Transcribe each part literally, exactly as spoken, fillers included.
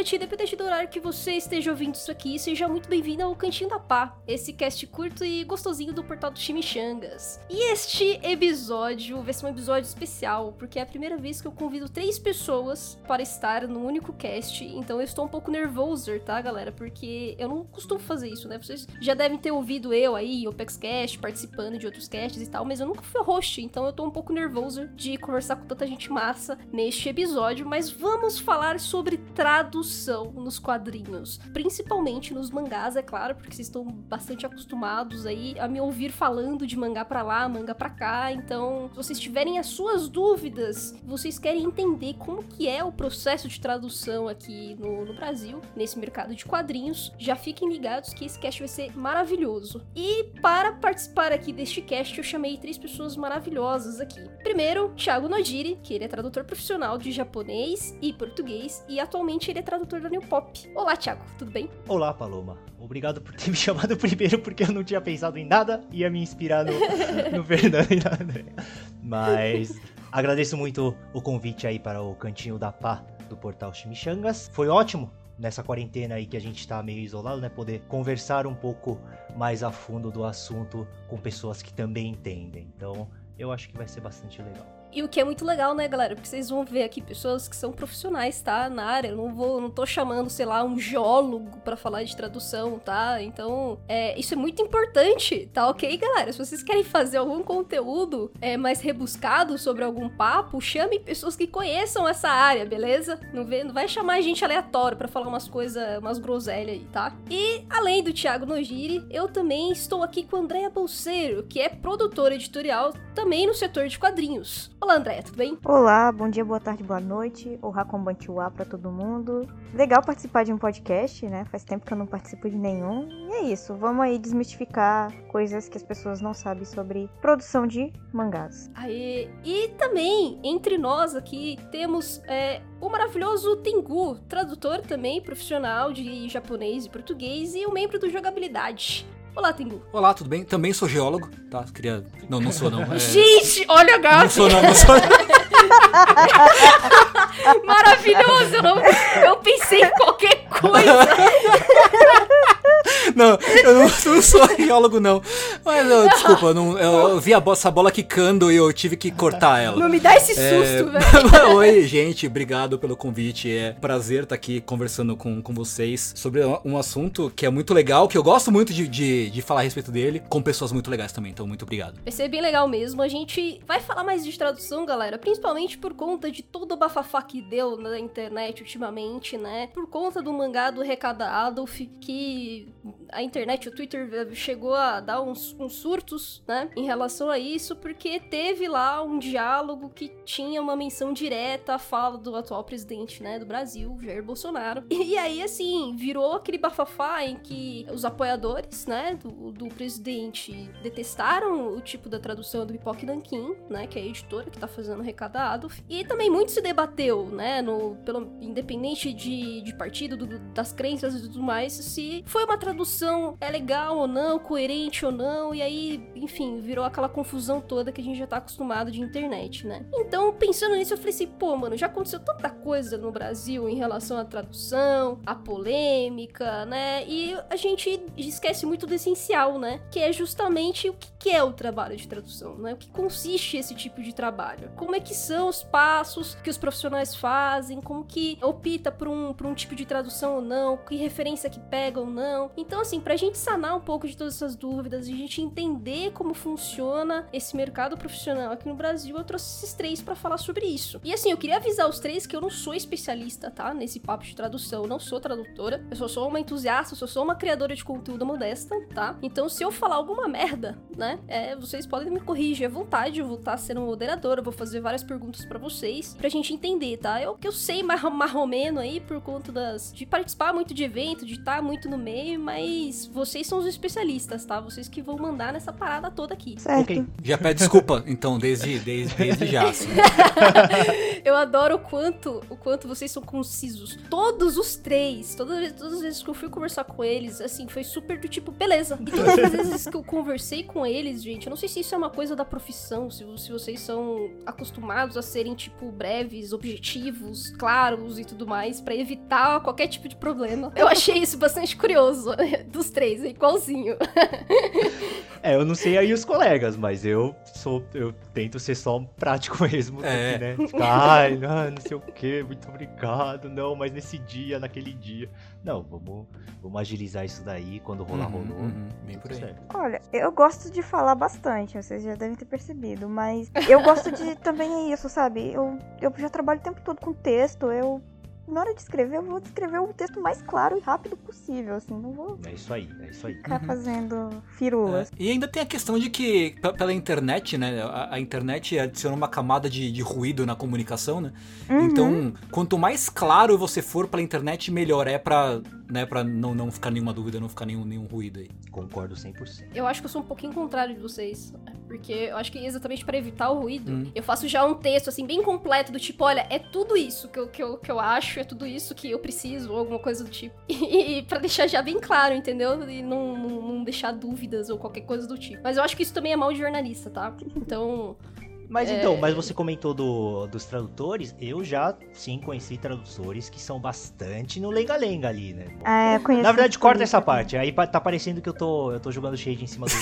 noite, independente do horário que você esteja ouvindo isso aqui, seja muito bem-vindo ao Cantinho da Pá, esse cast curto e gostosinho do portal do Chimichangas. E este episódio vai ser um episódio especial, porque é a primeira vez que eu convido três pessoas para estar num único cast, então eu estou um pouco nervoso, tá, galera? Porque eu não costumo fazer isso, né? Vocês já devem ter ouvido eu aí, o OpexCast, participando de outros casts e tal, mas eu nunca fui host, então eu tô um pouco nervoso de conversar com tanta gente massa neste episódio, mas vamos falar sobre tradução nos quadrinhos, principalmente nos mangás, é claro, porque vocês estão bastante acostumados aí a me ouvir falando de mangá pra lá, mangá pra cá, então se vocês tiverem as suas dúvidas, vocês querem entender como que é o processo de tradução aqui no, no Brasil, nesse mercado de quadrinhos, já fiquem ligados que esse cast vai ser maravilhoso. E para participar aqui deste cast, eu chamei três pessoas maravilhosas aqui. Primeiro, Thiago Nojiri, que ele é tradutor profissional de japonês e português, e atualmente ele é tradutor da New Pop. Olá, Thiago, tudo bem? Olá, Paloma. Obrigado por ter me chamado primeiro, porque eu não tinha pensado em nada, ia me inspirar no, no Fernando e na André. Mas agradeço muito o convite aí para o Cantinho da Pá do portal Chimichangas. Foi ótimo nessa quarentena aí que a gente tá meio isolado, né? Poder conversar um pouco mais a fundo do assunto com pessoas que também entendem. Então, eu acho que vai ser bastante legal. E o que é muito legal, né, galera? Porque vocês vão ver aqui pessoas que são profissionais, tá? Na área. Eu não vou, não tô chamando, sei lá, um geólogo pra falar de tradução, tá? Então, é, isso é muito importante, tá ok, galera? Se vocês querem fazer algum conteúdo é, mais rebuscado sobre algum papo, chamem pessoas que conheçam essa área, beleza? Não, vê, não vai chamar gente aleatória pra falar umas coisas, umas groselhas aí, tá? E, além do Thiago Nojiri, eu também estou aqui com a Andréa Bolseiro, que é produtora editorial também no setor de quadrinhos. Olá, Andréia, tudo bem? Olá, bom dia, boa tarde, boa noite. Ohá konbanchiwa pra todo mundo. Legal participar de um podcast, né? Faz tempo que eu não participo de nenhum. E é isso, vamos aí desmistificar coisas que as pessoas não sabem sobre produção de mangás. Aê! E também, entre nós aqui, temos é, o maravilhoso Tengu, tradutor também, profissional de japonês e português e um membro do Jogabilidade. Olá, Tengu. Olá, tudo bem? Também sou geólogo, tá? Queria... Não, não sou não. É... Gente, olha a gafe! Não sou não, não sou Maravilhoso! Eu, não... eu pensei em qualquer coisa. Não, eu não, não sou geólogo não. Mas, eu, desculpa, eu, não, eu, eu vi a bo- essa bola quicando e eu tive que cortar ela. Não me dá esse é... susto, velho. Oi, gente, obrigado pelo convite. É um prazer estar aqui conversando com, com vocês sobre um assunto que é muito legal, que eu gosto muito de, de, de falar a respeito dele, com pessoas muito legais também, então muito obrigado. Vai ser bem legal mesmo. A gente vai falar mais de tradução, galera, principalmente por conta de todo o bafafá que deu na internet ultimamente, né? Por conta do mangá do Recada Adolf, que a internet, o Twitter chegou a dar uns, uns surtos, né, em relação a isso, porque teve lá um diálogo que tinha uma menção direta à fala do atual presidente, né, do Brasil, Jair Bolsonaro. E aí, assim, virou aquele bafafá em que os apoiadores, né, do, do presidente detestaram o tipo da tradução do Pipoque Nanquim, né, que é a editora que tá fazendo o Recado Adolf. E também muito se debateu, né, no, pelo, independente de, de partido, do, das crenças e tudo mais, se foi uma tradução é legal ou não, coerente ou não, e aí, enfim, virou aquela confusão toda que a gente já tá acostumado de internet, né? Então, pensando nisso, eu falei assim, pô, mano, já aconteceu tanta coisa no Brasil em relação à tradução, à polêmica, né? E a gente esquece muito do essencial, né? Que é justamente o que é o trabalho de tradução, né? O que consiste esse tipo de trabalho? Como é que são os passos que os profissionais fazem? Como que opta por um, por um tipo de tradução ou não? Que referência que pega ou não? Então, assim, pra gente sanar um pouco de todas essas dúvidas e a gente entender como funciona esse mercado profissional aqui no Brasil, eu trouxe esses três pra falar sobre isso. E assim, eu queria avisar os três que eu não sou especialista, tá? Nesse papo de tradução, eu não sou tradutora, eu só sou uma entusiasta, eu só sou uma criadora de conteúdo modesta, tá? Então, se eu falar alguma merda, né, é, vocês podem me corrigir à vontade, eu vou estar sendo moderadora, eu vou fazer várias perguntas pra vocês, pra gente entender, tá? Eu que eu sei marromeno aí por conta das, de participar muito de evento, de estar muito no meio, mas vocês são os especialistas, tá? Vocês que vão mandar nessa parada toda aqui. Certo. Ok. Já pede desculpa, então, desde, desde, desde já, assim. Eu adoro o quanto, o quanto vocês são concisos. Todos os três, todas, todas as vezes que eu fui conversar com eles, assim, foi super do tipo, beleza. E todas as vezes que eu conversei com com eles, gente, eu não sei se isso é uma coisa da profissão, se, se vocês são acostumados a serem, tipo, breves, objetivos, claros e tudo mais, pra evitar qualquer tipo de problema. Eu achei isso bastante curioso, dos três, é igualzinho. É, eu não sei aí os colegas, mas eu sou, eu tento ser só um prático mesmo, É. né? Ficar, ai, não, não sei o que, muito obrigado, não, mas nesse dia, naquele dia. Não, vamos, vamos agilizar isso daí, quando rolar, Uhum, rolou. uhum, bem por aí. Certo. Olha, eu gosto de falar bastante, vocês já devem ter percebido, mas eu gosto de também é isso, sabe? Eu, eu já trabalho o tempo todo com texto, eu... Na hora de escrever, eu vou descrever o texto mais claro e rápido possível, assim, não vou É isso aí, é isso aí. ficar Uhum. fazendo firulas. É, e ainda tem a questão de que, p- pela internet, né? A, a internet adiciona uma camada de, de ruído na comunicação, né? Uhum. Então, quanto mais claro você for pela internet, melhor é pra, né, pra não, não ficar nenhuma dúvida, não ficar nenhum, nenhum ruído aí. Concordo cem por cento. Eu acho que eu sou um pouquinho contrário de vocês, porque eu acho que exatamente pra evitar o ruído, Hum. eu faço já um texto, assim, bem completo, do tipo, olha, é tudo isso que eu, que eu, que eu acho, é tudo isso que eu preciso, ou alguma coisa do tipo. E, e pra deixar já bem claro, entendeu? E não, não, não deixar dúvidas ou qualquer coisa do tipo. Mas eu acho que isso também é mal de jornalista, tá? Então... Mas É. então, mas você comentou do, dos tradutores, eu já sim conheci tradutores que são bastante no lenga-lenga ali, né? É, conheço Na verdade, por corta isso essa também. parte, aí pa- tá parecendo que eu tô, eu tô jogando shade em cima do...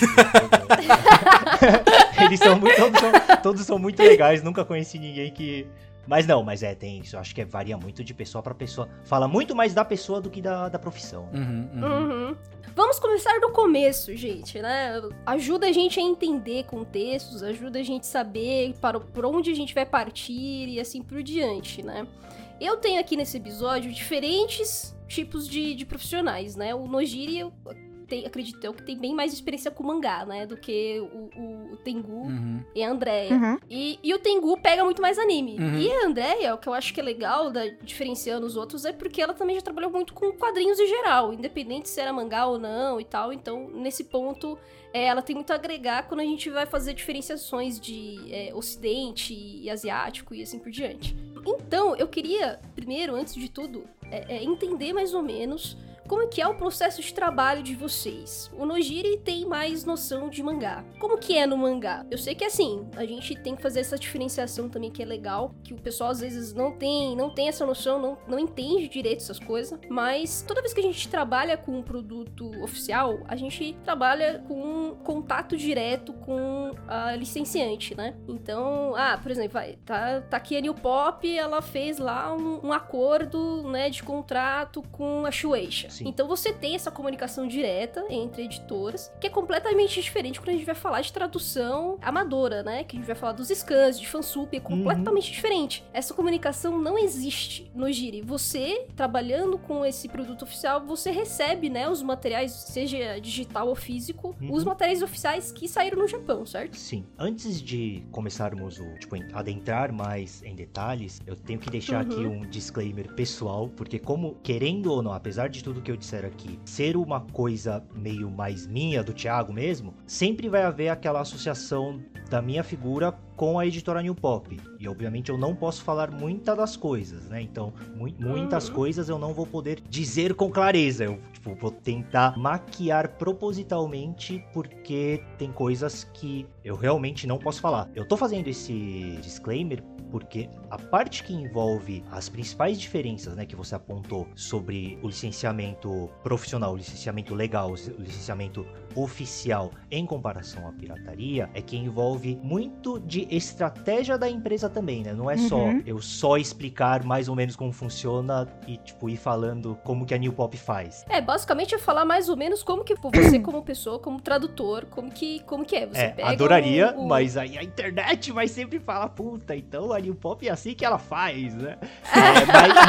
Eles são muito, todos são, todos são muito legais, nunca conheci ninguém que... Mas não, mas é, tem isso, eu acho que é, varia muito de pessoa pra pessoa. Fala muito mais da pessoa do que da, da profissão. Uhum, uhum. Uhum. Vamos começar do começo, gente, né? Ajuda a gente a entender contextos, ajuda a gente a saber para por onde a gente vai partir e assim por diante, né? Eu tenho aqui nesse episódio diferentes tipos de, de profissionais, né? O Nojiri, eu te- acredito eu, que tem bem mais experiência com mangá, né? Do que o, o, o Tengu Uhum. e a Andrea. Uhum. E, e o Tengu pega muito mais anime. Uhum. E a Andrea, o que eu acho que é legal, da, diferenciando os outros, é porque ela também já trabalhou muito com quadrinhos em geral, independente se era mangá ou não e tal. Então, nesse ponto, é, ela tem muito a agregar quando a gente vai fazer diferenciações de é, ocidente e asiático e assim por diante. Então, eu queria, primeiro, antes de tudo, é, é entender mais ou menos como é que é o processo de trabalho de vocês. O Nojiri tem mais noção de mangá. Como que é no mangá? Eu sei que assim, a gente tem que fazer essa diferenciação também que é legal, que o pessoal às vezes não tem, não tem essa noção, não, não entende direito essas coisas, mas toda vez que a gente trabalha com um produto oficial, a gente trabalha com um contato direto com a licenciante, né? Então, ah, por exemplo, vai, tá, tá aqui a New Pop, ela fez lá um, um acordo, né, de contrato com a Shueisha. Sim. Então você tem essa comunicação direta entre editoras, que é completamente diferente quando a gente vai falar de tradução amadora, né? Que a gente vai falar dos scans, de fansub, é completamente diferente. Essa comunicação não existe no Giri. Você, trabalhando com esse produto oficial, você recebe, né, os materiais, seja digital ou físico, Uhum. os materiais oficiais que saíram no Japão, certo? Sim. Antes de começarmos o, tipo, em- adentrar mais em detalhes, eu tenho que deixar Uhum. aqui um disclaimer pessoal, porque como, querendo ou não, apesar de tudo que eu disser aqui, ser uma coisa meio mais minha, do Thiago mesmo, sempre vai haver aquela associação da minha figura com a editora New Pop. E obviamente eu não posso falar muitas das coisas, né? Então, mu- muitas Uhum. coisas eu não vou poder dizer com clareza. Eu, tipo, vou tentar maquiar propositalmente, porque tem coisas que eu realmente não posso falar. Eu tô fazendo esse disclaimer porque a parte que envolve as principais diferenças, né, que você apontou sobre o licenciamento profissional, o licenciamento legal, o licenciamento oficial em comparação à pirataria, é que envolve muito de estratégia da empresa também, né? Não é só Uhum. eu só explicar mais ou menos como funciona e, tipo, ir falando como que a New Pop faz. É, basicamente é falar mais ou menos como que pô, você como pessoa, como tradutor, como que, como que é. Você É, pega adoraria, o- o- mas aí a internet vai sempre falar, puta, então a New Pop é assim que ela faz, né? É, mas,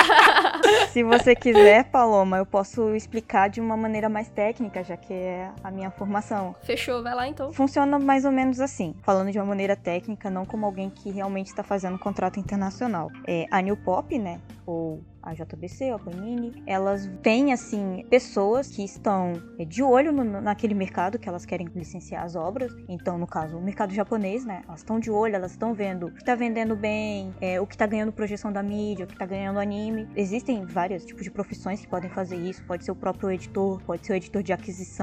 mas Se você quiser, Paloma, eu posso explicar de uma maneira mais técnica, já que é a minha formação. Fechou, vai lá então. Funciona mais ou menos assim, falando de uma maneira técnica, não como alguém que realmente está fazendo um contrato internacional. É, a New Pop, né, ou a J B C, a Panini, elas têm, assim, pessoas que estão é, de olho no, naquele mercado que elas querem licenciar as obras. Então, no caso, o mercado japonês, né, elas estão de olho, elas estão vendo o que tá vendendo bem, é, o que tá ganhando projeção da mídia, o que tá ganhando anime. Existem vários tipos de profissões que podem fazer isso, pode ser o próprio editor, pode ser o editor de aquisição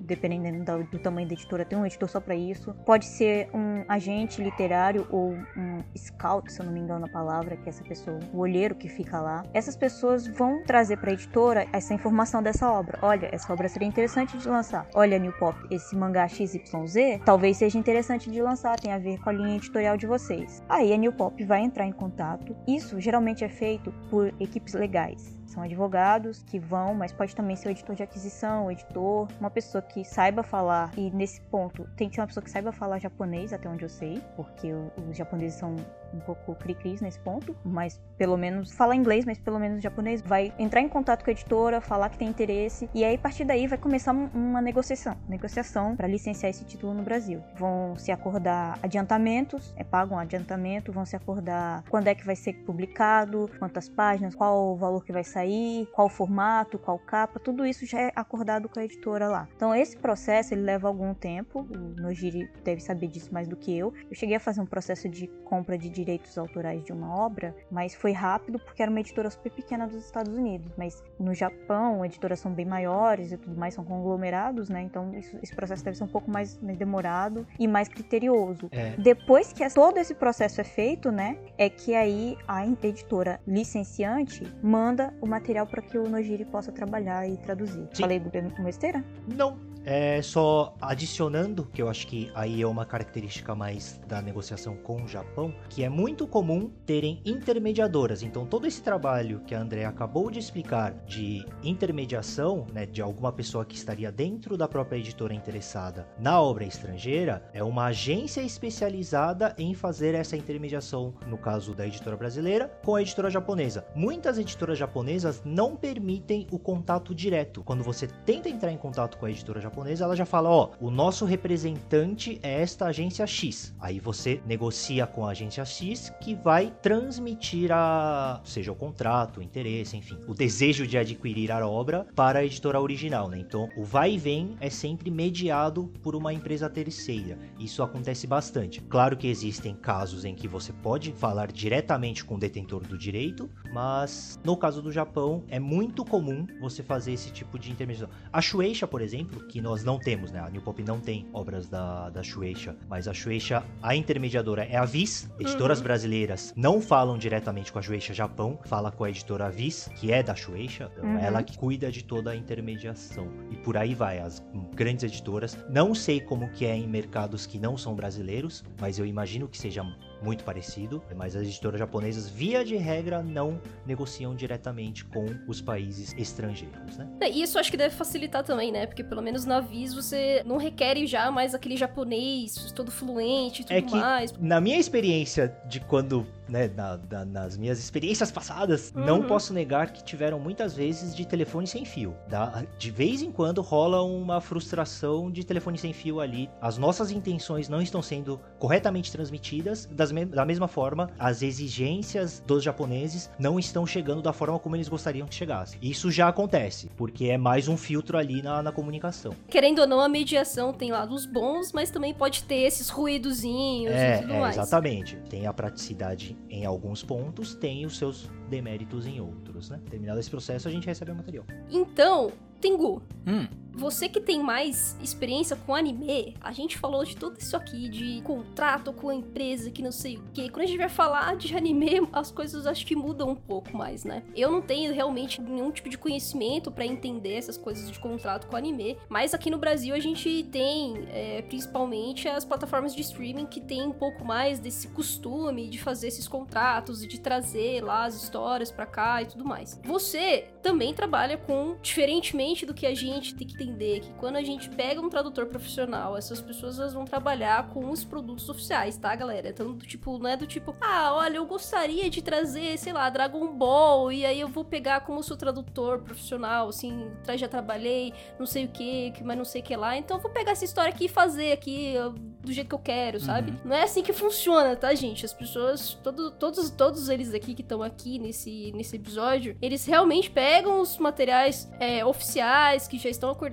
dependendo do, do tamanho da editora, tem um editor só pra isso. Pode ser um agente literário ou um scout, se eu não me engano a palavra, que é essa pessoa, o olheiro que fica lá. Essas pessoas vão trazer pra editora essa informação dessa obra. Olha, essa obra seria interessante de lançar. Olha, New Pop, esse mangá X Y Z talvez seja interessante de lançar, tem a ver com a linha editorial de vocês. Aí a New Pop vai entrar em contato. Isso geralmente é feito por equipes legais. São advogados que vão, mas pode também ser o editor de aquisição, o editor, uma pessoa que saiba falar, e nesse ponto tem que ser uma pessoa que saiba falar japonês, até onde eu sei, porque os japoneses são um pouco cri-cris nesse ponto, mas pelo menos fala inglês, mas pelo menos japonês, vai entrar em contato com a editora, falar que tem interesse, e aí a partir daí vai começar uma negociação, negociação para licenciar esse título no Brasil. Vão se acordar adiantamentos, é pago um adiantamento, vão se acordar quando é que vai ser publicado, quantas páginas, qual o valor que vai sair, qual formato, qual capa, tudo isso já é acordado com a editora lá. Então esse processo ele leva algum tempo, o Nojiri deve saber disso mais do que eu. Eu cheguei a fazer um processo de compra de direitos autorais de uma obra, mas foi rápido porque era uma editora super pequena dos Estados Unidos, mas no Japão editoras são bem maiores e tudo mais, são conglomerados, né, então isso, esse processo deve ser um pouco mais, mais demorado e mais criterioso. É. Depois que todo esse processo é feito, né, é que aí a editora licenciante manda o material para que o Nojiri possa trabalhar e traduzir. Sim. Falei besteira? Não. É só adicionando, que eu acho que aí é uma característica mais da negociação com o Japão, que é muito comum terem intermediadoras. Então todo esse trabalho que a Andrea acabou de explicar de intermediação, né, de alguma pessoa que estaria dentro da própria editora interessada na obra estrangeira, é uma agência especializada em fazer essa intermediação, no caso da editora brasileira, com a editora japonesa. Muitas editoras japonesas não permitem o contato direto. Quando você tenta entrar em contato com a editora japonesa, ela já fala, ó, o nosso representante é esta agência X. Aí você negocia com a agência X, que vai transmitir a, seja o contrato, o interesse, enfim, o desejo de adquirir a obra para a editora original, né? Então, o vai e vem é sempre mediado por uma empresa terceira. Isso acontece bastante. Claro que existem casos em que você pode falar diretamente com o detentor do direito, mas no caso do Japão, é muito comum você fazer esse tipo de intermediação. A Shueisha, por exemplo, que nós não temos, né? A New Pop não tem obras da, da Shueisha, mas a Shueisha, a intermediadora é a Viz. Editoras uhum. brasileiras não falam diretamente com a Shueisha Japão, fala com a editora Viz, que é da Shueisha, então uhum. ela que cuida de toda a intermediação. E por aí vai, as grandes editoras. Não sei como que é em mercados que não são brasileiros, mas eu imagino que seja muito parecido, mas as editoras japonesas, via de regra, não negociam diretamente com os países estrangeiros, né? E isso acho que deve facilitar também, né? Porque pelo menos na Viz você não requer já mais aquele japonês todo fluente e tudo é que, mais. Na minha experiência de quando, né, na, na, nas minhas experiências passadas, uhum. não posso negar que tiveram muitas vezes de telefone sem fio. Tá? De vez em quando rola uma frustração de telefone sem fio ali. As nossas intenções não estão sendo corretamente transmitidas, das me- da mesma forma, as exigências dos japoneses não estão chegando da forma como eles gostariam que chegasse. Isso já acontece, porque é mais um filtro ali na, na comunicação. Querendo ou não, a mediação tem lados bons, mas também pode ter esses ruídozinhos é, e tudo é, mais. Exatamente. Tem a praticidade em alguns pontos, tem os seus deméritos em outros, né? Terminado esse processo, a gente recebe o material. Então, Tengu, hum. você que tem mais experiência com anime, a gente falou de tudo isso aqui, de contrato com a empresa, que não sei o quê. Quando a gente vai falar de anime, as coisas acho que mudam um pouco mais, né? Eu não tenho realmente nenhum tipo de conhecimento pra entender essas coisas de contrato com anime, mas aqui no Brasil a gente tem, é, principalmente, as plataformas de streaming que tem um pouco mais desse costume de fazer esses contratos e de trazer lá as histórias pra cá e tudo mais. Você também trabalha com, diferentemente do que a gente tem que entender, que quando a gente pega um tradutor profissional, essas pessoas elas vão trabalhar com os produtos oficiais, tá, galera? Então, do tipo, não é do tipo, ah, olha, eu gostaria de trazer, sei lá, Dragon Ball, e aí eu vou pegar como sou tradutor profissional, assim, já trabalhei, não sei o que, mas não sei o que lá, então eu vou pegar essa história aqui e fazer aqui do jeito que eu quero, sabe? Uhum. Não é assim que funciona, tá, gente? As pessoas, todo, todos, todos eles aqui que estão aqui nesse, nesse episódio, eles realmente pegam os materiais é, oficiais que já estão acordados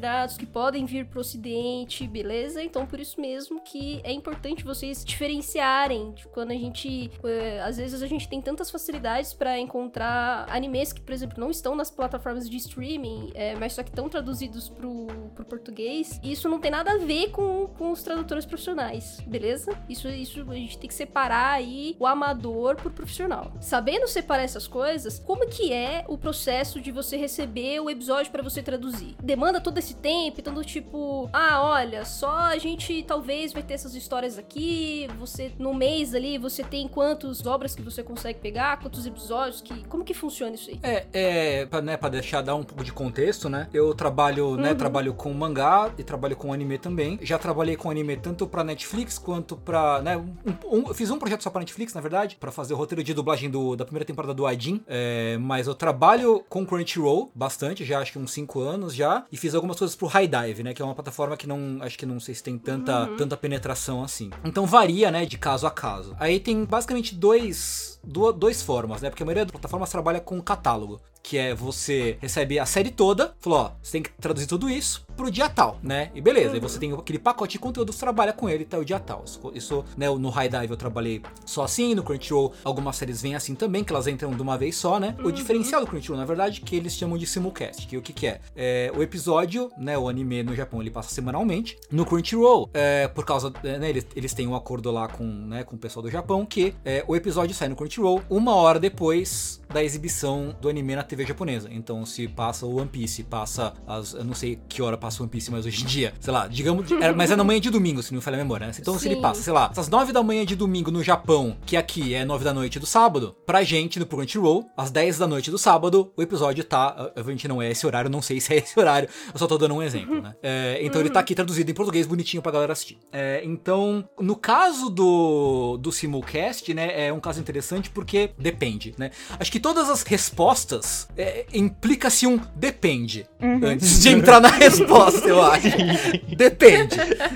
governados, que podem vir pro ocidente, beleza? Então, por isso mesmo que é importante vocês diferenciarem de quando a gente... É, às vezes a gente tem tantas facilidades pra encontrar animes que, por exemplo, não estão nas plataformas de streaming, é, mas só que estão traduzidos pro, pro português. E isso não tem nada a ver com, com os tradutores profissionais, beleza? Isso, isso a gente tem que separar aí o amador pro profissional. Sabendo separar essas coisas, como que é o processo de você receber o episódio pra você traduzir? Demanda todo esse tempo, então do tipo, ah, olha, só a gente talvez vai ter essas histórias aqui, você, no mês ali, você tem quantas obras que você consegue pegar, quantos episódios, que, como que funciona isso aí? É, é pra, né, pra deixar, dar um pouco de contexto, né, eu trabalho, uhum. né, trabalho com mangá e trabalho com anime também, já trabalhei com anime tanto pra Netflix quanto pra, né, um, um, eu fiz um projeto só pra Netflix, na verdade, pra fazer o roteiro de dublagem do, da primeira temporada do Aidin, é, mas eu trabalho com Crunchyroll bastante, já acho que uns cinco anos já, e fiz algumas coisas pro High Dive, né, que é uma plataforma que não, acho que não sei se tem tanta, uhum. tanta penetração assim. Então varia, né, de caso a caso. Aí tem basicamente dois, duas, dois formas, né, porque a maioria das plataformas trabalha com catálogo, que é você recebe a série toda, falou, ó, você tem que traduzir tudo isso pro dia tal, né? E beleza, uhum. aí você tem aquele pacote de conteúdo, você trabalha com ele até o dia tal. Isso, isso, né, no High Dive eu trabalhei só assim, no Crunchyroll algumas séries vêm assim também, que elas entram de uma vez só, né? Uhum. O diferencial do Crunchyroll, na verdade, que eles chamam de simulcast, que o que que é? É o episódio, né, o anime no Japão, ele passa semanalmente. No Crunchyroll, é, por causa, né, eles, eles têm um acordo lá com, né, com o pessoal do Japão, que é, o episódio sai no Crunchyroll uma hora depois da exibição do anime na T V japonesa. Então, se passa o One Piece, passa as... eu não sei que hora passa o One Piece, mas hoje em dia, sei lá, digamos... É, mas é na manhã de domingo, se não me falha a memória, né? Então, Sim. se ele passa, sei lá, às nove da manhã de domingo no Japão, que aqui é nove da noite do sábado, pra gente, no Crunchyroll, às dez da noite do sábado, o episódio tá... Obviamente não é esse horário, não sei se é esse horário, eu só tô dando um exemplo, né? É, então, ele tá aqui traduzido em português, bonitinho pra galera assistir. É, então, no caso do, do simulcast, né, é um caso interessante porque depende, né? Acho que todas as respostas é, implica-se um depende uhum. antes de entrar na resposta, eu acho. Depende.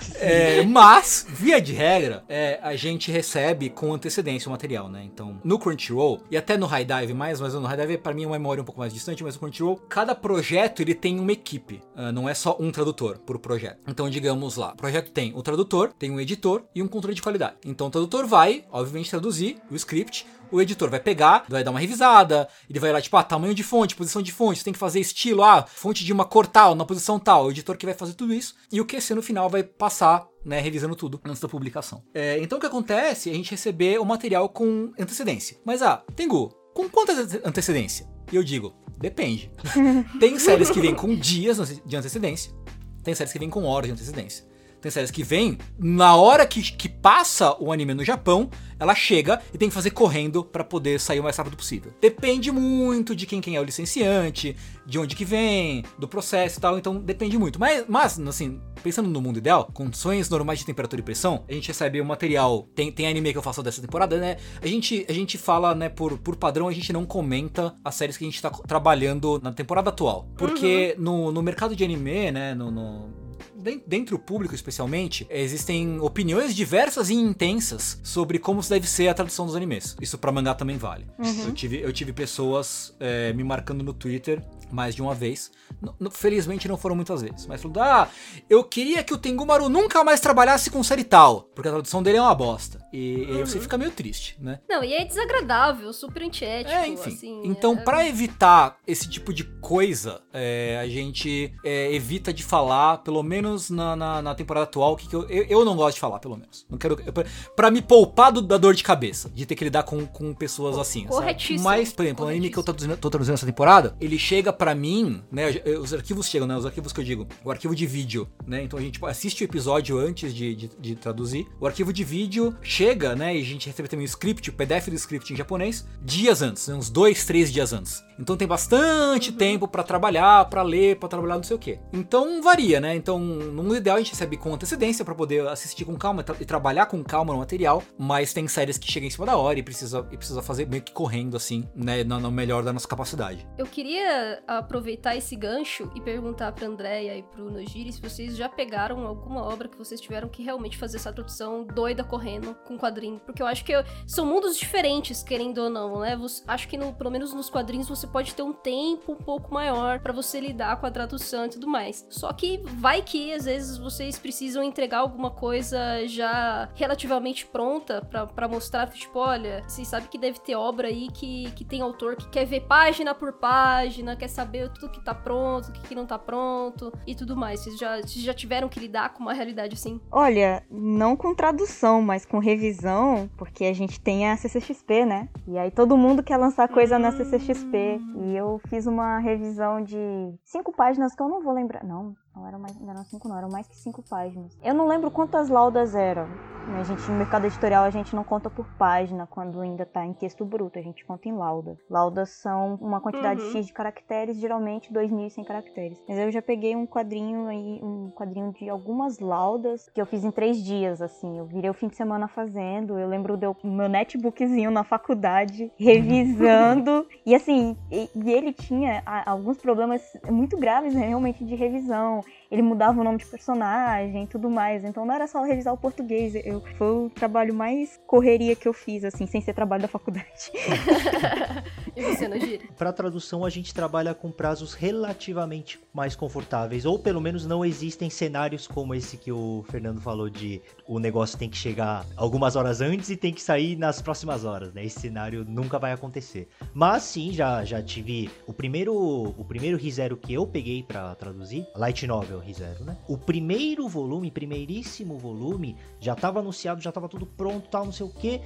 É, mas, via de regra, é, a gente recebe com antecedência o material, né? Então, no Crunchyroll, e até no High Dive mais, mas no High Dive pra mim é uma memória um pouco mais distante, mas no Crunchyroll, cada projeto ele tem uma equipe, uh, não é só um tradutor por projeto. Então, digamos lá, o projeto tem o tradutor, tem um editor e um controle de qualidade. Então, o tradutor vai, obviamente, traduzir o script, o editor vai pegar, vai dar uma revisada, ele vai lá, tipo, ah, tamanho de fonte, posição de fonte, você tem que fazer estilo, ah, fonte de uma cor tal, na posição tal, o editor que vai fazer tudo isso, e o Q C no final vai passar, né, revisando tudo antes da publicação. É, então o que acontece é a gente receber o material com antecedência. Mas, ah, Tengu, com quanta antecedência? E eu digo, depende. Tem séries que vêm com dias de antecedência, tem séries que vêm com horas de antecedência. Tem séries que vêm, na hora que, que passa o anime no Japão, ela chega e tem que fazer correndo pra poder sair o mais rápido possível. Depende muito de quem, quem é o licenciante, de onde que vem, do processo e tal, então depende muito. Mas, mas assim, pensando no mundo ideal, condições normais de temperatura e pressão, a gente recebe o material, tem, tem anime que eu faço dessa temporada, né? A gente, a gente fala, né, por, por padrão, a gente não comenta as séries que a gente tá trabalhando na temporada atual. Porque uhum. no, no mercado de anime, né, no... no dentro do público especialmente, existem opiniões diversas e intensas sobre como deve ser a tradução dos animes. Isso pra mangá também vale. Uhum. Eu, tive, eu tive pessoas é, me marcando no Twitter mais de uma vez. N- felizmente não foram muitas vezes. Mas falando, ah, eu queria que o Tengumaru nunca mais trabalhasse com série tal, porque a tradução dele é uma bosta. E uhum. aí você fica meio triste, né? Não, e é desagradável, super antiético. É, enfim. Assim, então, é... pra evitar esse tipo de coisa, é, a gente é, evita de falar, pelo menos na, na, na temporada atual, que, que eu, eu, eu não gosto de falar, pelo menos. Não quero, pra, pra me poupar do, da dor de cabeça, de ter que lidar com, com pessoas assim. Corretíssimo. Sabe? Mas, por exemplo, o anime que eu tô traduzindo, tô traduzindo essa temporada, ele chega pra mim, né? Os arquivos chegam, né? Os arquivos que eu digo, o arquivo de vídeo, né? Então a gente assiste o episódio antes de, de, de traduzir. O arquivo de vídeo chega, né? E a gente recebe também o script, o P D F do script em japonês, dias antes, né? Uns dois, três dias antes. Então tem bastante uhum. tempo pra trabalhar, pra ler, pra trabalhar não sei o quê. Então varia, né? Então, no mundo ideal a gente recebe com antecedência pra poder assistir com calma e, tra- e trabalhar com calma no material, mas tem séries que chegam em cima da hora e precisa, e precisa fazer meio que correndo, assim, né? No, no melhor da nossa capacidade. Eu queria aproveitar esse gancho e perguntar pra Andréia e pro Nojiri se vocês já pegaram alguma obra que vocês tiveram que realmente fazer essa tradução doida correndo, com com quadrinho, porque eu acho que são mundos diferentes, querendo ou não, né? Você, acho que no, pelo menos nos quadrinhos você pode ter um tempo um pouco maior pra você lidar com a tradução e tudo mais. Só que vai que às vezes vocês precisam entregar alguma coisa já relativamente pronta pra, pra mostrar, tipo, olha, vocês sabem que deve ter obra aí que, que tem autor que quer ver página por página, quer saber tudo que tá pronto, o que, que não tá pronto e tudo mais. Vocês já, vocês já tiveram que lidar com uma realidade assim? Olha, não com tradução, mas com revisão, porque a gente tem a C C X P, né? E aí todo mundo quer lançar coisa hum... na C C X P. E eu fiz uma revisão de cinco páginas que eu não vou lembrar. Não, não eram mais, não eram cinco, não, eram mais que cinco páginas. Eu não lembro quantas laudas eram. A gente, no mercado editorial, a gente não conta por página quando ainda tá em texto bruto, a gente conta em lauda. Laudas são uma quantidade uhum. X de caracteres, geralmente dois mil e cem caracteres. Mas eu já peguei um quadrinho aí, um quadrinho de algumas laudas que eu fiz em três dias, assim. Eu virei o fim de semana fazendo. Eu lembro do meu netbookzinho na faculdade, revisando. E assim, e, e ele tinha a, alguns problemas muito graves, né, realmente, de revisão. Ele mudava o nome de personagem e tudo mais. Então não era só revisar o português. Eu, foi o trabalho mais correria que eu fiz, assim, sem ser trabalho da faculdade. E você, Nojiri? Pra tradução, a gente trabalha com prazos relativamente mais confortáveis. Ou pelo menos não existem cenários como esse que o Fernando falou de o negócio tem que chegar algumas horas antes e tem que sair nas próximas horas, né? Esse cenário nunca vai acontecer. Mas sim, já, já tive o primeiro, o primeiro ReZero que eu peguei pra traduzir, Light Novel ReZero, né? O primeiro volume, primeiríssimo volume, já estava anunciado, já estava tudo pronto, tal, não sei o que,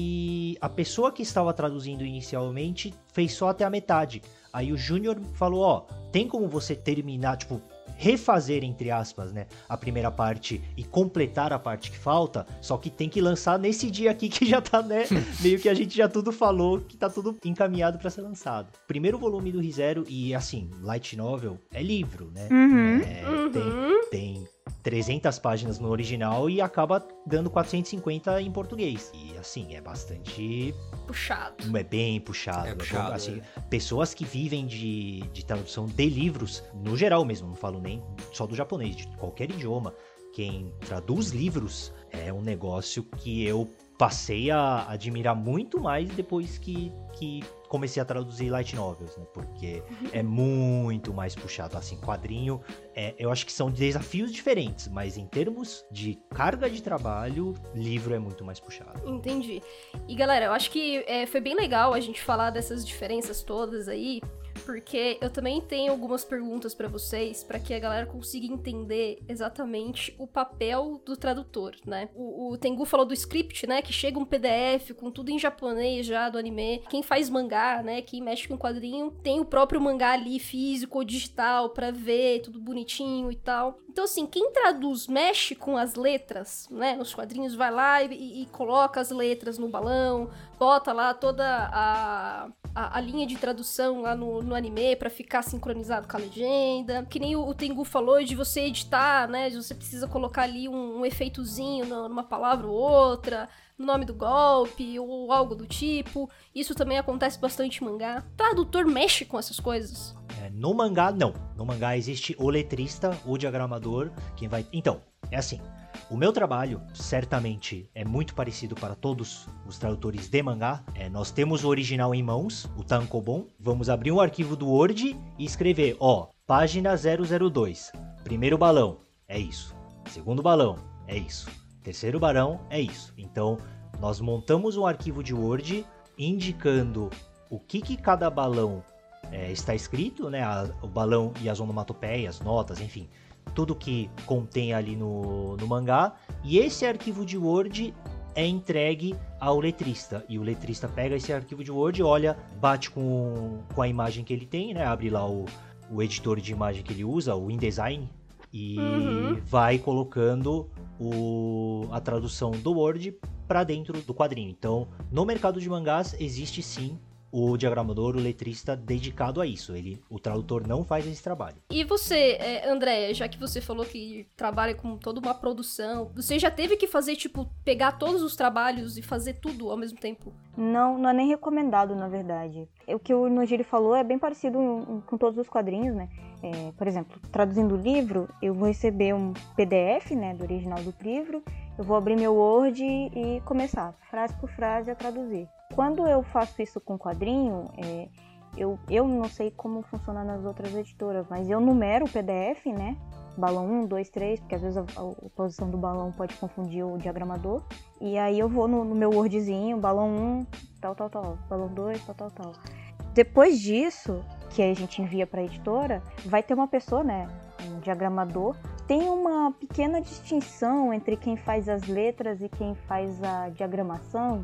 e a pessoa que estava traduzindo inicialmente fez só até a metade. Aí o Júnior falou, ó, tem como você terminar, tipo, refazer, entre aspas, né, a primeira parte e completar a parte que falta, só que tem que lançar nesse dia aqui que já tá, né, meio que a gente já tudo falou que tá tudo encaminhado pra ser lançado. Primeiro volume do ReZero, e assim, Light Novel é livro, né, uhum. é, Uhum. tem, tem trezentas páginas no original e acaba dando quatrocentos e cinquenta em português. E assim, é bastante... puxado. É bem puxado. É puxado, assim, é. Pessoas que vivem de, de tradução de livros, no geral mesmo, não falo nem só do japonês, de qualquer idioma, quem traduz livros é um negócio que eu passei a admirar muito mais depois que, que comecei a traduzir light novels, né? Porque é muito mais puxado, assim, quadrinho, é, eu acho que são desafios diferentes, mas em termos de carga de trabalho, livro é muito mais puxado. Entendi. E galera, eu acho que é, foi bem legal a gente falar dessas diferenças todas aí, porque eu também tenho algumas perguntas pra vocês, pra que a galera consiga entender exatamente o papel do tradutor, né? O, o Tengu falou do script, né? Que chega um P D F com tudo em japonês já, do anime. Quem faz mangá, né? Quem mexe com quadrinho, tem o próprio mangá ali, físico ou digital, pra ver, tudo bonitinho e tal. Então, assim, quem traduz, mexe com as letras, né? Nos quadrinhos, vai lá e, e coloca as letras no balão, bota lá toda a... A, a linha de tradução lá no, no anime pra ficar sincronizado com a legenda. Que nem o, o Tengu falou de você editar, né? De você precisa colocar ali um, um efeitozinho numa palavra ou outra, no nome do golpe ou algo do tipo. Isso também acontece bastante em mangá. O tradutor mexe com essas coisas? É, no mangá, não. No mangá existe o letrista, o diagramador, quem vai... Então, é assim... O meu trabalho, certamente, é muito parecido para todos os tradutores de mangá. É, nós temos o original em mãos, o tankobon. Vamos abrir um arquivo do Word e escrever, ó, página zero zero dois. Primeiro balão, é isso. Segundo balão, é isso. Terceiro balão, é isso. Então, nós montamos um arquivo de Word indicando o que, que cada balão é, está escrito, né? A, o balão e as onomatopeias, notas, enfim... tudo que contém ali no, no mangá, e esse arquivo de Word é entregue ao letrista, e o letrista pega esse arquivo de Word, olha, bate com, com a imagem que ele tem, né, abre lá o, o editor de imagem que ele usa, o InDesign, e uhum. vai colocando o, a tradução do Word para dentro do quadrinho. Então, no mercado de mangás existe sim o diagramador, o letrista dedicado a isso. Ele, o tradutor não faz esse trabalho. E você, é, Andréia, já que você falou que trabalha com toda uma produção, você já teve que fazer, tipo, pegar todos os trabalhos e fazer tudo ao mesmo tempo? Não, não é nem recomendado, na verdade. O que o Nojiri falou é bem parecido com todos os quadrinhos, né? É, por exemplo, traduzindo o livro, eu vou receber um P D F, né, do original do livro, eu vou abrir meu Word e começar, frase por frase, a traduzir. Quando eu faço isso com quadrinho, é, eu, eu não sei como funciona nas outras editoras, mas eu numero o P D F, né? Balão um, dois, três, porque às vezes a, a, a posição do balão pode confundir o diagramador. E aí eu vou no, no meu Wordzinho, balão um, tal, tal, tal, balão dois, tal, tal, tal. Depois disso, que a gente envia para a editora, vai ter uma pessoa, né, um diagramador. Tem uma pequena distinção entre quem faz as letras e quem faz a diagramação,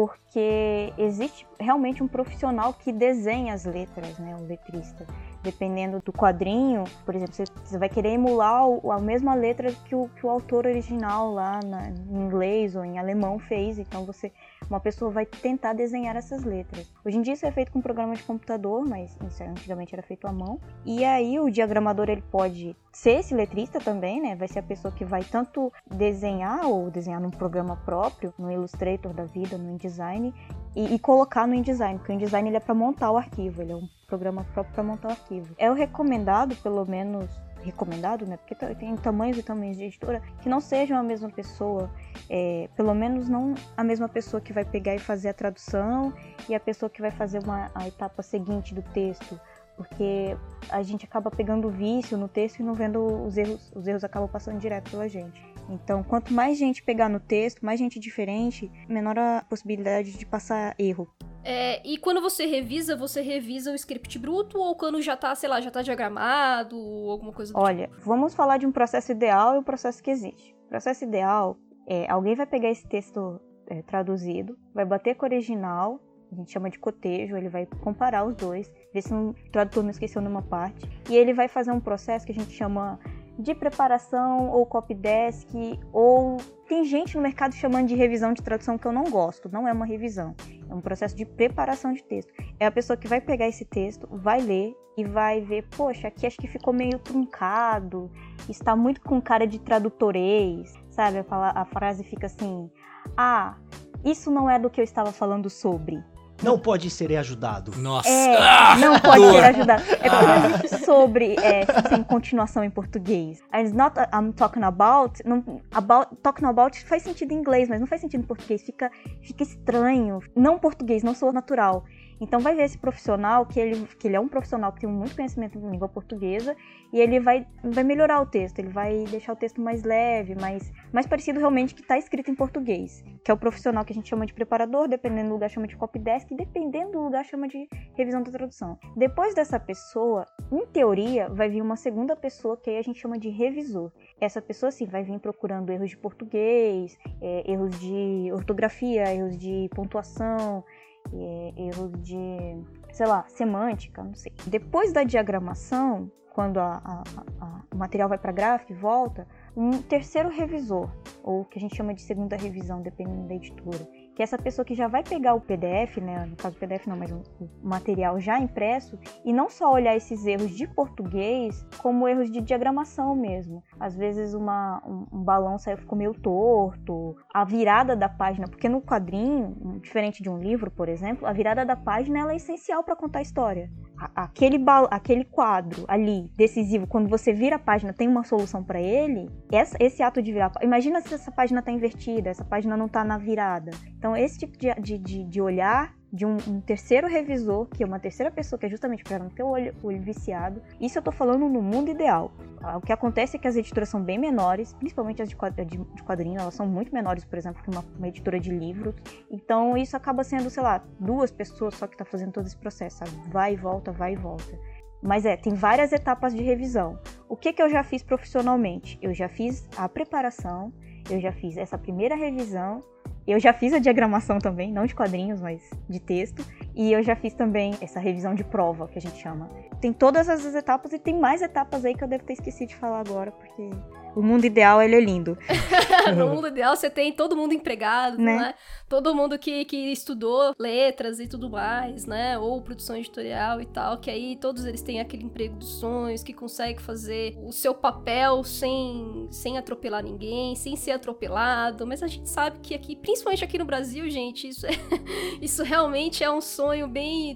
porque existe realmente um profissional que desenha as letras, né, um letrista. Dependendo do quadrinho, por exemplo, você, você vai querer emular o, a mesma letra que o, que o autor original lá na, em inglês ou em alemão fez, então você, uma pessoa vai tentar desenhar essas letras. Hoje em dia isso é feito com programa de computador, mas isso antigamente era feito à mão. E aí o diagramador ele pode ser esse letrista também, né? Vai ser a pessoa que vai tanto desenhar ou desenhar num programa próprio, no Illustrator da vida, no InDesign, e, e colocar no InDesign, porque o InDesign ele é para montar o arquivo, ele é um programa próprio para montar o arquivo. É o recomendado, pelo menos recomendado, né? Porque tem tamanhos e tamanhos de editora que não sejam a mesma pessoa, é, pelo menos não a mesma pessoa que vai pegar e fazer a tradução e a pessoa que vai fazer uma, a etapa seguinte do texto, porque a gente acaba pegando vício no texto e não vendo os erros, os erros acabam passando direto pela gente. Então, quanto mais gente pegar no texto, mais gente diferente, menor a possibilidade de passar erro. É, e quando você revisa, você revisa o script bruto ou quando já tá, sei lá, já tá diagramado ou alguma coisa do Olha, tipo? Vamos falar de um processo ideal e o processo que existe. O processo ideal é alguém vai pegar esse texto é, traduzido, vai bater com o original, a gente chama de cotejo, ele vai comparar os dois, ver se o tradutor não esqueceu numa parte, e ele vai fazer um processo que a gente chama de preparação ou copydesk, ou tem gente no mercado chamando de revisão de tradução que eu não gosto, não é uma revisão, é um processo de preparação de texto. É a pessoa que vai pegar esse texto, vai ler e vai ver, poxa, aqui acho que ficou meio truncado, está muito com cara de tradutorês, sabe? A, a frase fica assim, ah, isso não é do que eu estava falando sobre. Não pode ser ajudado. Nossa. É, ah, não pode dor. ser ajudado. É porque não existe sobre é, sem continuação em português. It's not I'm talking about, não, about. Talking about faz sentido em inglês, mas não faz sentido em português. Fica, fica estranho. Não português, não soa natural. Então vai ver esse profissional, que ele, que ele é um profissional que tem muito conhecimento em língua portuguesa, e ele vai, vai melhorar o texto, ele vai deixar o texto mais leve, mais, mais parecido realmente que está escrito em português, que é o profissional que a gente chama de preparador, dependendo do lugar chama de copydesk, e dependendo do lugar chama de revisão da tradução. Depois dessa pessoa, em teoria, vai vir uma segunda pessoa, que aí a gente chama de revisor. Essa pessoa, sim, vai vir procurando erros de português, é, erros de ortografia, erros de pontuação, É, erros de, sei lá, semântica, não sei. Depois da diagramação, quando a, a, a, o material vai para a gráfica e volta, um terceiro revisor, ou o que a gente chama de segunda revisão, dependendo da editora, que é essa pessoa que já vai pegar o P D F, né, no caso do P D F não, mas o, o material já impresso, e não só olhar esses erros de português, como erros de diagramação mesmo. Às vezes uma, um, um balão saiu, ficou meio torto, a virada da página, porque no quadrinho, diferente de um livro, por exemplo, a virada da página ela é essencial para contar a história. A, aquele, bal, aquele quadro ali, decisivo, quando você vira a página, tem uma solução para ele, essa, esse ato de virar, imagina se essa página está invertida, essa página não está na virada. Então, esse tipo de, de, de, de olhar de um, um terceiro revisor, que é uma terceira pessoa, que é justamente para não ter o olho, o olho viciado, isso eu tô falando no mundo ideal. O que acontece é que as editoras são bem menores, principalmente as de quadrinho, elas são muito menores, por exemplo, que uma, uma editora de livros. Então, isso acaba sendo, sei lá, duas pessoas só que tá fazendo todo esse processo, sabe? Vai e volta, vai e volta. Mas é, tem várias etapas de revisão. O que que eu já fiz profissionalmente? Eu já fiz a preparação, eu já fiz essa primeira revisão, eu já fiz a diagramação também, não de quadrinhos, mas de texto. E eu já fiz também essa revisão de prova, que a gente chama. Tem todas essas etapas e tem mais etapas aí que eu devo ter esquecido de falar agora, porque o mundo ideal, ele é lindo. No mundo ideal, você tem todo mundo empregado, né? né? Todo mundo que, que estudou letras e tudo mais, né? Ou produção editorial e tal, que aí todos eles têm aquele emprego dos sonhos, que consegue fazer o seu papel sem, sem atropelar ninguém, sem ser atropelado. Mas a gente sabe que aqui, principalmente aqui no Brasil, gente, isso, é, isso realmente é um sonho bem... Tal, um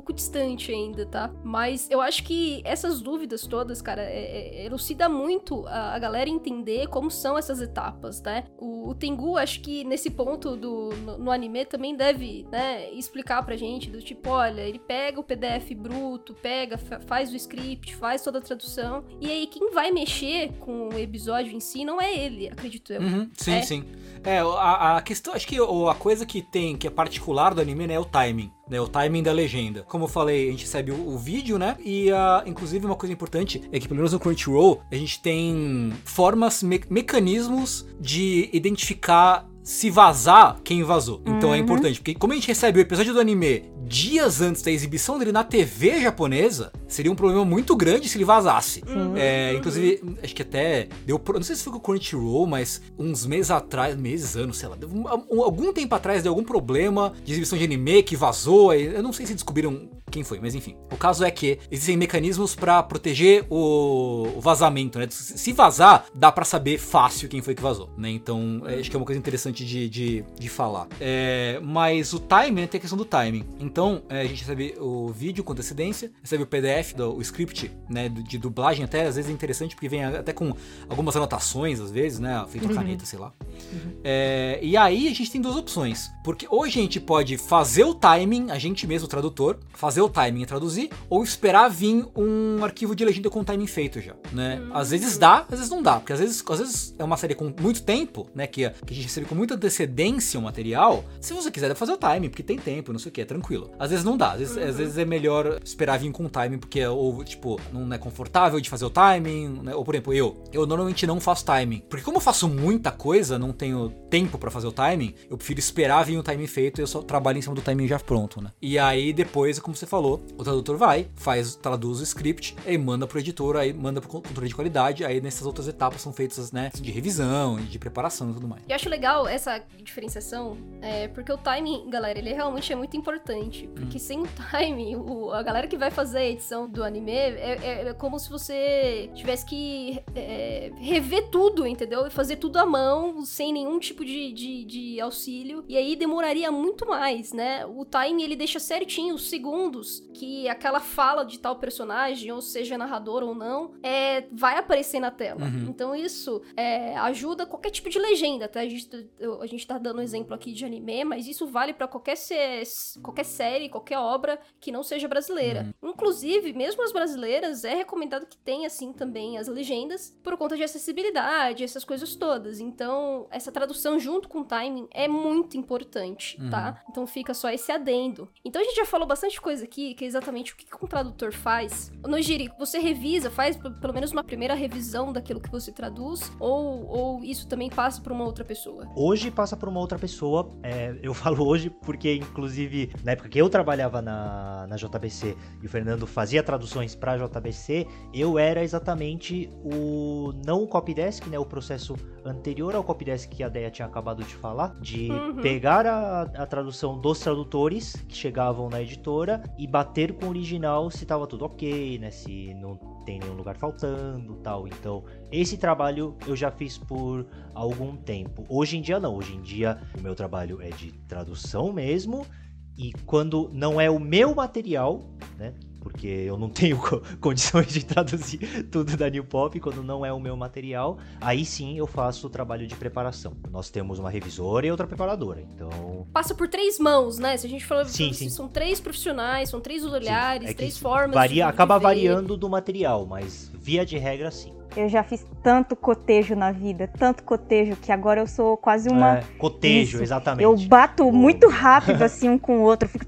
pouco distante ainda, tá? Mas eu acho que essas dúvidas todas, cara, é, é, elucida muito a, a galera entender como são essas etapas, né? O, o Tengu, acho que nesse ponto do, no, no anime também deve, né, explicar pra gente, do tipo, olha, ele pega o P D F bruto, pega, faz o script, faz toda a tradução, e aí quem vai mexer com o episódio em si não é ele, acredito eu. Uhum, sim, é. sim. É, a, a questão, acho que a coisa que tem, que é particular do anime, né, é o timing. Né, o timing da legenda. Como eu falei, a gente recebe o, o vídeo, né? E, uh, inclusive, uma coisa importante é que, pelo menos no Crunchyroll, a gente tem formas, me- mecanismos de identificar se vazar quem vazou. Então uhum. é importante, porque como a gente recebe o episódio do anime dias antes da exibição dele na T V japonesa, seria um problema muito grande se ele vazasse. Uhum. É, inclusive, acho que até deu... Não sei se foi com o Crunchyroll, mas uns meses atrás, meses, anos, sei lá, um, algum tempo atrás deu algum problema de exibição de anime que vazou. Eu não sei se descobriram quem foi, mas enfim. O caso é que existem mecanismos pra proteger o, o vazamento, né? Se vazar, dá pra saber fácil quem foi que vazou, né? Então, é, acho que é uma coisa interessante De, de, de falar. É, mas o timing, né, tem a questão do timing. Então, é, a gente recebe o vídeo com antecedência, recebe o P D F, do, o script, né, de dublagem até, às vezes é interessante, porque vem até com algumas anotações, às vezes, né, feito a caneta, uhum. sei lá. Uhum. É, e aí a gente tem duas opções, porque ou a gente pode fazer o timing, a gente mesmo, o tradutor, fazer o timing e traduzir, ou esperar vir um arquivo de legenda com o timing feito já, né. Uhum. Às vezes dá, às vezes não dá, porque às vezes, às vezes é uma série com muito tempo, né, que, que a gente recebe com muita antecedência o material, se você quiser fazer o timing, porque tem tempo, não sei o que, é tranquilo. Às vezes não dá, às vezes, uhum. às vezes é melhor esperar vir com o timing, porque ou, tipo, não é confortável de fazer o timing, né? Ou, por exemplo, eu, eu normalmente não faço timing, porque como eu faço muita coisa, não tenho tempo pra fazer o timing, eu prefiro esperar vir o timing feito e eu só trabalho em cima do timing já pronto, né? E aí depois, como você falou, o tradutor vai, faz, traduz o script, aí manda pro editor, aí manda pro controle de qualidade, aí nessas outras etapas são feitas, né, de revisão, de preparação e tudo mais. Eu acho legal essa diferenciação, é, porque o timing, galera, ele realmente é muito importante, porque hum. sem o timing, o, a galera que vai fazer a edição do anime é, é, é como se você tivesse que é, rever tudo, entendeu? E fazer tudo à mão, sem nenhum tipo de, de, de auxílio, e aí demoraria muito mais, né? O timing, ele deixa certinho os segundos que aquela fala de tal personagem, ou seja, narrador ou não, é, vai aparecer na tela. Uhum. Então isso é, ajuda qualquer tipo de legenda, tá? A gente, a gente tá dando um exemplo aqui de anime, mas isso vale pra qualquer, sé- qualquer série, qualquer obra que não seja brasileira. Uhum. Inclusive, mesmo as brasileiras, é recomendado que tenha, assim, também as legendas, por conta de acessibilidade, essas coisas todas. Então, essa tradução junto com o timing é muito importante, uhum. tá? Então fica só esse adendo. Então a gente já falou bastante coisa aqui, que é exatamente o que um tradutor faz. Nojiri, você revisa, faz pelo menos uma primeira revisão daquilo que você traduz, ou, ou isso também passa pra uma outra pessoa? Hoje passa pra uma outra pessoa, é, eu falo hoje porque, inclusive, na época que eu trabalhava na, na J B C e o Fernando fazia traduções pra J B C, eu era exatamente o, não o copydesk, né, o processo anterior ao copydesk que a Deia tinha acabado de falar, de uhum. pegar a, a tradução dos tradutores que chegavam na editora e bater com o original se tava tudo ok, né, se não tem nenhum lugar faltando, tal. Então, esse trabalho eu já fiz por algum tempo. Hoje em dia não, hoje em dia o meu trabalho é de tradução mesmo, e quando não é o meu material, né, porque eu não tenho condições de traduzir tudo da New Pop, quando não é o meu material, aí sim eu faço o trabalho de preparação. Nós temos uma revisora e outra preparadora, então... Passa por três mãos, né? Se a gente falou, sim, sim. são três profissionais, são três olhares, é três formas... Varia, de acaba ver. variando do material, mas via de regra sim. Eu já fiz tanto cotejo na vida, tanto cotejo, que agora eu sou quase uma... É, cotejo, isso. Exatamente. Eu bato oh. muito rápido, assim, um com o outro, eu fico...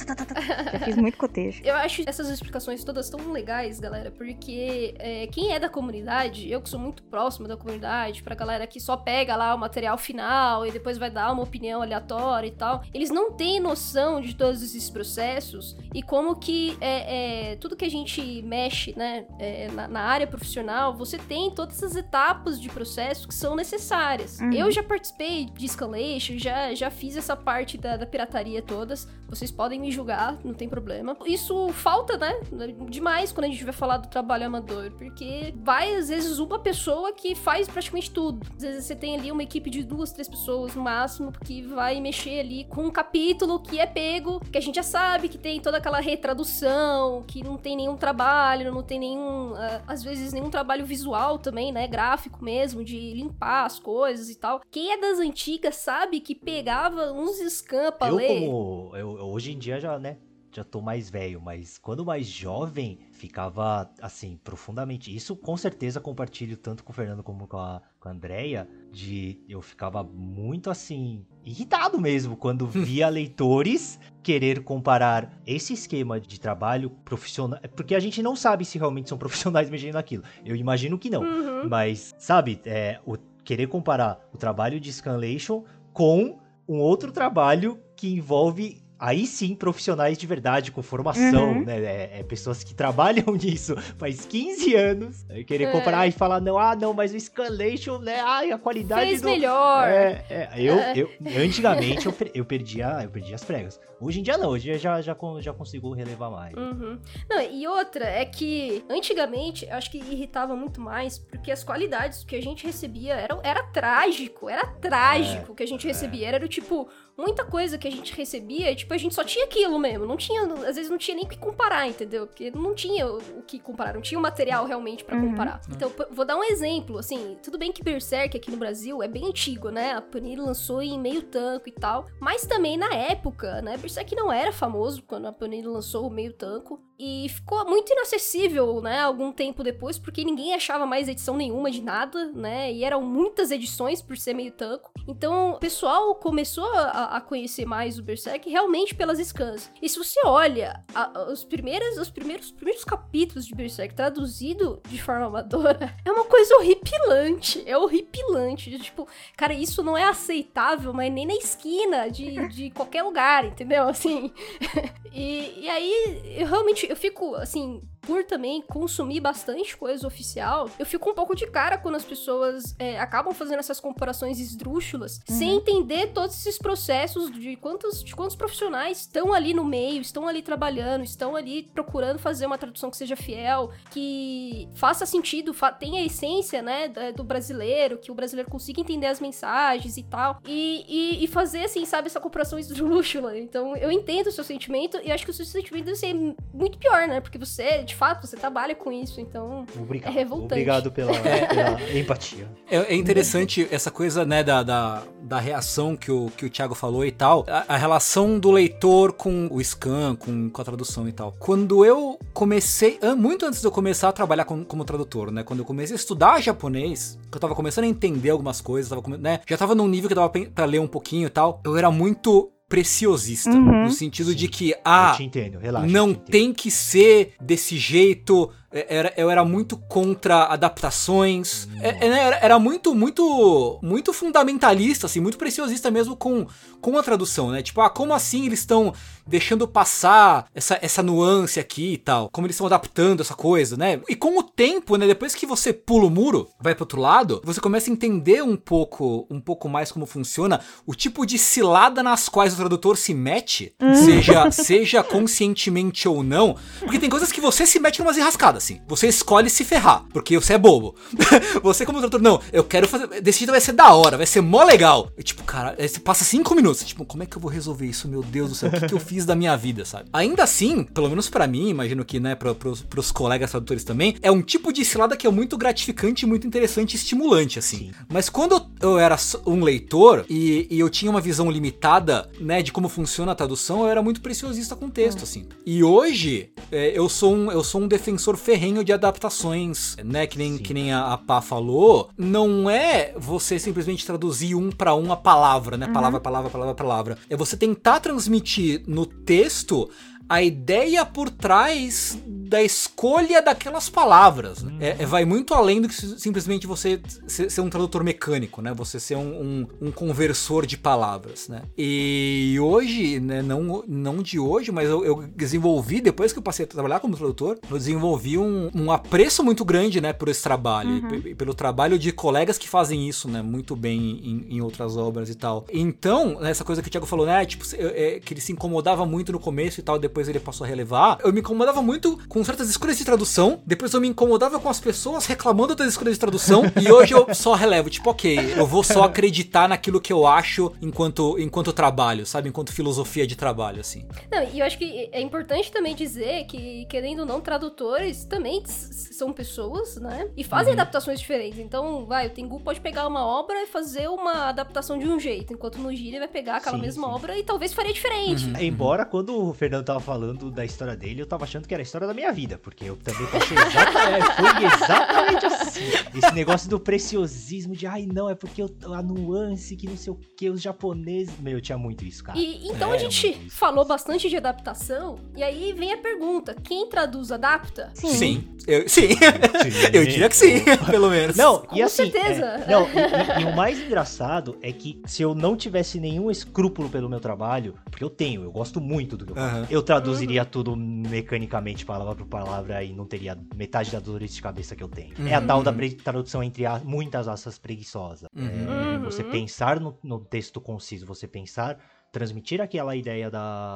Já fiz muito cotejo. Eu acho essas explicações todas tão legais, galera, porque é, quem é da comunidade, eu que sou muito próximo da comunidade, pra galera que só pega lá o material final e depois vai dar uma opinião aleatória e tal, eles não têm noção de todos esses processos e como que é, é, tudo que a gente mexe, né, é, na, na área profissional, você tem todas essas etapas de processo que são necessárias. Uhum. Eu já participei de escalation, já, já fiz essa parte da, da pirataria todas, vocês podem me julgar, não tem problema. Isso falta, né, demais quando a gente vai falar do trabalho amador, porque vai, às vezes, uma pessoa que faz praticamente tudo. Às vezes você tem ali uma equipe de duas, três pessoas no máximo, que vai mexer ali com um capítulo que é pego, que a gente já sabe que tem toda aquela retradução, que não tem nenhum trabalho, não tem nenhum, uh, às vezes, nenhum trabalho visual também, né, gráfico mesmo, de limpar as coisas e tal. Quem é das antigas sabe que pegava uns scans pra eu ler. Como, eu, hoje em dia já, né, já tô mais velho, mas quando mais jovem, ficava, assim, profundamente. Isso, com certeza, compartilho tanto com o Fernando como com a, com a Andrea, de eu ficava muito, assim, irritado mesmo, quando via leitores querer comparar esse esquema de trabalho profissional, porque a gente não sabe se realmente são profissionais mexendo naquilo. Eu imagino que não, Uhum. mas, sabe, é, o, querer comparar o trabalho de scanlation com um outro trabalho que envolve, aí sim, profissionais de verdade, com formação, Uhum. né? É, é pessoas que trabalham nisso faz quinze anos. Aí querer É. comparar e falar, não, ah, não, mas o scanlation, né? Ai, a qualidade Fez do... melhor. É, é, eu, É. eu, antigamente eu, per- eu, perdia, eu perdia as pregas. Hoje em dia não, hoje em dia já, já, con- já consigo relevar mais. Uhum. Não, e outra é que antigamente eu acho que irritava muito mais porque as qualidades que a gente recebia eram, era trágico, era trágico o que a gente recebia. Era do tipo, muita coisa que a gente recebia, tipo, a gente só tinha aquilo mesmo. Não tinha, às vezes não tinha nem o que comparar, entendeu? Porque não tinha o o que comparar, não tinha o material realmente pra Uhum. comparar. Então, p- vou dar um exemplo, assim, tudo bem que Berserk aqui no Brasil é bem antigo, né? A Panini lançou em meio tanco e tal, mas também na época, né? Berserk não era famoso quando a Panini lançou o meio tanco e ficou muito inacessível, né? Algum tempo depois, porque ninguém achava mais edição nenhuma de nada, né? E eram muitas edições por ser meio tanco. Então, o pessoal começou a, a conhecer mais o Berserk realmente pelas scans. E se você olha a- os, primeiros, os, primeiros, os primeiros capítulos de Berserk traduzido de forma amadora, é uma coisa horripilante. É horripilante. Tipo, cara, isso não é aceitável, mas nem na esquina de, de qualquer lugar, entendeu? Assim. E, e aí, eu realmente, eu fico, assim, por também consumir bastante coisa oficial, eu fico um pouco de cara quando as pessoas é, acabam fazendo essas comparações esdrúxulas, Uhum. sem entender todos esses processos de quantos, de quantos profissionais estão ali no meio, estão ali trabalhando, estão ali procurando fazer uma tradução que seja fiel, que faça sentido, fa tenha a essência, né, da- do brasileiro, que o brasileiro consiga entender as mensagens e tal, e, e, e fazer, assim, sabe, essa comparação esdrúxula. Então, eu entendo o seu sentimento, e acho que o seu sentimento deve ser muito pior, né, porque você, de fato, você trabalha com isso, então Obrigado. é revoltante. Obrigado pela, pela empatia. É, é interessante essa coisa, né, da, da, da reação que o, que o Thiago falou e tal. A, a relação do leitor com o scan, com, com a tradução e tal. Quando eu comecei, an- muito antes de eu começar a trabalhar com, como tradutor, né, quando eu comecei a estudar japonês, que eu tava começando a entender algumas coisas, tava, come- né, já tava num nível que eu tava pe- pra ler um pouquinho e tal, eu era muito preciosista, Uhum. no sentido Sim. de que, ah, eu te entendo, relaxa. não eu te entendo. tem que ser desse jeito. É, Era, eu era muito contra adaptações. É, é, né, Era, era muito, muito, muito fundamentalista, assim, muito preciosista mesmo com, com a tradução, né? Tipo, ah, como assim eles estão deixando passar essa, essa nuance aqui e tal? Como eles estão adaptando essa coisa, né? E com o tempo, né? Depois que você pula o muro, vai pro outro lado, você começa a entender um pouco, um pouco mais como funciona o tipo de cilada nas quais o tradutor se mete, seja, seja conscientemente ou não. Porque tem coisas que você se mete numas enrascadas, assim. Você escolhe se ferrar, porque você é bobo. Você como tradutor, não, eu quero fazer, desse jeito vai ser da hora, vai ser mó legal. E, tipo, cara, aí você passa cinco minutos, tipo, como é que eu vou resolver isso, meu Deus do céu, o que, que eu fiz da minha vida, sabe? Ainda assim, pelo menos pra mim, imagino que, né, pro, pros, pros colegas tradutores também, é um tipo de cilada que é muito gratificante, muito interessante e estimulante, assim. Sim. Mas quando eu era só um leitor e, e eu tinha uma visão limitada, né, de como funciona a tradução, eu era muito preciosista com o texto, assim. E hoje, é, eu, sou um, eu sou um defensor ferrenho de adaptações, né, que nem, Sim. que nem a, a Pá falou, não é você simplesmente traduzir um pra um a palavra, né, palavra, palavra, palavra, palavra. É você tentar transmitir no texto a ideia por trás da escolha daquelas palavras. Né? É, é, vai muito além do que simplesmente você ser, ser um tradutor mecânico, né? Você ser um, um, um conversor de palavras, né? E hoje, né, não, não de hoje, mas eu, eu desenvolvi, depois que eu passei a trabalhar como tradutor, eu desenvolvi um, um apreço muito grande, né, por esse trabalho, uhum. e, pelo trabalho de colegas que fazem isso, né, muito bem em, em outras obras e tal. Então, essa coisa que o Thiago falou, né, tipo, é, que ele se incomodava muito no começo e tal, depois ele passou a relevar. Eu me incomodava muito com certas escolhas de tradução, depois eu me incomodava com as pessoas reclamando das escolhas de tradução, e hoje eu só relevo, tipo, ok, eu vou só acreditar naquilo que eu acho enquanto, enquanto trabalho, sabe, enquanto filosofia de trabalho, assim. Não, e eu acho que é importante também dizer que, querendo ou não, tradutores também são pessoas, né, e fazem uhum. adaptações diferentes. Então, vai, o Tengu pode pegar uma obra e fazer uma adaptação de um jeito, enquanto no Nojira ele vai pegar aquela sim, mesma sim. obra e talvez faria diferente. Uhum. Embora, quando o Fernando tava falando da história dele, eu tava achando que era a história da minha vida, porque eu também passei exatamente, foi exatamente assim. Esse negócio do preciosismo de, ai não, é porque eu, a nuance que não sei o que, os japoneses... Meu, eu tinha muito isso, cara. E, então é, a gente falou bastante de adaptação, e aí vem a pergunta, quem traduz adapta? Sim. Sim. Eu, sim. sim. Eu diria que sim, pelo menos. Não, Com e assim, certeza. É, não, e, e, e o mais engraçado é que se eu não tivesse nenhum escrúpulo pelo meu trabalho, porque eu tenho, eu gosto muito do que eu faço, uhum. eu traduziria uhum. tudo mecanicamente, palavra por palavra, e não teria metade da dor de cabeça que eu tenho. Uhum. É a tal da tradução entre a, muitas aspas preguiçosa. Uhum. É, você pensar no, no texto conciso, você pensar... Transmitir aquela ideia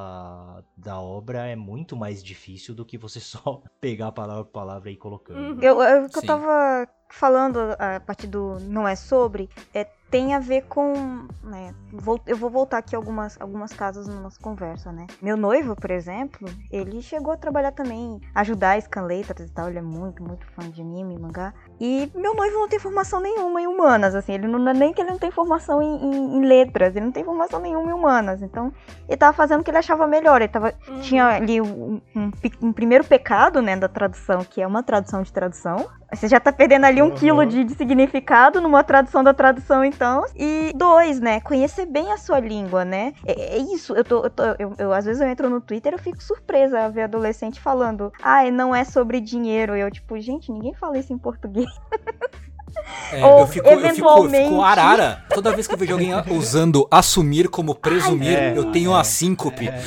da, da obra é muito mais difícil do que você só pegar palavra por palavra e ir colocando. Uhum. Eu, eu, eu tava falando a partir do Não É Sobre, é, tem a ver com... Né, vou, eu vou voltar aqui algumas, algumas casas na nossa conversa, né? Meu noivo, por exemplo, ele chegou a trabalhar também, ajudar Scanlators e tal, ele é muito, muito fã de anime, mangá. E meu noivo não tem formação nenhuma em humanas, assim, ele não é nem que ele não tem formação em, em, em letras, ele não tem formação nenhuma em humanas, então ele tava fazendo o que ele achava melhor, ele tava, uhum. tinha ali um, um, um primeiro pecado, né, da tradução, que é uma tradução de tradução. Você já tá perdendo ali um uhum. quilo de, de significado numa tradução da tradução, então. E dois, né? Conhecer bem a sua língua, né? É, é isso. Eu, tô, eu, tô, eu, eu às vezes eu entro no Twitter e eu fico surpresa a ver adolescente falando, ah, não é sobre dinheiro. E eu, tipo, gente, ninguém fala isso em português. É, Ou, eu, fico, eventualmente... eu fico arara toda vez que eu vejo alguém usando assumir como presumir. Ai, é, eu tenho é, uma síncope. É,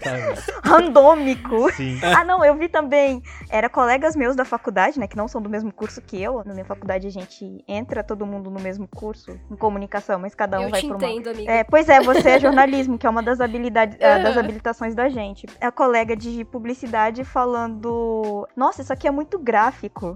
randômico. Sim. Ah, não, eu vi também. Era colegas meus da faculdade, né? Que não são do mesmo curso que eu. Na minha faculdade a gente entra todo mundo no mesmo curso em comunicação, mas cada um eu vai te por entendo, uma... amiga. É, pois é, você é jornalismo, que é uma das habilidades, é. das habilitações da gente. É a colega de publicidade falando, nossa, isso aqui é muito gráfico.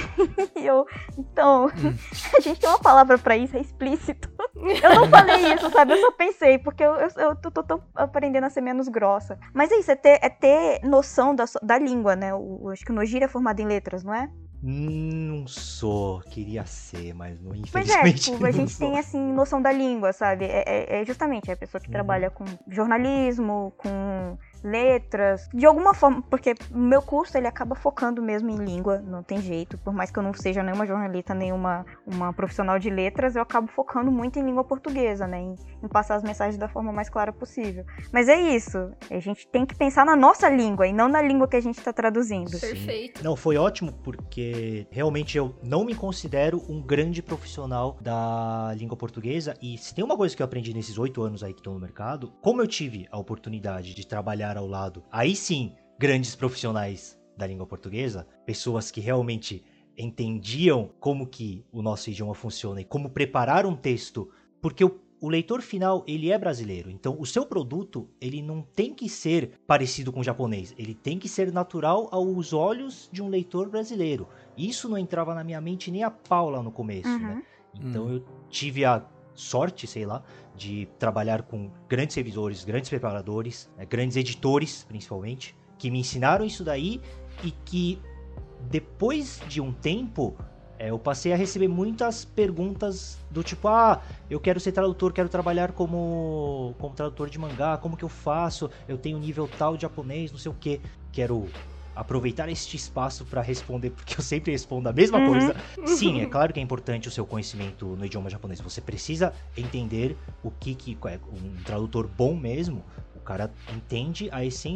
E eu, então, hum. a gente tem uma palavra pra isso, é explícito. Eu não falei isso, sabe? Eu só pensei, porque eu, eu, eu tô, tô, tô aprendendo a ser menos grossa. Mas é isso, é ter, é ter noção da, da língua, né? Eu, acho que o Nojira é formado em letras, não é? Não sou, queria ser, mas não, infelizmente Mas é, tipo, a gente sou. tem, assim, noção da língua, sabe? É, é, é justamente a pessoa que uhum. trabalha com jornalismo, com letras, de alguma forma, porque o meu curso, ele acaba focando mesmo em língua, não tem jeito, por mais que eu não seja nenhuma jornalista, nenhuma uma profissional de letras, eu acabo focando muito em língua portuguesa, né, em, em passar as mensagens da forma mais clara possível. Mas é isso, a gente tem que pensar na nossa língua e não na língua que a gente está traduzindo. Perfeito. Não, foi ótimo, porque realmente eu não me considero um grande profissional da língua portuguesa, e se tem uma coisa que eu aprendi nesses oito anos aí que estou no mercado, como eu tive a oportunidade de trabalhar ao lado, aí sim, grandes profissionais da língua portuguesa, pessoas que realmente entendiam como que o nosso idioma funciona e como preparar um texto, porque o, o leitor final, ele é brasileiro, então o seu produto, ele não tem que ser parecido com o japonês, ele tem que ser natural aos olhos de um leitor brasileiro. Isso não entrava na minha mente nem a pau lá no começo, uhum. né? Então uhum. eu tive a sorte, sei lá, de trabalhar com grandes revisores, grandes preparadores, né, grandes editores, principalmente, que me ensinaram isso daí e que depois de um tempo é, eu passei a receber muitas perguntas do tipo, ah, eu quero ser tradutor, quero trabalhar como, como tradutor de mangá, como que eu faço? Eu tenho nível tal de japonês, não sei o que, quero aproveitar este espaço para responder, porque eu sempre respondo a mesma uhum. coisa. Sim, é claro que é importante o seu conhecimento no idioma japonês. Você precisa entender o que, que um tradutor bom mesmo, o cara entende a essência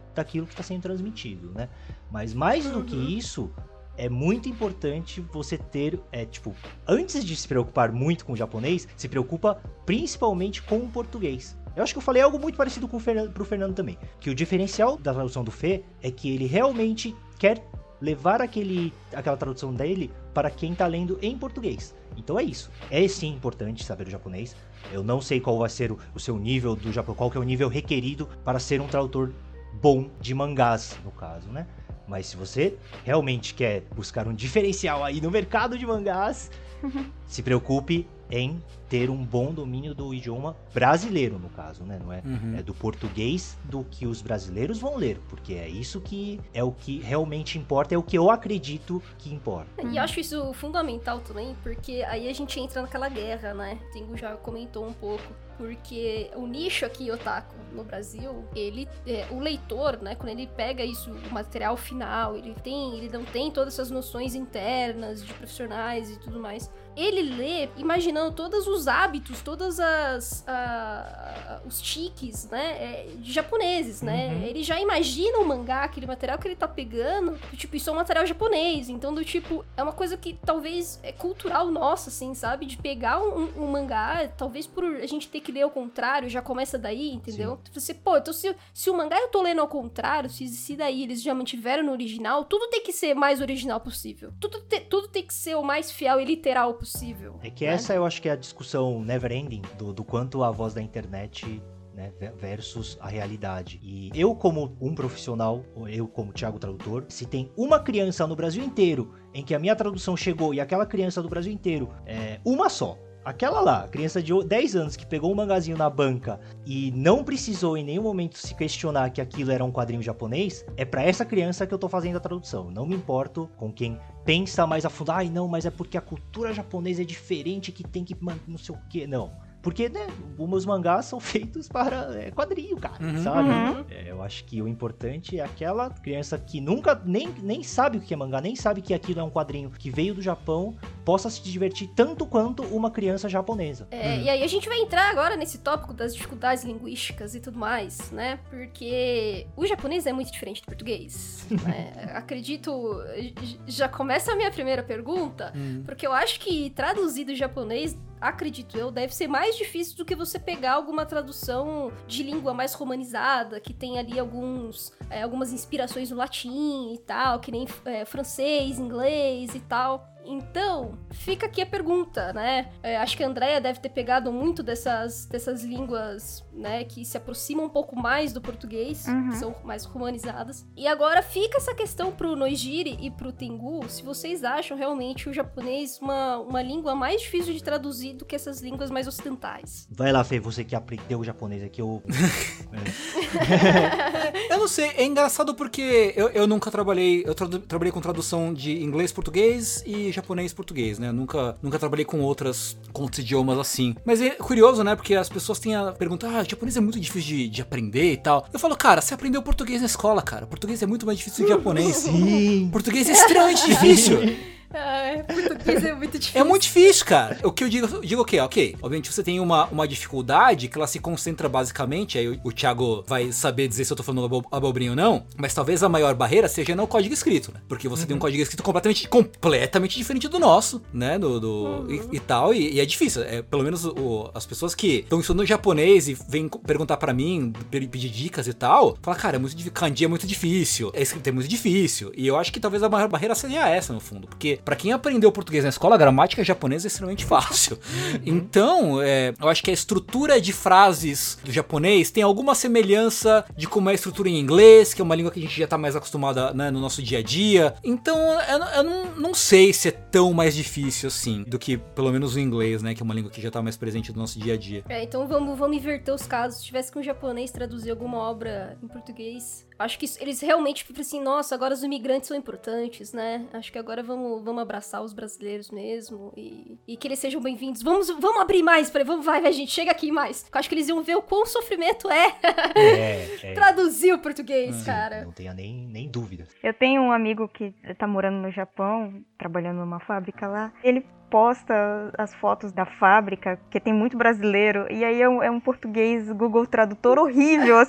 daquilo que está sendo transmitido, né? Mas mais do que isso, é muito importante você ter, é, tipo, antes de se preocupar muito com o japonês, se preocupa principalmente com o português. Eu acho que eu falei algo muito parecido com o Fernando, pro Fernando também, que o diferencial da tradução do Fê é que ele realmente quer levar aquele, aquela tradução dele para quem tá lendo em português. Então é isso. É sim importante saber o japonês. Eu não sei qual vai ser o, o seu nível do Japão, qual que é o nível requerido para ser um tradutor bom de mangás, no caso, né? Mas se você realmente quer buscar um diferencial aí no mercado de mangás, se preocupe em ter um bom domínio do idioma brasileiro, no caso, né? Não é, Uhum. é do português do que os brasileiros vão ler, porque é isso que é o que realmente importa, é o que eu acredito que importa. E eu acho isso fundamental também, porque aí a gente entra naquela guerra, né? O Tengu já comentou um pouco. Porque o nicho aqui, otaku, no Brasil, ele, é, o leitor, né, quando ele pega isso, o material final, ele tem, ele não tem todas essas noções internas de profissionais e tudo mais. Ele lê imaginando todos os hábitos, todas as a, a, os tiques, né, é, de japoneses, né? Uhum. Ele já imagina o mangá, aquele material que ele tá pegando, do tipo, isso é um material japonês. Então, do tipo, é uma coisa que talvez é cultural nossa, assim, sabe? De pegar um, um mangá, talvez por a gente ter que ler ao contrário, já começa daí, entendeu? Você, pô, então se, se o mangá eu tô lendo ao contrário, se, se daí eles já mantiveram no original, tudo tem que ser mais original possível. Tudo, te, tudo tem que ser o mais fiel e literal possível. É que né? essa eu acho que é a discussão never ending do, do quanto a voz da internet, né, versus a realidade. E eu como um profissional, ou eu como Thiago Tradutor, se tem uma criança no Brasil inteiro em que a minha tradução chegou e aquela criança do Brasil inteiro, é uma só, aquela lá, criança de dez anos que pegou um mangazinho na banca e não precisou em nenhum momento se questionar que aquilo era um quadrinho japonês, é pra essa criança que eu tô fazendo a tradução. Eu não me importo com quem pensa mais a fundo, ai não, mas é porque a cultura japonesa é diferente que tem que não sei o que, não. Porque, né, os meus mangás são feitos para é, quadrinho, cara, Uhum. sabe? Uhum. É, eu acho que o importante é aquela criança que nunca, nem, nem sabe o que é mangá, nem sabe que aquilo é um quadrinho que veio do Japão, possa se divertir tanto quanto uma criança japonesa. É, Hum. E aí a gente vai entrar agora nesse tópico das dificuldades linguísticas e tudo mais, né? Porque o japonês é muito diferente do português. né? Acredito, j- já começa a minha primeira pergunta, Hum. porque eu acho que traduzir do japonês, acredito eu, deve ser mais difícil do que você pegar alguma tradução de língua mais romanizada, que tem ali alguns, é, algumas inspirações no latim e tal, que nem é, francês, inglês e tal. Então, fica aqui a pergunta, né? É, acho que a Andrea deve ter pegado muito dessas, dessas línguas, né, que se aproximam um pouco mais do português, Uhum. que são mais romanizadas. E agora fica essa questão pro Noijiri e pro Tengu, se vocês acham realmente o japonês uma, uma língua mais difícil de traduzir do que essas línguas mais ocidentais. Vai lá, Fê, você que aprendeu o japonês aqui, eu... Eu não sei, é engraçado porque eu, eu nunca trabalhei, eu tra trabalhei com tradução de inglês, português e japonês, português, né? Nunca, nunca trabalhei com outras, com outros idiomas assim. Mas é curioso, né? Porque as pessoas têm a pergunta, ah, o japonês é muito difícil de, de aprender e tal. Eu falo, cara, você aprendeu português na escola, cara. Português é muito mais difícil que japonês. Sim! Português é extremamente difícil. Ah, português é muito difícil. É muito difícil, cara. O que eu digo, eu digo o quê? Ok, obviamente você tem uma, uma dificuldade que ela se concentra basicamente, aí o, o Thiago vai saber dizer se eu tô falando abo- abobrinha ou não, mas talvez a maior barreira seja no código escrito, né? Porque você tem um código escrito completamente, completamente diferente do nosso, né? Do, do, Uhum. e, e tal, e, e é difícil. É, pelo menos o, as pessoas que estão estudando japonês e vêm co- perguntar pra mim, pe- pedir dicas e tal, fala, cara, é muito difícil, kanji é muito difícil, a escrita é muito difícil. E eu acho que talvez a maior barreira seja essa, no fundo, porque pra quem aprendeu português na escola, a gramática japonesa é extremamente fácil. Então, é, eu acho que a estrutura de frases do japonês tem alguma semelhança de como é a estrutura em inglês, que é uma língua que a gente já tá mais acostumada, né, no nosso dia a dia. Então, eu, eu não, não sei se é tão mais difícil assim do que pelo menos o inglês, né, que é uma língua que já tá mais presente no nosso dia a dia. É, então vamos, vamos inverter os casos. Se tivesse que um japonês traduzir alguma obra em português, acho que isso- eles realmente ficam assim, nossa, agora os imigrantes são importantes, né? Acho que agora vamos, vamos abraçar os brasileiros mesmo e, e que eles sejam bem-vindos. Vamos, vamos abrir mais, pra, vamos, vai, vai, gente, chega aqui mais. Eu acho que eles iam ver o quão sofrimento é É, é. traduzir o português, Sim, cara. não tenha nem, nem dúvida. Eu tenho um amigo que tá morando no Japão, trabalhando numa fábrica lá. Ele posta as fotos da fábrica, que tem muito brasileiro, e aí é um, é um português Google Tradutor horrível, assim, horrível.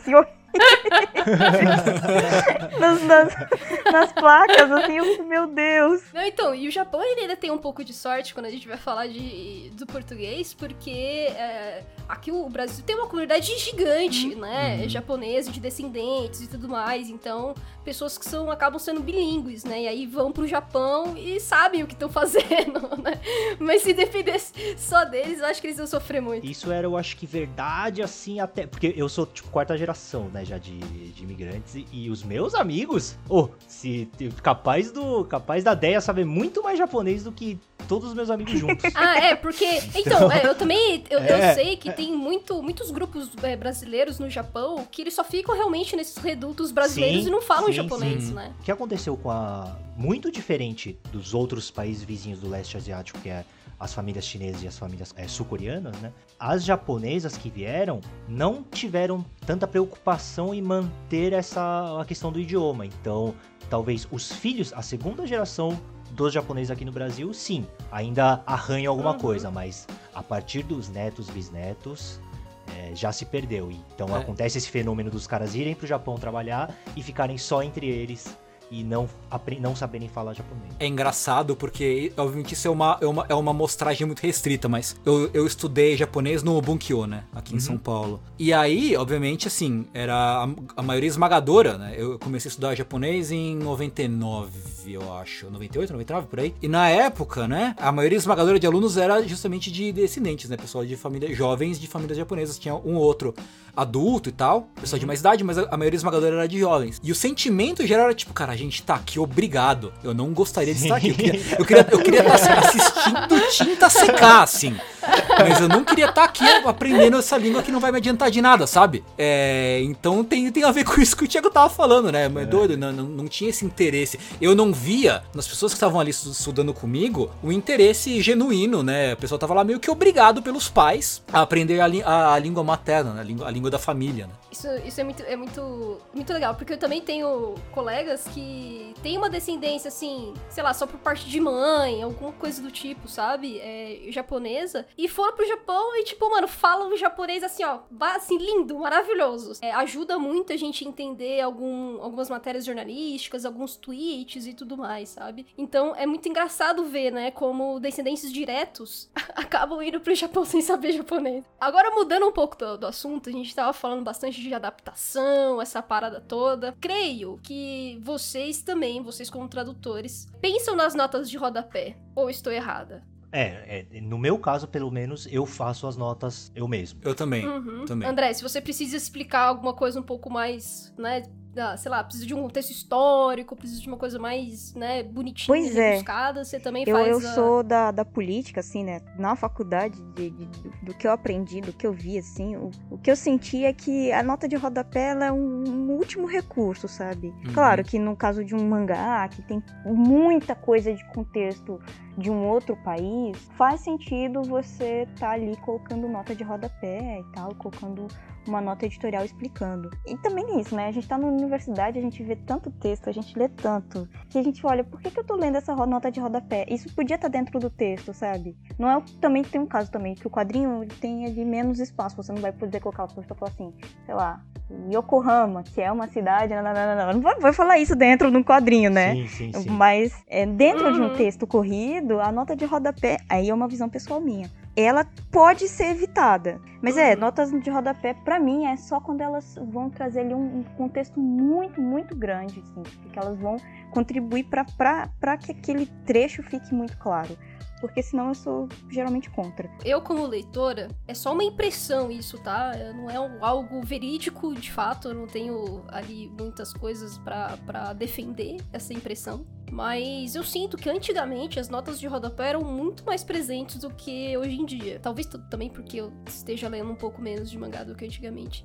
nas, nas, nas placas, assim, eu, meu Deus. Não, então, e o Japão ele ainda tem um pouco de sorte quando a gente vai falar de, do português, porque é, aqui o Brasil tem uma comunidade gigante, né, japonesa, de descendentes e tudo mais, então pessoas que são, acabam sendo bilíngues, né, e aí vão pro Japão e sabem o que estão fazendo, né, mas se dependesse só deles, eu acho que eles iam sofrer muito. Isso era, eu acho que verdade, assim, até... Porque eu sou, tipo, quarta geração, né, já de, de imigrantes, e, e os meus amigos, oh, se capaz do capaz da Deia saber muito mais japonês do que todos os meus amigos juntos. Ah, é, porque... Então, é, eu também, eu, É. eu sei que tem muito, muitos grupos é, brasileiros no Japão que eles só ficam realmente nesses redutos brasileiros Sim, e não falam sim, japonês, sim. né? O que aconteceu com a... Muito diferente dos outros países vizinhos do leste asiático, que é as famílias chinesas e as famílias é, sul-coreanas, né? As japonesas que vieram não tiveram tanta preocupação em manter essa a questão do idioma. Então, talvez os filhos, a segunda geração dos japoneses aqui no Brasil, sim, ainda arranham alguma Uhum. coisa, mas a partir dos netos, bisnetos, é, já se perdeu. Então, É. acontece esse fenômeno dos caras irem pro Japão trabalhar e ficarem só entre eles e não, apre- não saberem falar japonês. É engraçado porque, obviamente, isso é uma, é uma, é uma amostragem muito restrita, mas eu, eu estudei japonês no Bunkyo, né, aqui em Uhum. São Paulo. E aí, obviamente, assim, era a, a maioria esmagadora, né, eu comecei a estudar japonês em noventa e nove, eu acho, noventa e oito, noventa e nove, por aí. E na época, né, a maioria esmagadora de alunos era justamente de descendentes, né, pessoal de família, jovens de famílias japonesas, tinha um ou outro adulto e tal, pessoal de mais idade, mas a, a maioria esmagadora era de jovens. E o sentimento geral era tipo, cara, a gente tá aqui, obrigado. Eu não gostaria de estar aqui. Eu queria, eu queria, eu queria estar assistindo tinta secar, assim. Mas eu não queria estar aqui aprendendo essa língua que não vai me adiantar de nada, sabe? É, então tem, tem a ver com isso que o Thiago tava falando, né? Mas é doido, não, não, não tinha esse interesse. Eu não via, nas pessoas que estavam ali estudando comigo, o interesse genuíno, né? A pessoa tava lá meio que obrigado pelos pais a aprender a, a, a língua materna, né? a, língua, a língua da família, né? Isso, isso é, muito, é muito, muito legal, porque eu também tenho colegas que têm uma descendência, assim, sei lá, só por parte de mãe, alguma coisa do tipo, sabe? É, japonesa. E foram pro Japão e, tipo, mano, falam japonês assim, ó, assim, lindo, maravilhoso. É, ajuda muito a gente entender algum, algumas matérias jornalísticas, alguns tweets e tudo mais, sabe? Então, é muito engraçado ver, né, como descendentes diretos acabam indo pro Japão sem saber japonês. Agora, mudando um pouco do, do assunto, a gente tava falando bastante de adaptação, essa parada toda. Creio que vocês também, vocês como tradutores, pensam nas notas de rodapé. Ou estou errada? É, é, no meu caso, pelo menos, eu faço as notas eu mesmo. Eu também, Uhum. também. André, se você precisa explicar alguma coisa um pouco mais, né, ah, sei lá, precisa de um contexto histórico, precisa de uma coisa mais, né, bonitinha, Pois é. rebuscada, você também Eu, faz eu a... sou da, da política, assim, né? Na faculdade, de, de- do, do que eu aprendi, do que eu vi, assim, o, o que eu senti é que a nota de rodapé ela é um, um último recurso, sabe? Uhum. Claro que no caso de um mangá, que tem muita coisa de contexto de um outro país, faz sentido você tá ali colocando nota de rodapé e tal, colocando uma nota editorial explicando. E também isso, né? A gente tá na universidade, a gente vê tanto texto, a gente lê tanto, que a gente olha, por que, que eu tô lendo essa ro- nota de rodapé? Isso podia estar dentro do texto, sabe? Não é o, também tem um caso também, que o quadrinho ele tem ali menos espaço, você não vai poder colocar, você vai falar assim, sei lá, Yokohama, que é uma cidade, não, não, não, não, não vai, vai falar isso dentro de um quadrinho, né? Sim, sim, sim. Mas é, dentro de um Uhum. texto corrido, a nota de rodapé, aí é uma visão pessoal minha, ela pode ser evitada. Mas é, Uhum. notas de rodapé, pra mim, é só quando elas vão trazer ali um, um contexto muito, muito grande, assim, porque elas vão contribuir pra, pra, pra que aquele trecho fique muito claro. Porque senão eu sou geralmente contra. Eu, como leitora, é só uma impressão isso, tá? Não é um- algo verídico, de fato. Eu não tenho ali muitas coisas pra, pra defender essa impressão. Mas eu sinto que antigamente as notas de rodapé eram muito mais presentes do que hoje em dia. Talvez t- também porque eu esteja lendo um pouco menos de mangá do que antigamente.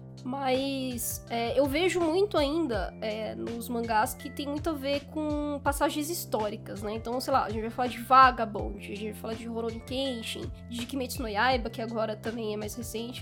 Mas é, eu vejo muito ainda é, nos mangás que tem muito a ver com passagens históricas, né? Então, sei lá, a gente vai falar de Vagabond, a gente vai falar de Rurouni Kenshin, de Kimetsu no Yaiba, que agora também é mais recente.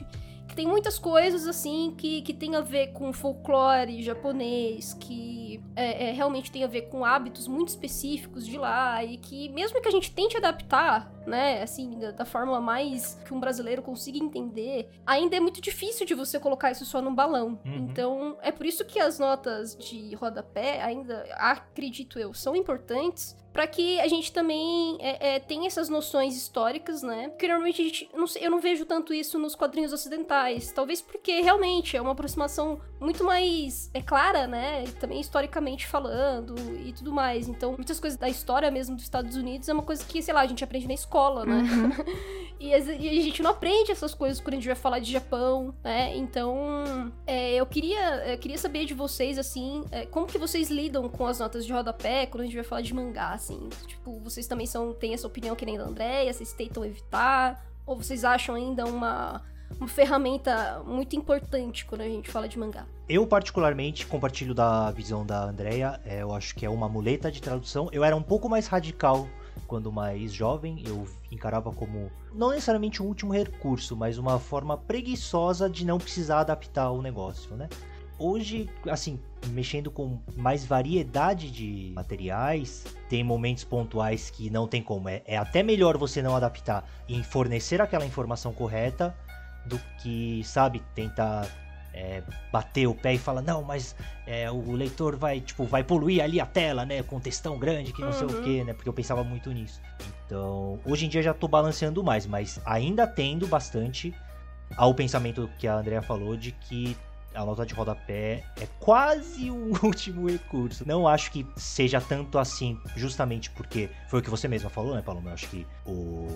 que tem muitas coisas, assim, que, que tem a ver com folclore japonês, que é, é, realmente tem a ver com hábitos muito específicos de lá, e que mesmo que a gente tente adaptar, né, assim, da, da forma mais que um brasileiro consiga entender, ainda é muito difícil de você colocar isso só num balão. Uhum. Então, é por isso que as notas de rodapé ainda, acredito eu, são importantes, pra que a gente também é, é, tenha essas noções históricas, né? Porque normalmente a gente, não sei, eu não vejo tanto isso nos quadrinhos ocidentais. Talvez porque realmente é uma aproximação muito mais é, clara, né? Também historicamente falando e tudo mais. Então, muitas coisas da história mesmo dos Estados Unidos é uma coisa que, sei lá, a gente aprende na escola, né? Uhum. e, a, e a gente não aprende essas coisas quando a gente vai falar de Japão, né? Então, é, eu, queria, eu queria saber de vocês, assim, é, como que vocês lidam com as notas de rodapé quando a gente vai falar de mangá, assim? Tipo, vocês também são, têm essa opinião que nem da Andrea, vocês tentam evitar? Ou vocês acham ainda uma, uma ferramenta muito importante quando a gente fala de mangá? Eu, particularmente, compartilho da visão da Andrea. É, eu acho que é uma muleta de tradução. Eu era um pouco mais radical quando mais jovem. Eu encarava como, não necessariamente um último recurso, mas uma forma preguiçosa de não precisar adaptar o negócio, né? Hoje, assim, mexendo com mais variedade de materiais, tem momentos pontuais que não tem como. É, é até melhor você não adaptar e fornecer aquela informação correta do que, sabe, tentar é, bater o pé e falar, não, mas é, o leitor vai, tipo, vai poluir ali a tela, né, com textão grande, que não sei o que, né, porque eu pensava muito nisso. Então, hoje em dia já tô balanceando mais, mas ainda tendo bastante ao pensamento que a Andrea falou de que a nota de rodapé é quase um último recurso. Não acho que seja tanto assim, justamente porque foi o que você mesma falou, né, Paloma? Eu acho que o,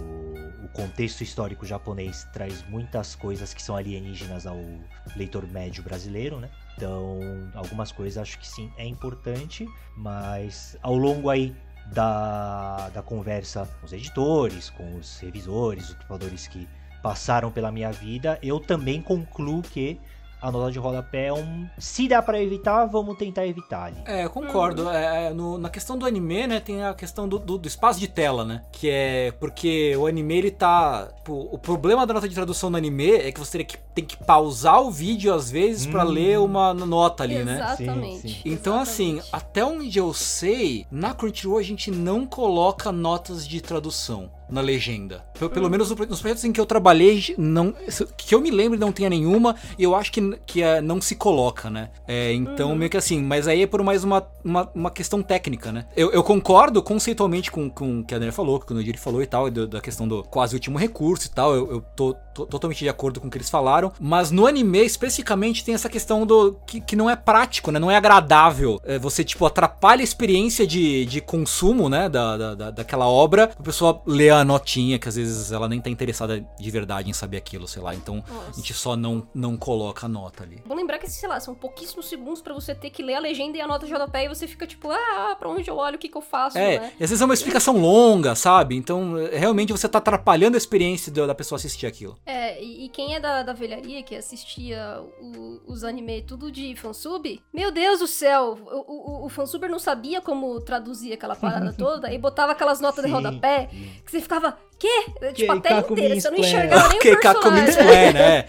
o contexto histórico japonês traz muitas coisas que são alienígenas ao leitor médio brasileiro, né? Então, algumas coisas acho que sim, é importante, mas ao longo aí da, da conversa com os editores, com os revisores, os professores que passaram pela minha vida, eu também concluo que a nota de rodapé é um... Se dá pra evitar, vamos tentar evitar ali. É, eu concordo. Uhum. É, no, na questão do anime, né, tem a questão do, do, do espaço de tela, né? Que é porque o anime, ele tá... Tipo, o problema da nota de tradução no anime é que você tem que, tem que pausar o vídeo, às vezes, hum. pra ler uma nota ali, Exatamente. né? Exatamente. Sim, sim. Então, Exatamente. assim, até onde eu sei, na Crunchyroll a gente não coloca notas de tradução na legenda. Pelo, pelo hum. menos nos projetos em que eu trabalhei, não, que eu me lembro, não tinha nenhuma, e eu acho que, que é, não se coloca, né? É, então, hum. meio que assim, mas aí é por mais uma, uma, uma questão técnica, né? Eu, eu concordo conceitualmente com, com o que a Daniela falou, com o que o Nojiri falou e tal, do, da questão do quase último recurso e tal, eu, eu tô, tô totalmente de acordo com o que eles falaram, mas no anime, especificamente, tem essa questão do que, que não é prático, né? Não é agradável. É, você, tipo, atrapalha a experiência de, de consumo, né? Da, da, daquela obra, a pessoa lê a notinha, que às vezes ela nem tá interessada de verdade em saber aquilo, sei lá. Então, nossa, a gente só não, não coloca a nota ali. Vou lembrar que, sei lá, são pouquíssimos segundos pra você ter que ler a legenda e a nota de rodapé e você fica tipo, ah, pra onde eu olho, o que que eu faço, é, né? E às vezes é uma explicação longa, sabe? Então, realmente você tá atrapalhando a experiência da pessoa assistir aquilo. É, e, e quem é da, da velharia, que assistia o, os anime tudo de fansub, meu Deus do céu, o, o, o fansuber não sabia como traduzir aquela parada toda e botava aquelas notas Sim. de rodapé que você ficava, quê? Tipo, Que a tela Kaku inteira, você não Minsplain. enxergava nem o personagem. né?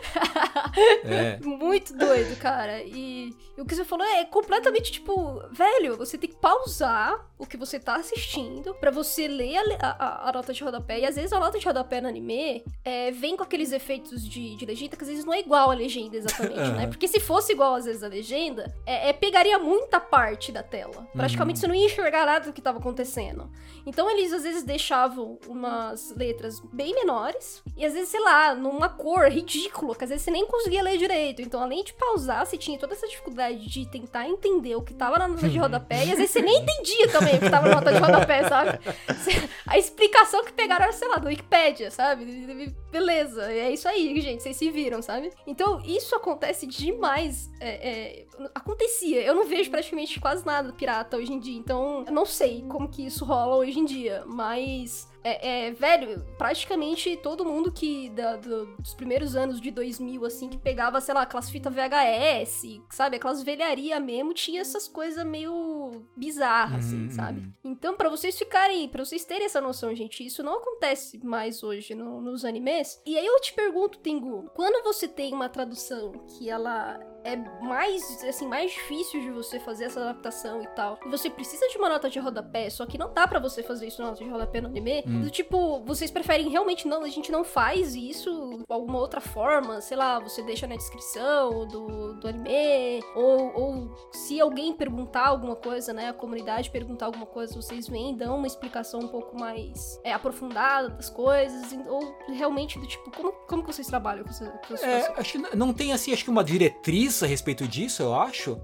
É. Muito doido, cara. E, e o que você falou é completamente, tipo, velho, você tem que pausar o que você tá assistindo pra você ler a, a, a nota de rodapé. E às vezes a nota de rodapé no anime é, vem com aqueles efeitos de, de legenda que às vezes não é igual a legenda exatamente, Uhum. né? Porque se fosse igual às vezes a legenda, é, é, pegaria muita parte da tela. Praticamente Uhum. você não ia enxergar nada do que tava acontecendo. Então eles às vezes deixavam umas letras bem menores e às vezes, sei lá, numa cor ridícula, que às vezes você nem conseguia ler direito. Então, além de pausar, você tinha toda essa dificuldade de tentar entender o que tava na nota de rodapé e às vezes você nem entendia também o que tava na nota de rodapé, sabe? A explicação que pegaram era, sei lá, do Wikipédia, sabe? Beleza, é isso aí, gente, vocês se viram, sabe? Então, isso acontece demais. É, é, acontecia. Eu não vejo praticamente quase nada pirata hoje em dia, então eu não sei como que isso rola hoje em dia, mas... É, é, velho, praticamente todo mundo que, da, do, dos primeiros anos de dois mil, assim, que pegava, sei lá, aquelas fitas V H S, sabe, aquelas velharia mesmo, tinha essas coisas meio muito bizarra, assim, Uhum. sabe? Então, pra vocês ficarem, pra vocês terem essa noção, gente, isso não acontece mais hoje no- nos animes. E aí eu te pergunto, Tengu, quando você tem uma tradução que ela é mais, assim, mais difícil de você fazer essa adaptação e tal, e você precisa de uma nota de rodapé, só que não dá pra você fazer isso na nota de rodapé no anime, Hum. do tipo, vocês preferem realmente não, a gente não faz isso de alguma outra forma, sei lá, você deixa na descrição do, do anime, ou, ou se alguém perguntar alguma coisa, né, a comunidade perguntar alguma coisa, vocês vêm, dão uma explicação um pouco mais é, aprofundada das coisas, ou realmente do tipo, como, como que vocês trabalham com essa, com essa É, situação? acho que não tem, assim, acho que uma diretriz a respeito disso, eu acho,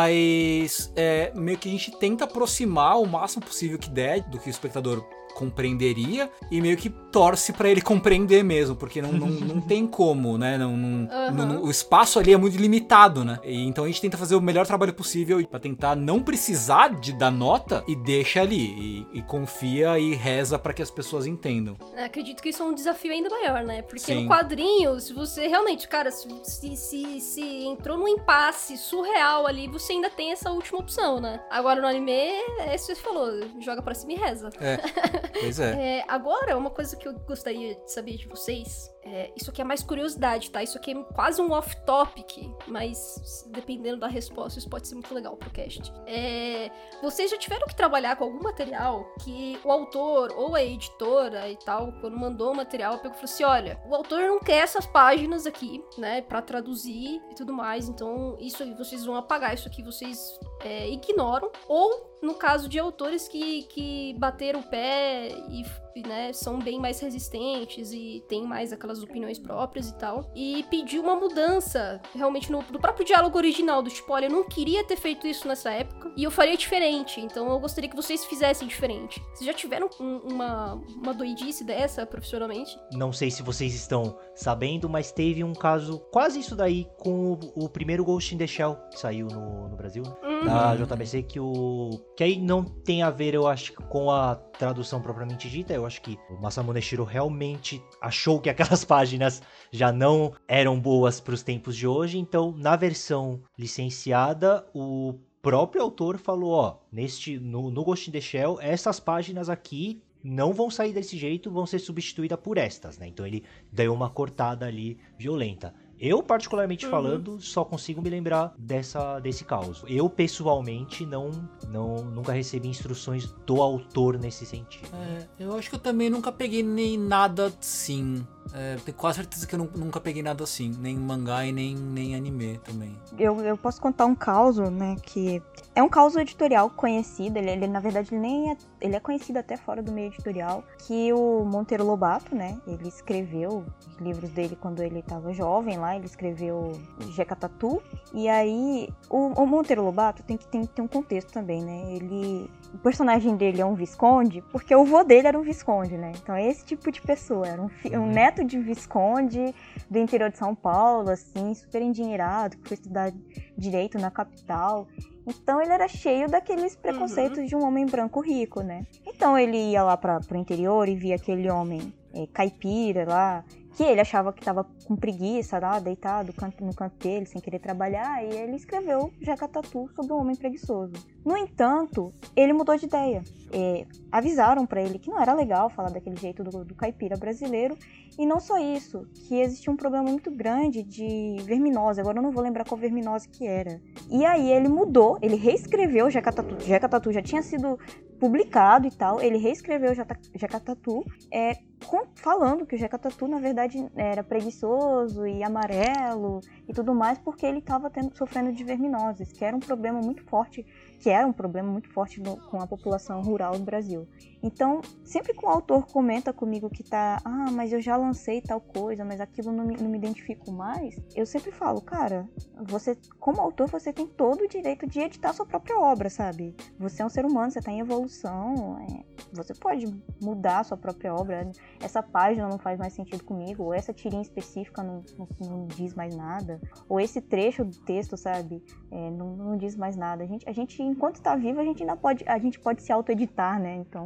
mas é, meio que a gente tenta aproximar o máximo possível que der do que o espectador compreenderia e meio que torce pra ele compreender mesmo, porque não, não, não tem como, né? Não, não, Uhum. não- não- o espaço ali é muito limitado, né? E, então a gente tenta fazer o melhor trabalho possível pra tentar não precisar de dar nota e deixa ali, e, e confia e reza pra que as pessoas entendam. Acredito que isso é um desafio ainda maior, né? Porque Sim. no quadrinho, se você realmente, cara, se, se, se, se entrou num impasse surreal ali, você ainda tem essa última opção, né? Agora no anime, é isso que você falou, joga pra cima e reza. Pois é. É, agora, uma coisa que eu gostaria de saber de vocês, é, isso aqui é mais curiosidade, tá? Isso aqui é quase um off-topic, mas dependendo da resposta, isso pode ser muito legal pro cast. É, vocês já tiveram que trabalhar com algum material que o autor ou a editora e tal, quando mandou o material, pegou e falou assim, olha, o autor não quer essas páginas aqui, né, pra traduzir e tudo mais, então isso aí vocês vão apagar, isso aqui vocês é, ignoram, ou no caso de autores que, que bateram o pé e, e, né, são bem mais resistentes e têm mais aquelas opiniões próprias e tal, e pediu uma mudança, realmente, no, do próprio diálogo original, do tipo, olha, eu não queria ter feito isso nessa época, e eu faria diferente, então eu gostaria que vocês fizessem diferente. Vocês já tiveram um, uma, uma doidice dessa, profissionalmente? Não sei se vocês estão sabendo, mas teve um caso quase isso daí com o, o primeiro Ghost in the Shell que saiu no, no Brasil, né? Uhum. Da J B C, que o... que aí não tem a ver, eu acho, com a tradução propriamente dita. Eu acho que o Masamune Shirow realmente achou que aquelas páginas já não eram boas para os tempos de hoje, então na versão licenciada, o próprio autor falou, ó, neste, no, no Ghost in the Shell, essas páginas aqui não vão sair desse jeito, vão ser substituídas por estas, né? Então ele deu uma cortada ali violenta. Eu, particularmente Uhum. falando, só consigo me lembrar dessa, desse caos. Eu, pessoalmente, não, não, nunca recebi instruções do autor nesse sentido. É, eu acho que eu também nunca peguei nem nada assim. É, tenho quase certeza que eu nu- nunca peguei nada assim. Nem mangá e nem, nem anime também. Eu, eu posso contar um caso, né, que é um caso editorial conhecido, ele, ele na verdade ele nem é, ele é conhecido até fora do meio editorial, que o Monteiro Lobato, né, ele escreveu os livros dele quando ele estava jovem lá, ele escreveu Jeca Tatu, e aí o, o Monteiro Lobato tem que tem, ter um contexto também, né, ele... O personagem dele é um visconde, porque o vô dele era um visconde, né? Então é esse tipo de pessoa, era um, fi- um neto de visconde do interior de São Paulo, assim, super endinheirado, que foi estudar direito na capital. Então ele era cheio daqueles preconceitos Uhum. de um homem branco rico, né? Então ele ia lá para pro interior e via aquele homem é, caipira lá, que ele achava que estava com preguiça lá, deitado no canto dele, sem querer trabalhar, e ele escreveu Jeca Tatu sobre um homem preguiçoso. No entanto, ele mudou de ideia. É, avisaram para ele que não era legal falar daquele jeito do, do caipira brasileiro, e não só isso, que existia um problema muito grande de verminose, agora eu não vou lembrar qual verminose que era. E aí ele mudou, ele reescreveu Jeca Tatu, Jeca Tatu já tinha sido publicado e tal, ele reescreveu Jeca Tatu, é, com, falando que o Jeca Tatu, na verdade, era preguiçoso e amarelo e tudo mais, porque ele estava sofrendo de verminoses, que era um problema muito forte, que era um problema muito forte no, com a população rural do Brasil. Então, sempre que o autor comenta comigo que tá, ah, mas eu já lancei tal coisa, mas aquilo não me, não me identifico mais, eu sempre falo, cara, você, como autor, você tem todo o direito de editar sua própria obra, sabe? Você é um ser humano, você tá em evolução, é, você pode mudar a sua própria obra, essa página não faz mais sentido comigo, ou essa tirinha específica não, não, não diz mais nada, ou esse trecho do texto, sabe, é, não, não diz mais nada. A gente, a gente enquanto tá vivo, a gente ainda pode, a gente pode se auto-editar, né? Então,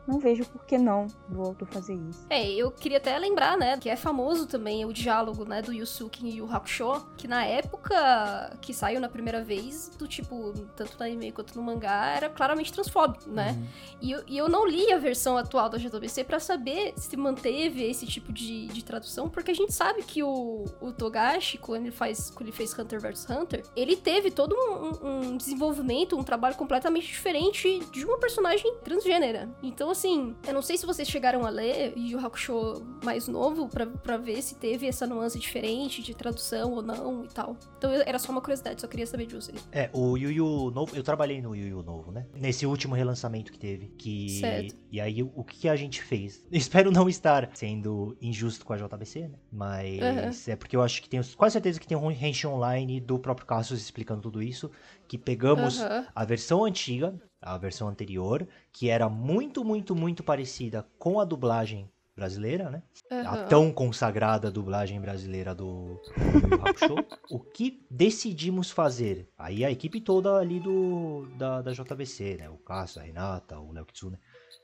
não vejo por que não do autor fazer isso. É, eu queria até lembrar, né, que é famoso também o diálogo, né, do Yusuke e o Hakusho, que na época que saiu na primeira vez, do tipo, tanto no anime quanto no mangá, era claramente transfóbico, né? Uhum. E, eu, e eu não li a versão atual da J B C pra saber se manteve esse tipo de, de tradução, porque a gente sabe que o, o Togashi, quando ele, faz, quando ele fez Hunter versus Hunter, ele teve todo um, um desenvolvimento, um trabalho completamente diferente de uma personagem transgênera. Então, assim, eu não sei se vocês chegaram a ler Yu Yu Hakusho mais novo pra, pra ver se teve essa nuance diferente de tradução ou não e tal. Então, eu, era só uma curiosidade, só queria saber de vocês. É, o Yu Yu novo, eu trabalhei no Yu Yu novo, né? Nesse último relançamento que teve, que... Certo. E aí, o que a gente fez? Espero não estar sendo injusto com a J B C, né? Mas uhum. é porque eu acho que tenho quase certeza que tem um Henshin Online do próprio Cassius explicando tudo isso, que pegamos uhum. a versão antiga, a versão anterior, que era muito, muito, muito parecida com a dublagem brasileira, né? Uhum. A tão consagrada dublagem brasileira do Yu Yu Hakusho. O que decidimos fazer? Aí a equipe toda ali do, da, da J B C, né? O Cássio, a Renata, o Léo Kitsune.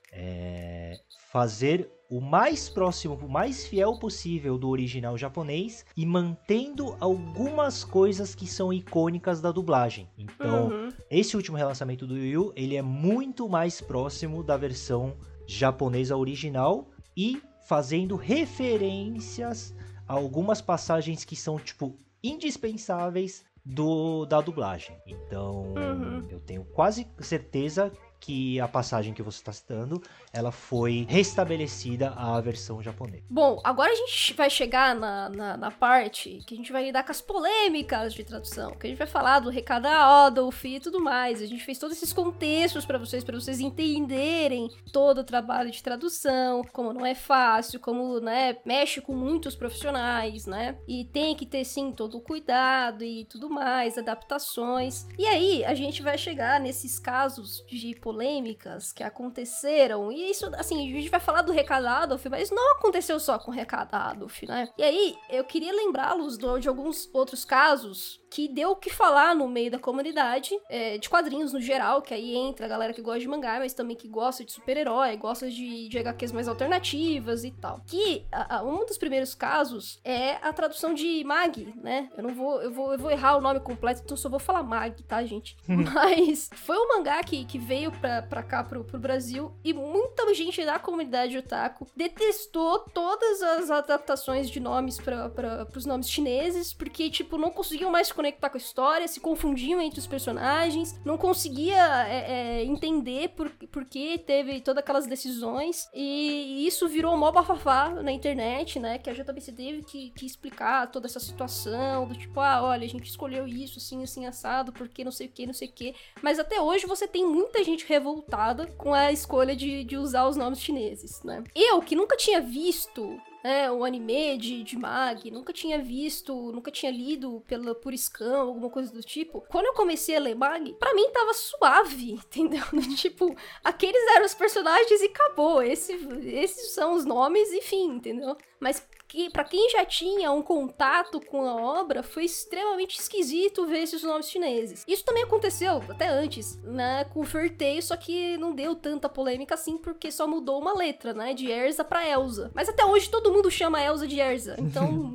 É fazer o mais próximo, o mais fiel possível do original japonês e mantendo algumas coisas que são icônicas da dublagem. Então, uhum. esse último relançamento do Yu Yu, ele é muito mais próximo da versão japonesa original e fazendo referências a algumas passagens que são, tipo, indispensáveis do, da dublagem. Então, uhum. eu tenho quase certeza que a passagem que você está citando, ela foi restabelecida à versão japonesa. Bom, agora a gente vai chegar na, na, na parte que a gente vai lidar com as polêmicas de tradução, que a gente vai falar do recado da Odolph e tudo mais. A gente fez todos esses contextos para vocês, para vocês entenderem todo o trabalho de tradução, como não é fácil, como, né, mexe com muitos profissionais, né, e tem que ter, sim, todo o cuidado e tudo mais, adaptações. E aí, a gente vai chegar nesses casos de polêmicas que aconteceram, e isso, assim, a gente vai falar do recado Adolph, mas não aconteceu só com o recado Adolph, né? E aí, eu queria lembrá-los de alguns outros casos que deu o que falar no meio da comunidade, é, de quadrinhos no geral, que aí entra a galera que gosta de mangá, mas também que gosta de super-herói, gosta de, de H Qs mais alternativas e tal. Que a, a, um dos primeiros casos é a tradução de Mag, né? Eu não vou, eu vou, eu vou errar o nome completo, então só vou falar Mag, tá, gente? Mas foi um mangá que, que veio pra, pra cá, pro, pro Brasil, e muita gente da comunidade otaku detestou todas as adaptações de nomes pra, pra, pros nomes chineses, porque, tipo, não conseguiam mais se conectar com a história, se confundiam entre os personagens, não conseguia é, é, entender por, por que teve todas aquelas decisões, e isso virou um mó bafafá na internet, né, que a J B C teve que, que explicar toda essa situação, do tipo, ah, olha, a gente escolheu isso, assim, assim, assado, porque não sei o que, não sei o que, mas até hoje você tem muita gente revoltada com a escolha de, de usar os nomes chineses, né. Eu, que nunca tinha visto É, o anime de, de Mag, nunca tinha visto, nunca tinha lido pela, por scan, alguma coisa do tipo. Quando eu comecei a ler Mag, pra mim tava suave, entendeu? Tipo, aqueles eram os personagens e acabou. Esse, esses são os nomes, enfim, entendeu? Mas que, pra quem já tinha um contato com a obra, foi extremamente esquisito ver esses nomes chineses. Isso também aconteceu até antes, né, com o Fairy Tail, só que não deu tanta polêmica assim, porque só mudou uma letra, né, de Erza pra Elsa. Mas até hoje todo mundo chama Elsa de Erza, então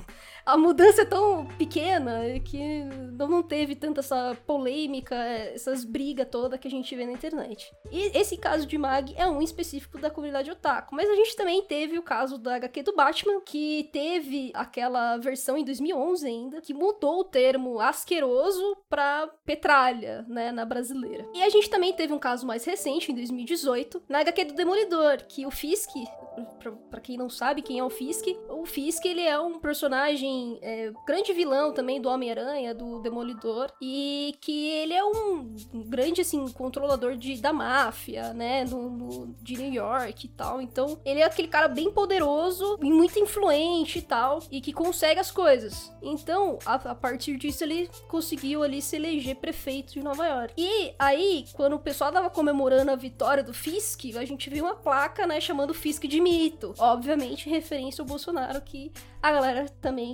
a mudança é tão pequena que não teve tanta essa polêmica, essas brigas todas que a gente vê na internet. E esse caso de Mag é um específico da comunidade otaku, mas a gente também teve o caso da H Q do Batman, que teve aquela versão em dois mil e onze ainda, que mudou o termo asqueroso pra petralha, né, na brasileira. E a gente também teve um caso mais recente, em dois mil e dezoito, na H Q do Demolidor, que o Fisk, pra, pra quem não sabe quem é o Fisk, o Fisk, ele é um personagem, é, grande vilão também do Homem-Aranha, do Demolidor, e que ele é um grande, assim, controlador de, da máfia, né, no, no, de New York e tal. Então, ele é aquele cara bem poderoso e muito influente e tal, e que consegue as coisas. Então, a, a partir disso, ele conseguiu ali se eleger prefeito de Nova York. E aí, quando o pessoal tava comemorando a vitória do Fisk, a gente viu uma placa, né, chamando o Fisk de mito. Obviamente, referência ao Bolsonaro, que a galera também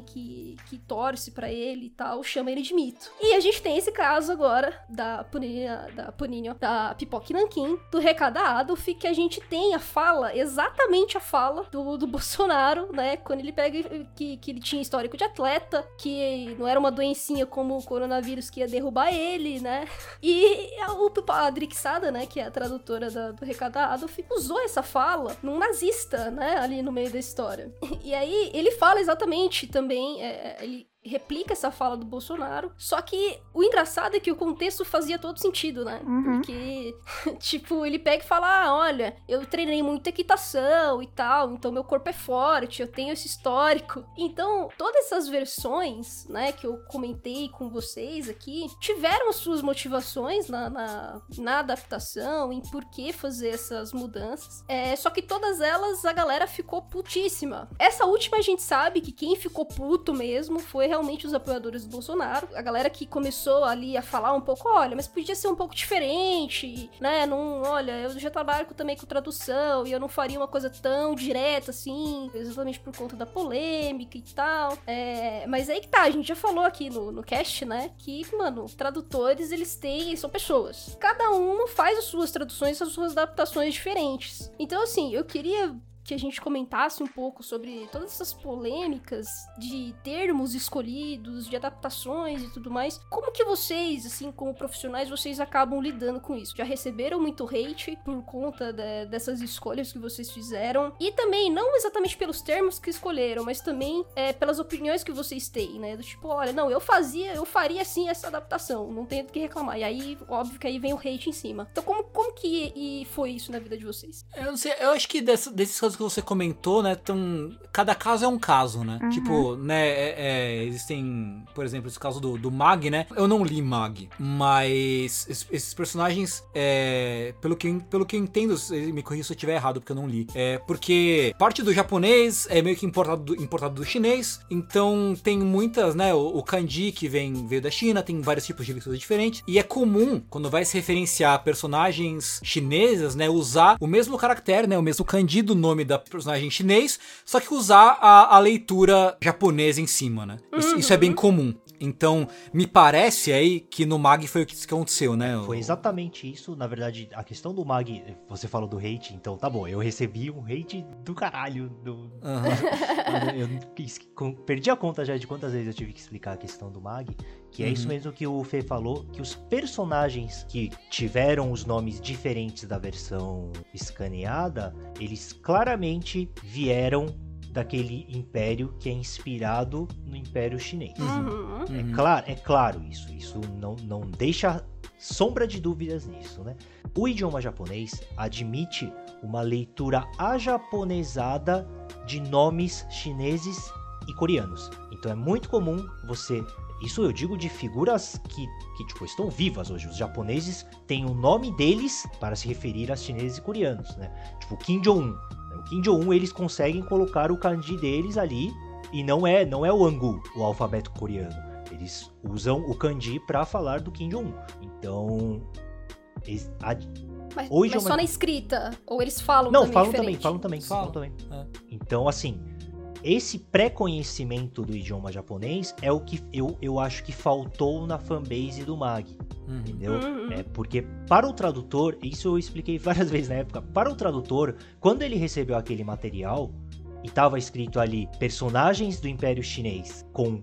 que, que torce pra ele e tal, chama ele de mito. E a gente tem esse caso agora da Panini, da, Panini, da Pipoca Nanquim, do Recada Adolf, que a gente tem a fala, exatamente a fala do, do Bolsonaro, né, quando ele pega que, que ele tinha histórico de atleta, que não era uma doencinha como o coronavírus que ia derrubar ele, né, e o, a Drixada, né, que é a tradutora da, do Recada Adolf, usou essa fala num nazista, né, ali no meio da história. E aí ele fala exatamente também, é, ele replica essa fala do Bolsonaro, só que o engraçado é que o contexto fazia todo sentido, né? Uhum. Porque, tipo, ele pega e fala, ah, olha, eu treinei muita equitação e tal, então meu corpo é forte, eu tenho esse histórico. Então, todas essas versões, né, que eu comentei com vocês aqui, tiveram as suas motivações na, na, na adaptação, em por que fazer essas mudanças. É, só que todas elas, a galera ficou putíssima. Essa última a gente sabe que quem ficou puto mesmo foi realmente os apoiadores do Bolsonaro, a galera que começou ali a falar um pouco, olha, mas podia ser um pouco diferente, né, não, olha, eu já trabalho também com tradução e eu não faria uma coisa tão direta assim, exatamente por conta da polêmica e tal, é, mas aí que tá, a gente já falou aqui no, no cast, né, que, mano, tradutores, eles têm, são pessoas, cada um faz as suas traduções, as suas adaptações diferentes, então assim, eu queria que a gente comentasse um pouco sobre todas essas polêmicas de termos escolhidos, de adaptações e tudo mais. Como que vocês, assim, como profissionais, vocês acabam lidando com isso? Já receberam muito hate por conta de, dessas escolhas que vocês fizeram? E também, não exatamente pelos termos que escolheram, mas também é, pelas opiniões que vocês têm, né? Do tipo, olha, não, eu fazia, eu faria sim essa adaptação, não tem do que reclamar. E aí, óbvio que aí vem o hate em cima. Então, como, como que e foi isso na vida de vocês? Eu não sei, eu acho que desse, desses casos que você comentou, né, tão, cada caso é um caso, né, Uhum. tipo, né, é, é, existem, por exemplo, esse caso do, do Mag, né, eu não li Mag, mas esses, esses personagens, é, pelo, que, pelo que eu entendo, me corrija se eu estiver errado, porque eu não li, é, porque parte do japonês é meio que importado do, importado do chinês, então tem muitas, né, o, o kanji que vem, veio da China, tem vários tipos de leituras diferentes, e é comum, quando vai se referenciar personagens chinesas, né, usar o mesmo caractere, né, o mesmo kanji do nome da personagem chinês, só que usar a, a leitura japonesa em cima, né? Isso, Uhum. isso é bem comum. Então, me parece aí que no Mag foi o que aconteceu, né? Foi exatamente isso. Na verdade, a questão do Mag, você falou do hate, então tá bom, eu recebi um hate do caralho. Do... Uhum. eu eu perdi a conta já de quantas vezes eu tive que explicar a questão do Mag, que é Uhum. isso mesmo que o Fê falou, que os personagens que tiveram os nomes diferentes da versão escaneada, eles claramente vieram daquele império que é inspirado no Império Chinês. Uhum. É, Uhum. claro, é claro isso, isso não, não deixa sombra de dúvidas nisso, né? O idioma japonês admite uma leitura ajaponesada de nomes chineses e coreanos. Então é muito comum você... Isso eu digo de figuras que, que tipo, estão vivas hoje. Os japoneses têm o nome deles para se referir a chineses e coreanos, né? Tipo, Kim Jong-un. O Kim Jong-un, eles conseguem colocar o kanji deles ali e não é, não é o Hangul, o alfabeto coreano. Eles usam o kanji para falar do Kim Jong-un. Então... Eles, a, Mas, Hoje mas é uma- só na escrita? Ou eles falam não, também falam diferente? também, falam também, falam Falam. também. É. Então, assim, esse pré-conhecimento do idioma japonês é o que eu, eu acho que faltou na fanbase do Mag, Uhum. entendeu? Uhum. É porque para o tradutor, isso eu expliquei várias vezes na época, para o tradutor, quando ele recebeu aquele material e tava escrito ali personagens do Império Chinês com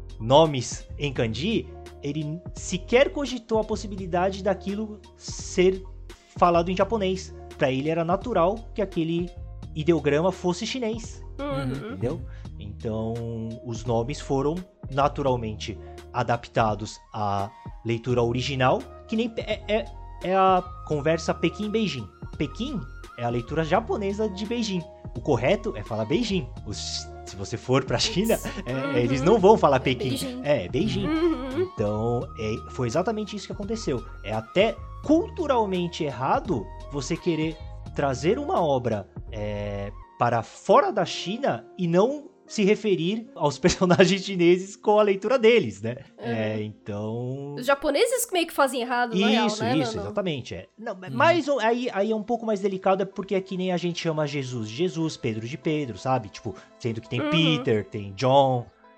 nomes em kanji, ele sequer cogitou a possibilidade daquilo ser falado em japonês. Para ele era natural que aquele ideograma fosse chinês, Uhum. entendeu? Então, os nomes foram naturalmente adaptados à leitura original, que nem é, é, é a conversa Pequim-Beijing. Pequim é a leitura japonesa de Beijing. O correto é falar Beijing. Os, se você for pra China, é, Uhum. eles não vão falar Pequim. Beijing. É, Beijing. Uhum. Então, é, foi exatamente isso que aconteceu. É até culturalmente errado você querer trazer uma obra é, para fora da China e não se referir aos personagens chineses com a leitura deles, né? É, então... Os japoneses meio que fazem errado, na real, Isso, né? isso, Nando? exatamente. É. Não, mas aí, aí é um pouco mais delicado, é porque é que nem a gente chama Jesus de Jesus, Pedro de Pedro, sabe? Tipo, sendo que tem Uhum. Peter, tem John,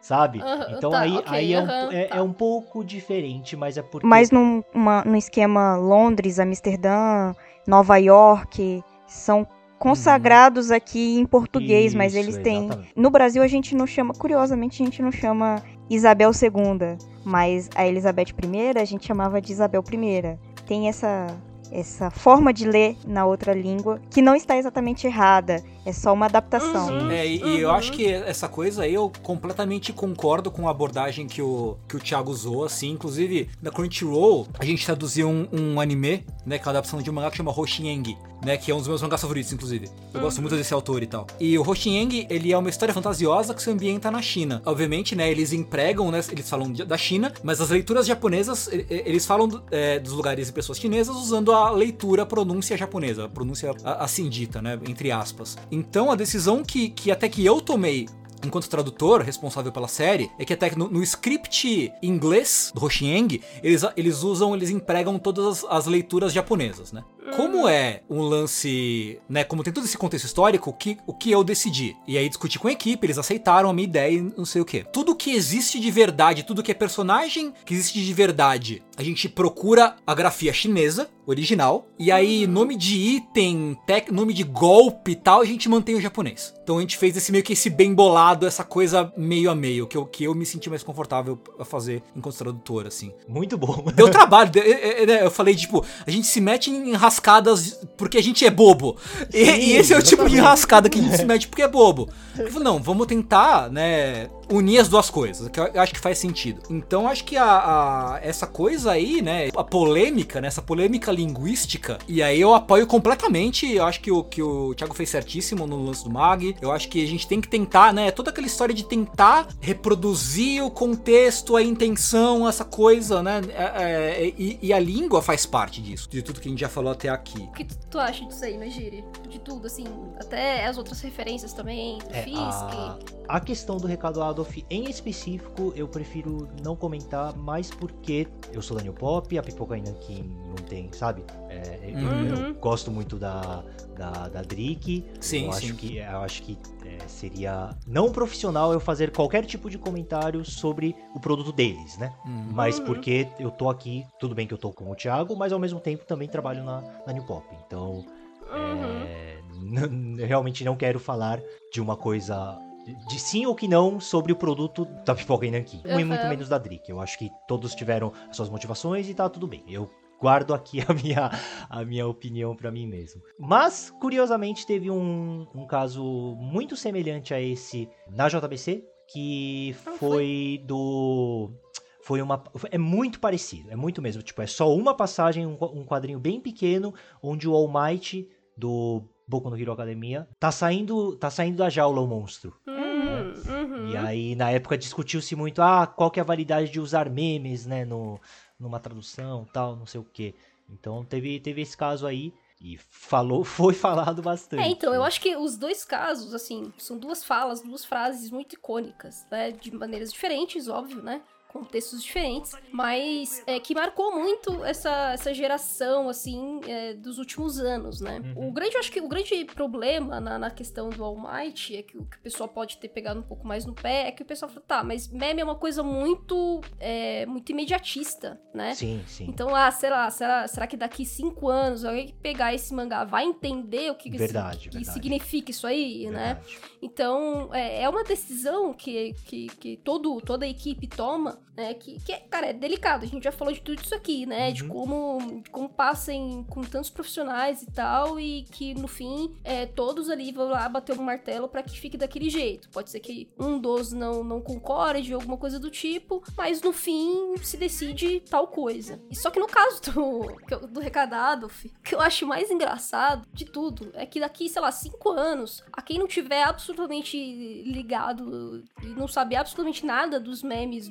sabe? Uhum, Então tá, aí, ok, aí é, um, uhum, é, tá. é um pouco diferente, mas é porque... Mas num, uma, num esquema Londres, Amsterdã, Nova York, são consagrados uhum. aqui em português, Isso, mas eles têm... Exatamente. No Brasil a gente não chama, curiosamente a gente não chama Isabel segunda, mas a Elizabeth primeira a gente chamava de Isabel primeira. Tem essa... essa forma de ler na outra língua, que não está exatamente errada, é só uma adaptação. Uhum, é, e, uhum. e eu acho que essa coisa aí, eu completamente concordo com a abordagem que o, que o Thiago usou, assim, inclusive, na Crunchyroll, a gente traduziu um, um anime, né, que é uma adaptação de um mangá que chama Hoshieng, né, que é um dos meus mangás favoritos, inclusive. Eu uhum. gosto muito desse autor e tal. E o Hoshieng, ele é uma história fantasiosa que se ambienta na China. Obviamente, né, eles empregam, né, eles falam de, da China, mas as leituras japonesas, eles falam do, é, dos lugares e pessoas chinesas usando a leitura, a pronúncia japonesa, a pronúncia assim dita, né, entre aspas. Então a decisão que, que até que eu tomei enquanto tradutor responsável pela série, é que até no, no script inglês do Hoshieng, eles, eles usam, eles empregam todas as, as leituras japonesas, né? Como é um lance, né, como tem todo esse contexto histórico, o que, o que eu decidi? E aí discuti com a equipe, eles aceitaram a minha ideia e não sei o quê. Tudo que existe de verdade, tudo que é personagem que existe de verdade, a gente procura a grafia chinesa, original, e aí nome de item, tec, nome de golpe e tal, a gente mantém o japonês. Então a gente fez esse meio que esse bem bolado, essa coisa meio a meio, que eu, que eu me senti mais confortável a fazer enquanto tradutor, assim. Muito bom. Deu trabalho, eu falei, tipo, a gente se mete em enrascadas porque a gente é bobo. Sim, e, e esse é o exatamente. Tipo de enrascada que a gente se mete porque é bobo. Eu falei, não, vamos tentar, né, unir as duas coisas, que eu acho que faz sentido. Então acho que a, a, essa coisa aí, né, a polêmica, né, essa polêmica linguística, e aí eu apoio completamente, eu acho que o, que o Thiago fez certíssimo no lance do Mag, eu acho que a gente tem que tentar, né, toda aquela história de tentar reproduzir o contexto, a intenção, essa coisa, né, é, é, e, e a língua faz parte disso, de tudo que a gente já falou até aqui. O que tu, tu acha disso aí, Magiri? De tudo, assim, até as outras referências também, do é, Fisk. A, a questão do recado Adolf em específico, eu prefiro não comentar, mais porque eu sou da New Pop, a Pipoca ainda que não tem, sabe? É, uhum. eu, eu gosto muito da, da, da Drick. Sim, eu sim. acho que, eu acho que é, seria não profissional eu fazer qualquer tipo de comentário sobre o produto deles, né? Uhum. Mas porque eu tô aqui, tudo bem que eu tô com o Thiago, mas ao mesmo tempo também trabalho na, na New Pop. Então, uhum. é, n- realmente não quero falar de uma coisa... de sim ou que não sobre o produto da Pipoca e Nanquim, uhum. e muito menos da Drick. Eu acho que todos tiveram as suas motivações e tá tudo bem. Eu guardo aqui a minha, a minha opinião pra mim mesmo. Mas, curiosamente, teve um, um caso muito semelhante a esse na J B C, que foi, foi do... Foi uma... É muito parecido, é muito mesmo. Tipo, é só uma passagem, um, um quadrinho bem pequeno, onde o All Might do Boku no Hero Academia tá saindo, tá saindo da jaula o monstro. Uhum, uhum. E aí, na época, discutiu-se muito, ah, qual que é a validade de usar memes, né, no, numa tradução, tal, não sei o quê. Então, teve, teve esse caso aí, e falou, foi falado bastante. É, então, eu acho que os dois casos, assim, são duas falas, duas frases muito icônicas, né, de maneiras diferentes, óbvio, né, contextos diferentes, mas é, que marcou muito essa, essa geração, assim, é, dos últimos anos, né? Uhum. O grande, eu acho que o grande problema na, na questão do All Might, é que o que o pessoal pode ter pegado um pouco mais no pé, é que o pessoal fala, tá, mas meme é uma coisa muito, é, muito imediatista, né? Sim, sim. Então, ah, sei lá, será, será que daqui cinco anos alguém que pegar esse mangá vai entender o que, verdade, que, que verdade. significa isso aí, verdade. Né? Então, é, é uma decisão que, que, que todo, toda a equipe toma, né, que, que, cara, é delicado, a gente já falou de tudo isso aqui, né, uhum. de como, de como passem com tantos profissionais e tal, e que no fim, é, todos ali vão lá bater um martelo pra que fique daquele jeito. Pode ser que um dos não, não concorde, alguma coisa do tipo, mas no fim se decide tal coisa. E só que no caso do, do recado Adolf, o que eu acho mais engraçado de tudo é que daqui, sei lá, cinco anos, a quem não tiver absolutamente ligado e não saber absolutamente nada dos memes do, do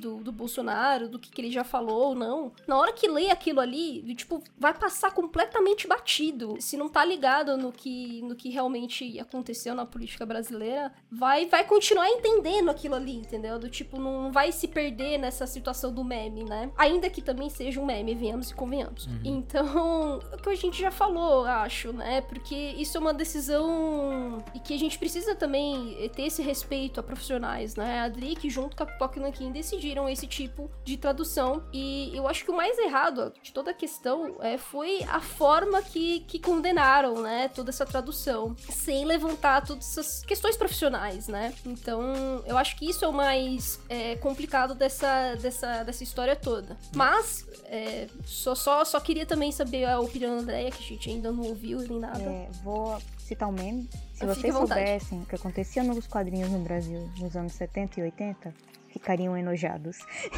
Bolsonaro, do que, que ele já falou ou não, na hora que lê aquilo ali, tipo, vai passar completamente batido. Se não tá ligado no que, no que realmente aconteceu na política brasileira, vai, vai continuar entendendo aquilo ali, entendeu? Do tipo, não vai se perder nessa situação do meme, né? Ainda que também seja um meme, venhamos e convenhamos. Uhum. Então, o que a gente já falou, acho, né? Porque isso é uma decisão e que a gente precisa também ter esse respeito a profissionais, né? A Drick, junto com a Pock Nankin, decidiram esse tipo de tradução. E eu acho que o mais errado de toda a questão é, foi a forma que, que condenaram, né? Toda essa tradução, sem levantar todas essas questões profissionais, né? Então, eu acho que isso é o mais é, complicado dessa, dessa, dessa história toda. Mas, é, só, só, só queria também saber a opinião da Andréia, que a gente ainda não ouviu nem nada. É, vou citar um meme. Se Fique vocês soubessem o que acontecia nos quadrinhos no Brasil nos anos setenta e oitenta, ficariam enojados.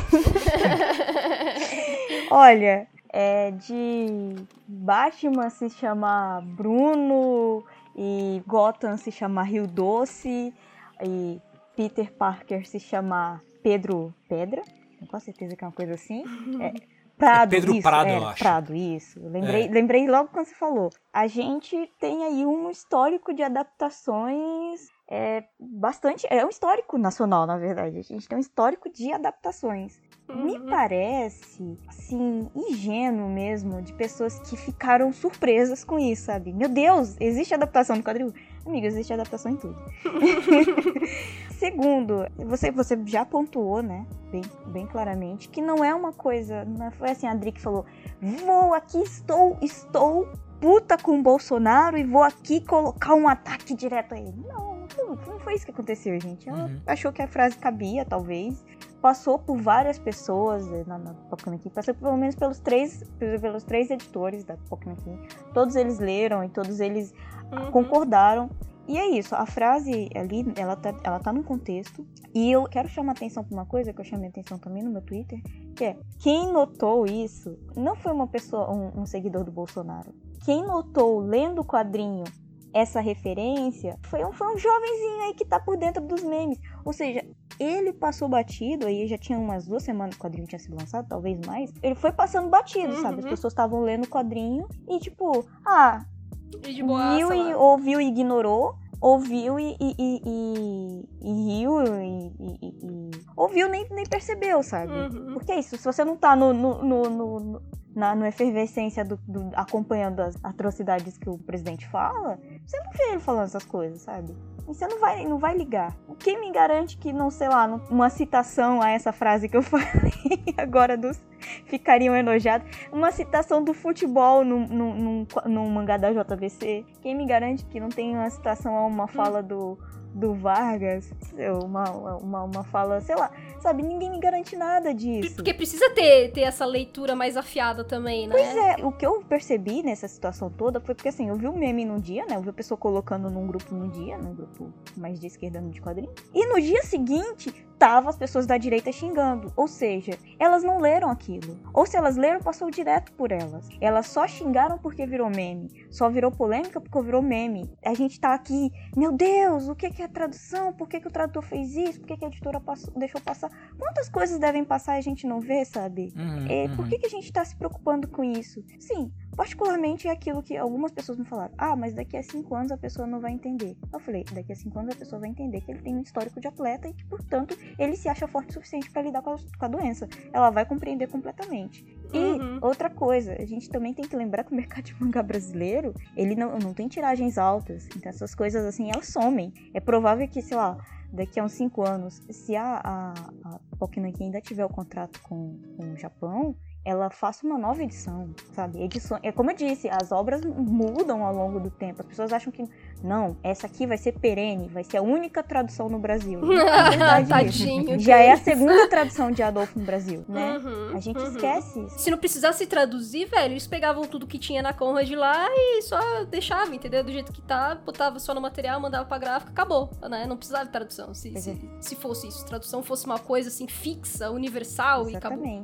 Olha, é, de Batman se chamar Bruno e Gotham se chamar Rio Doce e Peter Parker se chamar Pedro Pedra, não com certeza que é uma coisa assim. É, Prado, é Pedro isso, Prado, é, eu acho. Prado, isso. Lembrei, É. lembrei logo quando você falou. A gente tem aí um histórico de adaptações é, bastante... É um histórico nacional, na verdade. A gente tem um histórico de adaptações. Uhum. Me parece, assim, ingênuo mesmo, de pessoas que ficaram surpresas com isso, sabe? Meu Deus, existe adaptação no quadrinho? Amigo, existe adaptação em tudo. Segundo, você, você já pontuou, né, bem, bem claramente, que não é uma coisa, não foi assim, a Drick falou, vou aqui, estou, estou puta com o Bolsonaro e vou aqui colocar um ataque direto a ele. Não, não, não foi isso que aconteceu, gente. Ela uhum. achou que a frase cabia, talvez, passou por várias pessoas na, na Pock Nankin, passou pelo menos pelos três, pelos três editores da Pock Nankin, todos eles leram e todos eles uhum. concordaram. E é isso, a frase ali, ela tá, ela tá num contexto, e eu quero chamar atenção pra uma coisa que eu chamei atenção também no meu Twitter, que é, quem notou isso não foi uma pessoa, um, um seguidor do Bolsonaro. Quem notou, lendo o quadrinho, essa referência, foi um, foi um jovenzinho aí que tá por dentro dos memes. Ou seja, ele passou batido, aí já tinha umas duas semanas que o quadrinho tinha sido lançado, talvez mais. Ele foi passando batido, uhum. sabe? As pessoas estavam lendo o quadrinho e tipo, ah... De boa, viu e ouviu e ignorou, ouviu e, e, e, e, e riu e, e, e ouviu nem, nem percebeu, sabe? Uhum. Porque é isso, se você não tá no, no, no, no, na no efervescência do, do, acompanhando as atrocidades que o presidente fala, você não vê ele falando essas coisas, sabe? E você não vai, não vai ligar. Quem me garante que, não sei lá, uma citação a essa frase que eu falei agora dos ficariam enojados, uma citação do futebol num, num, num, num mangá da J V C, quem me garante que não tem uma citação a uma fala do, do Vargas, uma, uma, uma fala, sei lá, sabe, ninguém me garante nada disso. Porque precisa ter, ter essa leitura mais afiada também, né? Pois é, o que eu percebi nessa situação toda foi porque, assim, eu vi o meme num dia, né, eu vi a pessoa colocando num grupo num dia, num grupo mais de esquerda, de quadrinho, e no dia seguinte, tava as pessoas da direita xingando, ou seja, elas não leram aquilo, ou se elas leram, passou direto por elas, elas só xingaram porque virou meme, só virou polêmica porque virou meme, a gente tá aqui, meu Deus, o que que é a tradução, por que que o tradutor fez isso, por que que a editora passou, deixou passar, quantas coisas devem passar e a gente não vê, sabe, uhum, e por que que a gente tá se preocupando com isso, sim, particularmente é aquilo que algumas pessoas me falaram, ah, mas daqui a cinco anos a pessoa não vai entender, eu falei, daqui a cinco anos a pessoa vai entender que ele tem um histórico de atleta e que, portanto, ele se acha forte o suficiente para lidar com a, com a doença. Ela vai compreender completamente. E uhum. outra coisa, a gente também tem que lembrar que o mercado de mangá brasileiro, ele não, não tem tiragens altas. Então essas coisas assim, elas somem. É provável que, sei lá, daqui a uns cinco anos, se a, a, a Pock Nankin ainda tiver o contrato com, com o Japão, ela faça uma nova edição, sabe? Edição, é como eu disse, as obras mudam ao longo do tempo. As pessoas acham que, não, essa aqui vai ser perene, vai ser a única tradução no Brasil. É verdade, tadinho. Já é a segunda tradução de Adolfo no Brasil, né? Uhum, a gente uhum. esquece isso. Se não precisasse traduzir, velho, eles pegavam tudo que tinha na Conrad lá e só deixavam, entendeu? Do jeito que tá, botava só no material, mandava pra gráfica, acabou, né? Não precisava de tradução. Se, se, se fosse isso, tradução fosse uma coisa assim, fixa, universal. Exatamente. E acabou.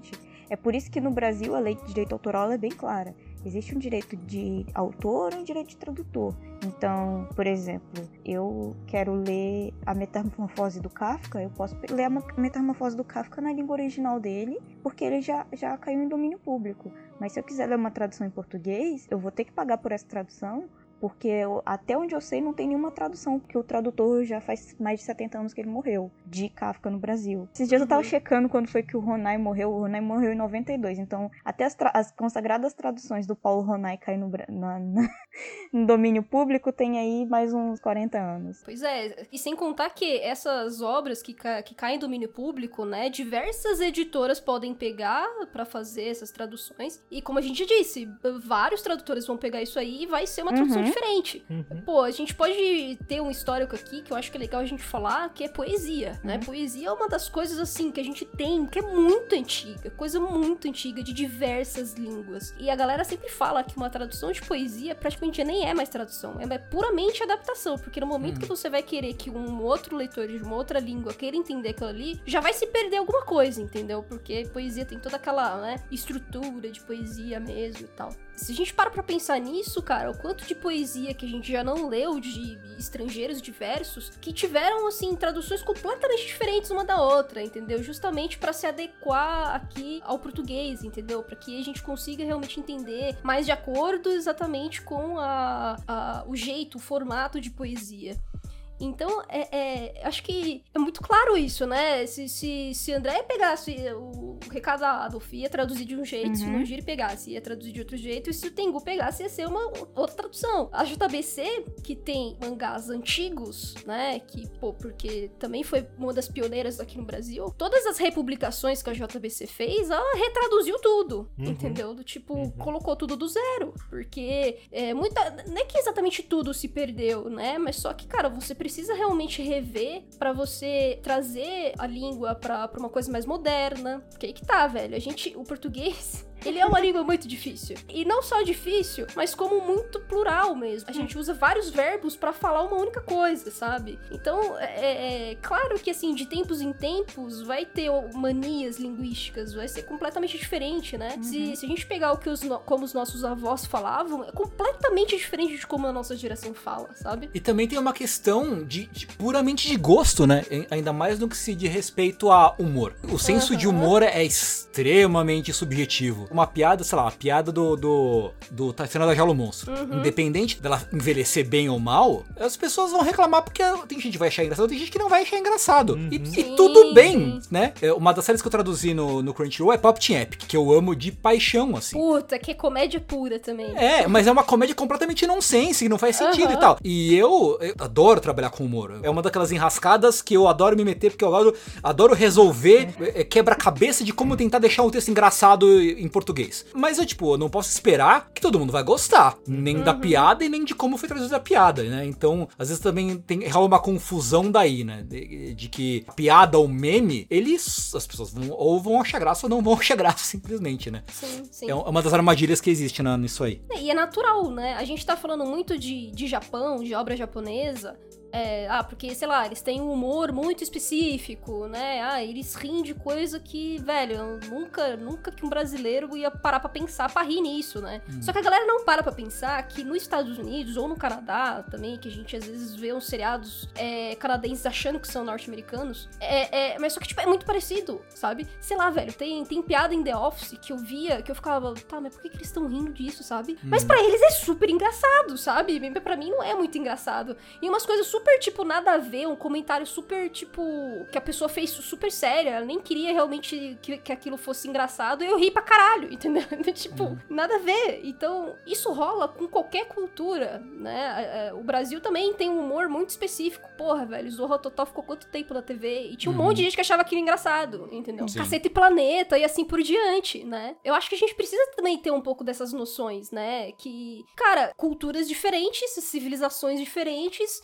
É por isso que no Brasil a lei de direito autoral é bem clara. Existe um direito de autor e um direito de tradutor. Então, por exemplo, eu quero ler a Metamorfose do Kafka, eu posso ler a Metamorfose do Kafka na língua original dele, porque ele já, já caiu em domínio público. Mas se eu quiser ler uma tradução em português, eu vou ter que pagar por essa tradução, porque eu, até onde eu sei não tem nenhuma tradução, porque o tradutor já faz mais de setenta anos que ele morreu, de Kafka no Brasil. Esses dias eu tava checando quando foi que o Ronay morreu, o Ronay morreu em noventa e dois, então até as, tra- as consagradas traduções do Paulo Ronay cair no, na, na, no domínio público tem aí mais uns quarenta anos. Pois é, e sem contar que essas obras que, ca- que caem em domínio público, né, diversas editoras podem pegar pra fazer essas traduções, e como a gente disse, vários tradutores vão pegar isso aí e vai ser uma tradução Uhum. diferente. Uhum. Pô, a gente pode ter um histórico aqui que eu acho que é legal a gente falar, que é poesia, né? Uhum. Poesia é uma das coisas, assim, que a gente tem, que é muito antiga, coisa muito antiga, de diversas línguas. E a galera sempre fala que uma tradução de poesia praticamente nem é mais tradução, é puramente adaptação, porque no momento Uhum. que você vai querer que um outro leitor de uma outra língua queira entender aquilo ali, já vai se perder alguma coisa, entendeu? Porque poesia tem toda aquela, né, estrutura de poesia mesmo e tal. Se a gente para pra pensar nisso, cara, o quanto de poesia que a gente já não leu de estrangeiros diversos, que tiveram, assim, traduções completamente diferentes uma da outra, entendeu? Justamente pra se adequar aqui ao português, entendeu? Pra que a gente consiga realmente entender mais de acordo exatamente com a, a, o jeito, o formato de poesia. Então, é, é, acho que é muito claro isso, né? Se, se, se André pegasse o, o recado da Adolf, ia traduzir de um jeito, Uhum. se o Nojiri pegasse, ia traduzir de outro jeito, e se o Tengu pegasse, ia ser uma outra tradução. A J B C, que tem mangás antigos, né? Que, pô, porque também foi uma das pioneiras aqui no Brasil, todas as republicações que a J B C fez, ela retraduziu tudo, Uhum. entendeu? Do tipo, Uhum. colocou tudo do zero. Porque é muita. Não é que exatamente tudo se perdeu, né? Mas só que, cara, você precisa precisa realmente rever pra você trazer a língua pra, pra uma coisa mais moderna. Porque aí que tá, velho. A gente, o português, ele é uma língua muito difícil. E não só difícil, mas como muito plural mesmo. A gente usa vários verbos pra falar uma única coisa, sabe? Então, é, é claro que, assim, de tempos em tempos, vai ter manias linguísticas, vai ser completamente diferente, né? Uhum. Se, se a gente pegar o que os, como os nossos avós falavam, é completamente diferente de como a nossa geração fala, sabe? E também tem uma questão de, de puramente de gosto, né? Ainda mais no que se diz respeito a humor. O senso uhum. de humor é extremamente subjetivo. Uma piada, sei lá, a piada do, do, do Tatsuna da Jaula Monstro. Uhum. Independente dela envelhecer bem ou mal, as pessoas vão reclamar porque tem gente que vai achar engraçado, tem gente que não vai achar engraçado. Uhum. E, sim, e tudo bem, sim. né? Uma das séries que eu traduzi no, no Crunchyroll é Pop Team Epic, que eu amo de paixão, assim. Puta, que é comédia pura também. É, mas é uma comédia completamente nonsense, que não faz sentido uhum. e tal. E eu, eu adoro trabalhar com humor. É uma daquelas enrascadas que eu adoro me meter, porque eu adoro, adoro resolver é, quebra-cabeça de como tentar deixar um texto engraçado em português. Mas eu, tipo, eu não posso esperar que todo mundo vai gostar. Nem uhum. da piada e nem de como foi traduzida a piada, né? Então, às vezes também tem, rola uma confusão daí, né? De, de que a piada ou meme, eles, as pessoas vão, ou vão achar graça ou não vão achar graça, simplesmente, né? Sim, sim. É uma das armadilhas que existe na, nisso aí. É, e é natural, né? A gente tá falando muito de, de Japão, de obra japonesa. É, ah, porque, sei lá, eles têm um humor muito específico, né? Ah, eles riem de coisa que, velho, nunca, nunca que um brasileiro ia parar pra pensar pra rir nisso, né? Hum. Só que a galera não para pra pensar que nos Estados Unidos ou no Canadá também, que a gente às vezes vê uns seriados é, canadenses achando que são norte-americanos, é, é, mas só que, tipo, é muito parecido, sabe? Sei lá, velho, tem, tem piada em The Office que eu via, que eu ficava, tá, mas por que, que eles estão rindo disso, sabe? Hum. Mas pra eles é super engraçado, sabe? Pra mim não é muito engraçado. E umas coisas super super, tipo, nada a ver, um comentário super, tipo, que a pessoa fez super séria, ela nem queria realmente que, que aquilo fosse engraçado, e eu ri pra caralho, entendeu? Tipo, uhum. nada a ver. Então, isso rola com qualquer cultura, né? O Brasil também tem um humor muito específico. Porra, velho, Zorra Total ficou quanto tempo na T V? E tinha um uhum. monte de gente que achava aquilo engraçado, entendeu? Sim. Caceta e Planeta, e assim por diante, né? Eu acho que a gente precisa também ter um pouco dessas noções, né? Que, cara, culturas diferentes, civilizações diferentes vão ter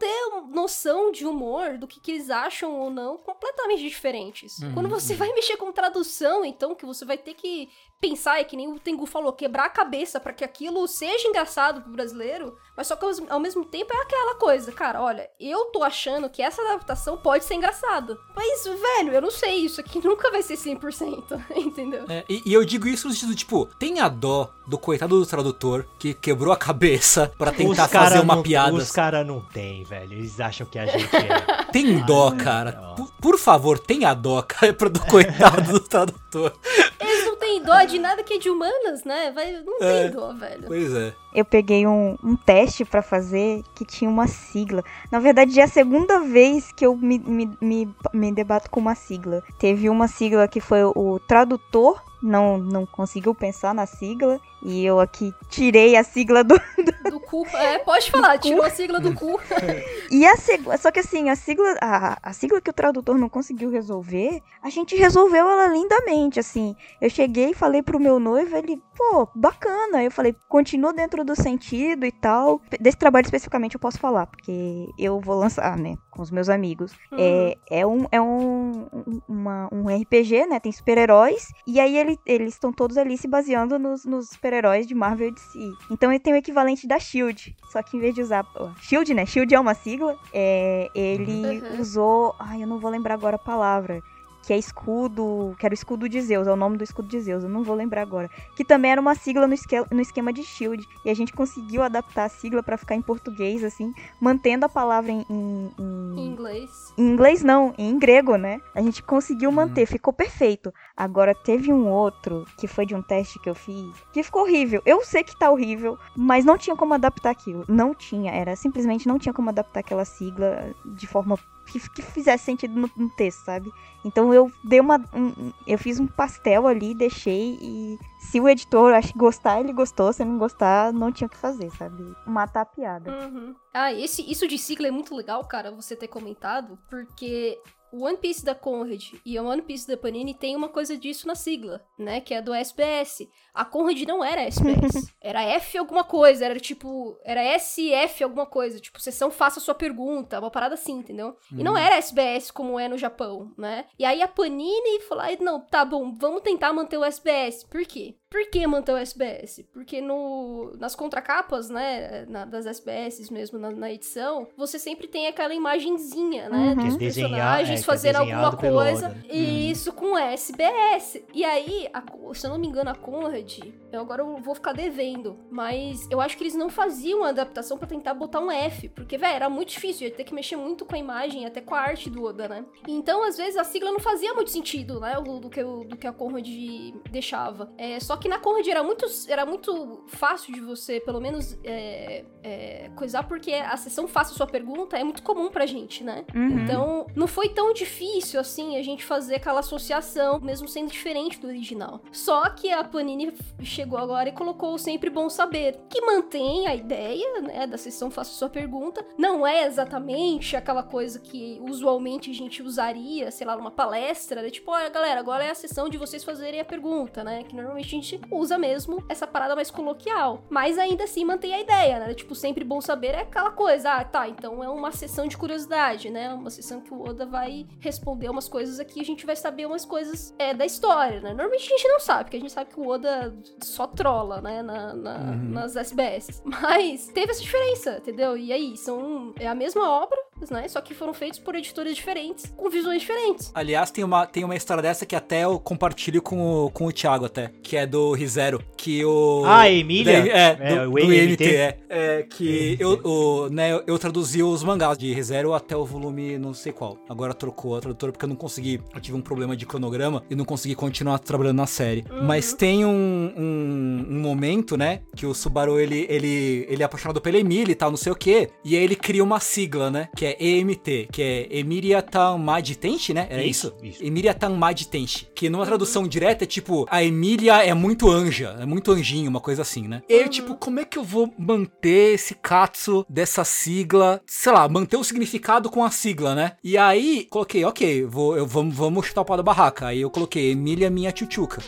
ter noção de humor, do que, que eles acham ou não, completamente diferentes. Uhum. Quando você vai mexer com tradução, então, que você vai ter que pensar, é que nem o Tengu falou, quebrar a cabeça pra que aquilo seja engraçado pro brasileiro, mas só que ao, ao mesmo tempo é aquela coisa, cara, olha, eu tô achando que essa adaptação pode ser engraçada, mas, velho, eu não sei, isso aqui nunca vai ser cem por cento, entendeu? É, e, e eu digo isso no sentido, tipo, tenha dó do coitado do tradutor que quebrou a cabeça pra tentar os fazer uma não, piada. Os caras não tem, velho, eles acham que a gente é... Tem dó, cara. Por, por favor, tenha dó, cara, do coitado do tradutor. Eles não têm dó de nada que é de humanas, né? Vai, não tem é, dó, velho. Pois é. Eu peguei um, um teste pra fazer que tinha uma sigla. Na verdade, é a segunda vez que eu me, me, me, me debato com uma sigla. Teve uma sigla que foi o tradutor, não, não conseguiu pensar na sigla. E eu aqui tirei a sigla do... Do, do cu. É, pode falar, tirou a sigla do cu. E a sigla... Só que assim, a sigla, a, a sigla que o tradutor não conseguiu resolver, a gente resolveu ela lindamente, assim. Eu cheguei e falei pro meu noivo, ele, pô, bacana. Eu falei, continua dentro do sentido e tal. Desse trabalho especificamente eu posso falar, porque eu vou lançar, né, com os meus amigos. Uhum. É, é, um, é um, uma, um R P G, né, tem super-heróis, e aí ele, eles estão todos ali se baseando nos, nos super-heróis de Marvel e D C. Então ele tem o equivalente da SHIELD, só que em vez de usar... SHIELD, né, SHIELD é uma sigla, é, ele uhum. usou... Ai, eu não vou lembrar agora a palavra... que é escudo, que era o escudo de Zeus, é o nome do escudo de Zeus, eu não vou lembrar agora. Que também era uma sigla no, esque- no esquema de SHIELD, e a gente conseguiu adaptar a sigla pra ficar em português, assim, mantendo a palavra em... Em, em... em inglês. Em inglês não, em grego, né? A gente conseguiu manter, hum. ficou perfeito. Agora, teve um outro, que foi de um teste que eu fiz, que ficou horrível. Eu sei que tá horrível, mas não tinha como adaptar aquilo. Não tinha, era simplesmente não tinha como adaptar aquela sigla de forma... Que, que fizesse sentido no, no texto, sabe? Então eu dei uma... Um, eu fiz um pastel ali, deixei e... Se o editor acho que gostar, ele gostou. Se não gostar, não tinha o que fazer, sabe? Matar a piada. Uhum. Ah, esse, isso de sigla é muito legal, cara, você ter comentado, porque... O One Piece da Conrad e o One Piece da Panini tem uma coisa disso na sigla, né? Que é do S B S. A Conrad não era S B S. Era F alguma coisa. Era tipo... Era S F alguma coisa. Tipo, sessão faça sua pergunta. Uma parada assim, entendeu? Hum. E não era S B S como é no Japão, né? E aí a Panini falou... Não, tá bom. Vamos tentar manter o S B S. Por quê? Por que manter o S B S? Porque no, nas contracapas, né, na, das S B S mesmo, na, na edição, você sempre tem aquela imagenzinha, né, uhum. dos que personagens é, fazendo é alguma coisa, Oda. e uhum. isso com S B S. E aí, a, se eu não me engano, a Conrad, eu agora eu vou ficar devendo, mas eu acho que eles não faziam a adaptação pra tentar botar um F, porque, velho, era muito difícil, ia ter que mexer muito com a imagem, até com a arte do Oda, né. Então, às vezes, a sigla não fazia muito sentido, né, do, do, que, do que a Conrad deixava. É, só que na Conrad era muito, era muito fácil de você, pelo menos, é, é, coisar, porque a sessão faça sua pergunta é muito comum pra gente, né? Uhum. Então, não foi tão difícil, assim, a gente fazer aquela associação, mesmo sendo diferente do original. Só que a Panini chegou agora e colocou o Sempre Bom Saber, que mantém a ideia, né, da sessão faça sua pergunta. Não é exatamente aquela coisa que usualmente a gente usaria, sei lá, numa palestra, né? Tipo, olha, galera, agora é a sessão de vocês fazerem a pergunta, né? Que normalmente a gente usa mesmo essa parada mais coloquial. Mas ainda assim mantém a ideia, né? Tipo, Sempre Bom Saber é aquela coisa, ah, tá, então é uma sessão de curiosidade, né? Uma sessão que o Oda vai responder umas coisas aqui, a gente vai saber umas coisas é, da história, né? Normalmente a gente não sabe, porque a gente sabe que o Oda só trola, né? Na, na, uhum. Nas S B S. Mas teve essa diferença, entendeu? E aí, são... É a mesma obra, né? Só que foram feitos por editores diferentes, com visões diferentes. Aliás, tem uma, tem uma história dessa que até eu compartilho com o, com o Thiago até, que é do ReZero, que o... Ah, Emília? É, é do, o do I M T, é. É, que eu, o, né, eu, eu traduzi os mangás de ReZero até o volume não sei qual. Agora trocou a tradutora porque eu não consegui, eu tive um problema de cronograma e não consegui continuar trabalhando na série. Uhum. Mas tem um, um, um momento, né, que o Subaru, ele, ele, ele é apaixonado pela Emília e tal, não sei o quê, e aí ele cria uma sigla, né, que é E M T, que é Emilia Tanmadi Tenshi, né? Era isso? isso? isso. Emilia Tanmadi Tenshi. Que numa tradução direta é tipo, a Emília é muito anja, é muito muito anjinho, uma coisa assim, né? E aí, Uhum. tipo, como é que eu vou manter esse katsu dessa sigla, sei lá, manter o significado com a sigla, né? E aí, coloquei, ok, vou, eu, vamos, vamos chutar o pau da barraca. Aí eu coloquei Emília Minha Tchutchuca.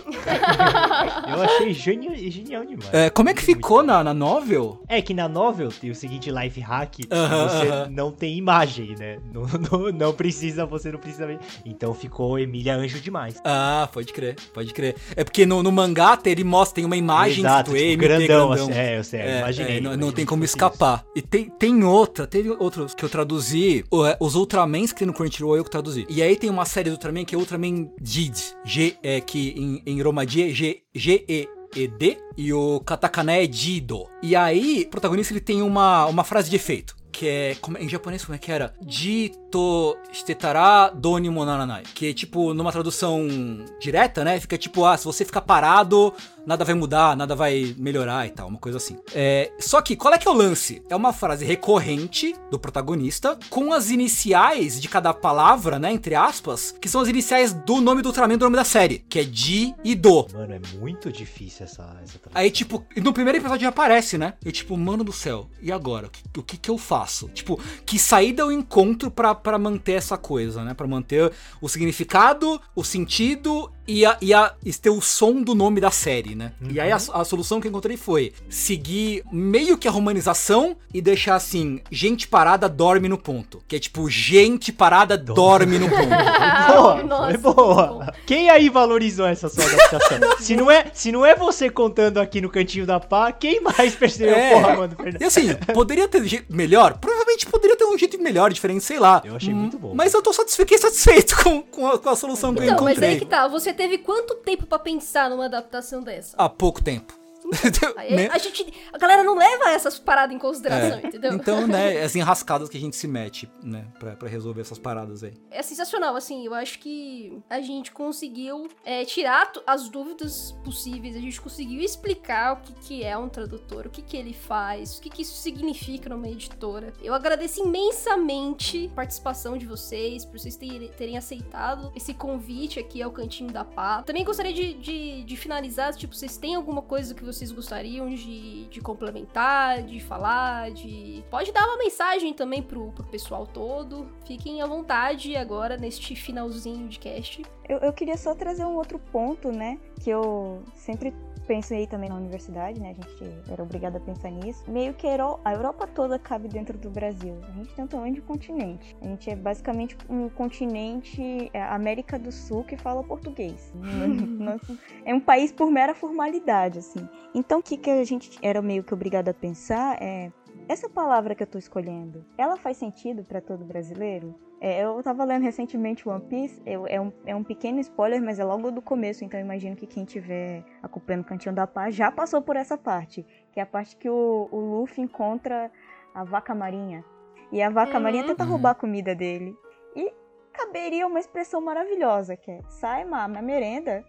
Eu achei genial, genial demais. É, como é que Muito ficou bom. na, na novel? É que na novel tem o seguinte life hack, que Aham, você aham. não tem imagem, né? Não, não, não precisa, você não precisa ver. Então ficou Emília Anjo demais. Ah, pode crer, pode crer. É porque no, no mangá ele mostra, tem uma imagem Exato, do tipo, M P grandão, grandão. assim, é, eu sei, eu imaginei, é, não, não imaginei tem que como fosse escapar. E tem, tem outra, teve outros que eu traduzi, o- é, os Ultramans que tem no Crunchyroll eu que traduzi. E aí tem uma série do Ultraman que é Ultraman Jid, G, é, que em, em Romaji é G, G E E D, e o katakana é Jido. E aí, o protagonista ele tem uma, uma frase de efeito. Que é, como, em japonês, como é que era? Jito shitetara doni mo naranai. Que, tipo, numa tradução direta, né? Fica tipo, ah, se você ficar parado, nada vai mudar, nada vai melhorar e tal, uma coisa assim. É, só que, qual é que é o lance? É uma frase recorrente do protagonista, com as iniciais de cada palavra, né? Entre aspas, que são as iniciais do nome do Ultraman, do nome da série. Que é Ji e Do. Mano, é muito difícil essa, essa tradução. Aí, tipo, no primeiro episódio já aparece, né? Eu, tipo, mano do céu, e agora? O que, o que que eu faço? Tipo, que saída eu encontro pra, pra manter essa coisa, né? Pra manter o significado, o sentido e, a, e, a, e ter o som do nome da série, né? Uhum. E aí a, a solução que eu encontrei foi seguir meio que a romanização e deixar assim, gente parada dorme no ponto. Que é tipo, gente parada dorme no ponto. Boa, Nossa, é boa. Quem aí valorizou essa sua adaptação? se, não é, se não é você contando aqui no cantinho da pá, quem mais percebeu? É. Porra, mano, Fernando. E assim, poderia ter jeito melhor? Provavelmente poderia ter um jeito melhor, diferente, sei lá. Eu achei muito bom. Mas eu tô satisfeito, fiquei satisfeito com, com, a, com a solução que eu Então, encontrei. mas aí que tá, você teve quanto tempo pra pensar numa adaptação dessa? Há pouco tempo. Aí, Né? a gente, a galera não leva essas paradas em consideração, É. entendeu? Então, né, as enrascadas que a gente se mete, né, pra, pra resolver essas paradas aí. É sensacional, assim, eu acho que a gente conseguiu é, tirar as dúvidas possíveis, a gente conseguiu explicar o que, que é um tradutor, o que, que ele faz, o que, que isso significa numa editora. Eu agradeço imensamente a participação de vocês, por vocês terem, terem aceitado esse convite aqui ao Cantinho da Pá. Também gostaria de, de, de finalizar, tipo, vocês têm alguma coisa que vocês gostariam de, de complementar, de falar, de... Pode dar uma mensagem também pro, pro pessoal todo. Fiquem à vontade agora neste finalzinho de cast. Eu, eu queria só trazer um outro ponto, né? Que eu sempre pensei também na universidade, né? A gente era obrigado a pensar nisso. Meio que a Euro- a Europa toda cabe dentro do Brasil. A gente tem um tamanho de continente. A gente é basicamente um continente, é, América do Sul, que fala português. Nossa, é um país por mera formalidade, assim. Então, o que, que a gente era meio que obrigado a pensar é... Essa palavra que eu tô escolhendo, ela faz sentido pra todo brasileiro? É, eu tava lendo recentemente One Piece, eu, é, um, é um pequeno spoiler, mas é logo do começo, então eu imagino que quem estiver acompanhando o Cantinho da Paz já passou por essa parte, que é a parte que o, o Luffy encontra a vaca marinha, e a vaca Uhum. marinha tenta roubar a comida dele, e caberia uma expressão maravilhosa, que é sai, má, minha merenda,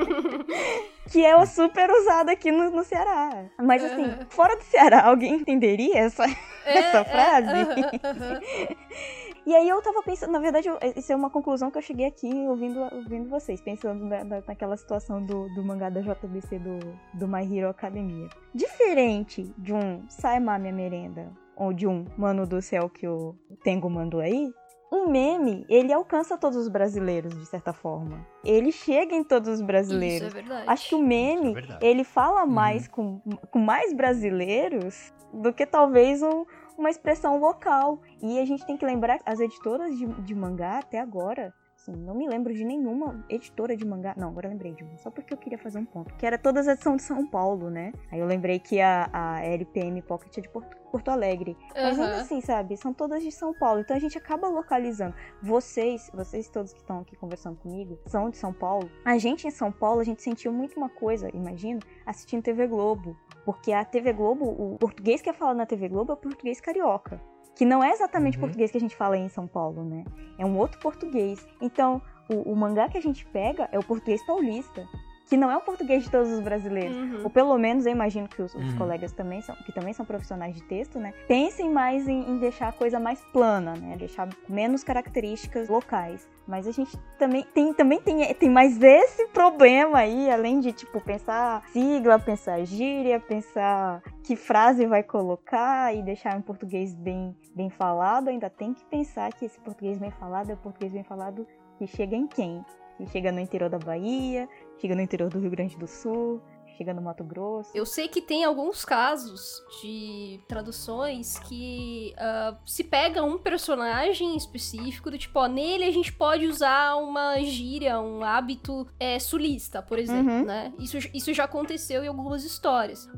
que é super usada aqui no, no Ceará. Mas assim, Uhum. fora do Ceará, alguém entenderia essa, essa É, frase? é, aham, aham. E aí eu tava pensando, na verdade, eu, isso é uma conclusão que eu cheguei aqui ouvindo, ouvindo vocês, pensando na, na, naquela situação do, do mangá da J B C do, do My Hero Academia. Diferente de um sai, má, minha merenda, ou de um mano do céu que o Tengu mandou aí, um meme, ele alcança todos os brasileiros, de certa forma. Ele chega em todos os brasileiros. Isso é verdade. Acho que o meme, É verdade. ele fala mais com, com mais brasileiros do que talvez um, uma expressão local. E a gente tem que lembrar que as editoras de, de mangá, até agora, assim, não me lembro de nenhuma editora de mangá. Não, agora eu lembrei de uma, só porque eu queria fazer um ponto. Que era todas as são de São Paulo, né? Aí eu lembrei que a, a L P M Pocket é de Porto, Porto Alegre. Mas ainda Aham. assim, sabe? São todas de São Paulo. Então a gente acaba localizando. Vocês, vocês todos que estão aqui conversando comigo, são de São Paulo. A gente em São Paulo, a gente sentiu muito uma coisa, imagino, assistindo T V Globo. Porque a T V Globo, o português que é falado na T V Globo é o português carioca. Que não é exatamente o Uhum. português que a gente fala aí em São Paulo, né? É um outro português. Então, o, o mangá que a gente pega é o português paulista. que não é o português de todos os brasileiros. Uhum. Ou pelo menos eu imagino que os, os Uhum. colegas também são, que também são profissionais de texto, né? Pensem mais em, em deixar a coisa mais plana, né? Deixar menos características locais. Mas a gente também tem, também tem, tem mais esse problema aí, além de, tipo, pensar sigla, pensar gíria, pensar que frase vai colocar e deixar em português bem, bem falado, ainda tem que pensar que esse português bem falado é o português bem falado que chega em quem? Que chega no interior da Bahia, chega no interior do Rio Grande do Sul, chega no Mato Grosso. Eu sei que tem alguns casos de traduções que uh, se pega um personagem específico, do tipo, ó, nele a gente pode usar uma gíria, um hábito é, sulista, por exemplo, Uhum. né? Isso, isso já aconteceu em algumas histórias.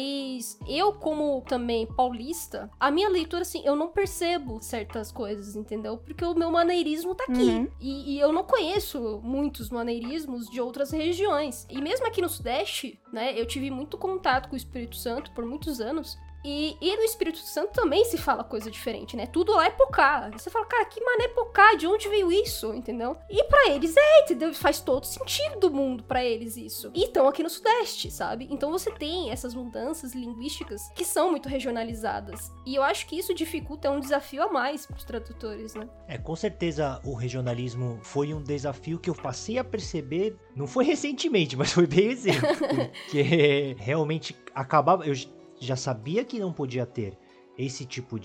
Mas eu, como também paulista, a minha leitura, assim, eu não percebo certas coisas, entendeu? Porque o meu maneirismo tá aqui. Uhum. E, e eu não conheço muitos maneirismos de outras regiões. E mesmo aqui no Sudeste, né, eu tive muito contato com o Espírito Santo por muitos anos. E, e no Espírito Santo também se fala coisa diferente, né? Tudo lá é pocá. Você fala, cara, que mané pocá? De onde veio isso? Entendeu? E pra eles é, entendeu? Faz todo sentido do mundo pra eles isso. E estão aqui no Sudeste, sabe? Então você tem essas mudanças linguísticas que são muito regionalizadas. E eu acho que isso dificulta, é um desafio a mais pros tradutores, né? É, com certeza o regionalismo foi um desafio que eu passei a perceber, não foi recentemente, mas foi bem recente, porque realmente acabava, eu já sabia que não podia ter esse tipo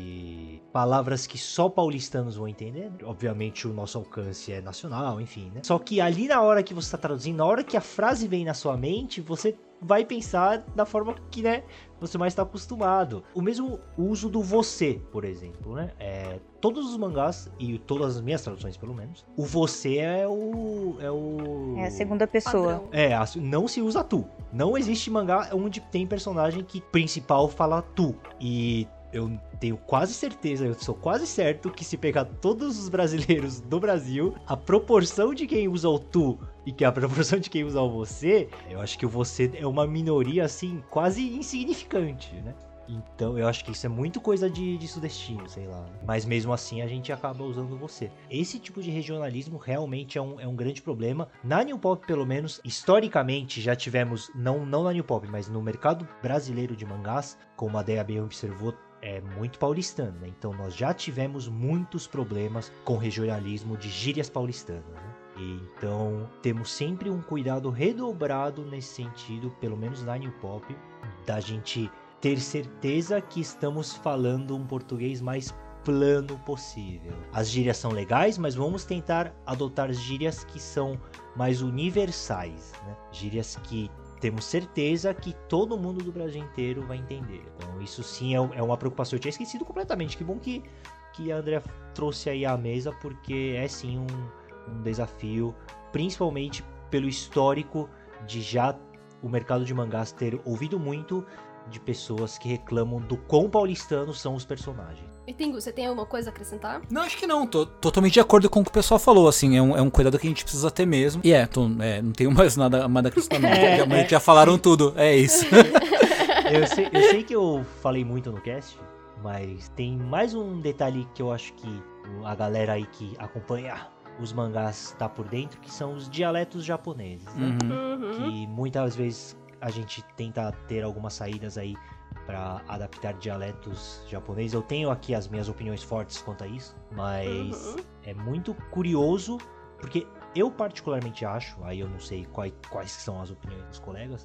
de palavras que só paulistanos vão entender. Obviamente o nosso alcance é nacional, enfim, né? Só que ali na hora que você está traduzindo, na hora que a frase vem na sua mente, você vai pensar da forma que, né, você mais está acostumado. O mesmo uso do você, por exemplo, né? É, todos os mangás, e todas as minhas traduções pelo menos, o você é o... É, o... É a segunda pessoa. Padrão. É, não se usa tu. Não existe mangá onde tem personagem que principal fala tu. E eu tenho quase certeza, eu sou quase certo que se pegar todos os brasileiros do Brasil, a proporção de quem usa o tu e que a proporção de quem usa o você, eu acho que o você é uma minoria, assim, quase insignificante, né? Então, eu acho que isso é muito coisa de, de sudestino, sei lá. Mas mesmo assim, a gente acaba usando você. Esse tipo de regionalismo realmente é um, é um grande problema. Na New Pop, pelo menos, historicamente, já tivemos, não, não na New Pop, mas no mercado brasileiro de mangás, como a Deia bem observou, é muito paulistano, né? Então, nós já tivemos muitos problemas com regionalismo de gírias paulistanas, né? Então, temos sempre um cuidado redobrado nesse sentido, pelo menos na New Pop, da gente ter certeza que estamos falando um português mais plano possível. As gírias são legais, mas vamos tentar adotar gírias que são mais universais, né? Gírias que temos certeza que todo mundo do Brasil inteiro vai entender. Então isso sim é, é uma preocupação. Eu tinha esquecido completamente. Que bom que, que a Andrea trouxe aí à mesa, porque é sim um, um desafio, principalmente pelo histórico de já o mercado de mangás ter ouvido muito de pessoas que reclamam do quão paulistanos são os personagens. E Tengu, você tem alguma coisa a acrescentar? Não, acho que não. Tô totalmente de acordo com o que o pessoal falou, assim. É um, é um cuidado que a gente precisa ter mesmo. E é, tô, é não tenho mais nada, nada a acrescentar. Não. É, já, é. já falaram tudo. É isso. eu, sei, eu sei que eu falei muito no cast, mas tem mais um detalhe que eu acho que a galera aí que acompanha os mangás tá por dentro, que são os dialetos japoneses, né? Uhum. Uhum. Que muitas vezes a gente tenta ter algumas saídas aí para adaptar dialetos japoneses. Eu tenho aqui as minhas opiniões fortes quanto a isso, mas Uhum. é muito curioso, porque eu particularmente acho, aí eu não sei quais, quais são as opiniões dos colegas,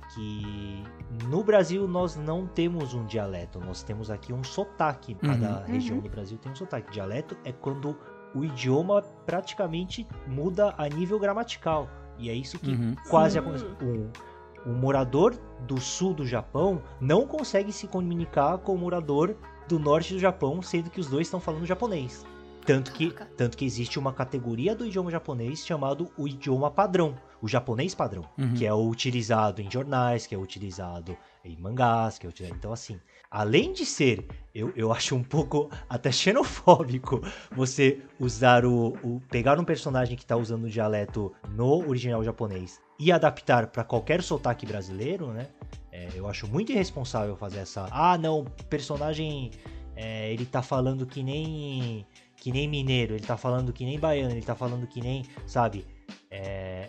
que no Brasil nós não temos um dialeto, nós temos aqui um sotaque. Cada Uhum. região do Brasil tem um sotaque. Dialeto é quando o idioma praticamente muda a nível gramatical. E é isso que Uhum. quase Sim. acontece. Um, um morador do sul do Japão não consegue se comunicar com o morador do norte do Japão, sendo que os dois estão falando japonês. Tanto que, Caraca. tanto que existe uma categoria do idioma japonês chamado o idioma padrão, o japonês padrão, Uhum. que é o utilizado em jornais, que é utilizado em mangás, que é utilizado... Então, assim, além de ser, eu, eu acho um pouco até xenofóbico você usar o... o pegar um personagem que está usando o dialeto no original japonês e adaptar para qualquer sotaque brasileiro, né? É, eu acho muito irresponsável fazer essa... Ah, não, personagem... É, ele tá falando que nem... que nem mineiro, ele tá falando que nem baiano, ele tá falando que nem... Sabe? É...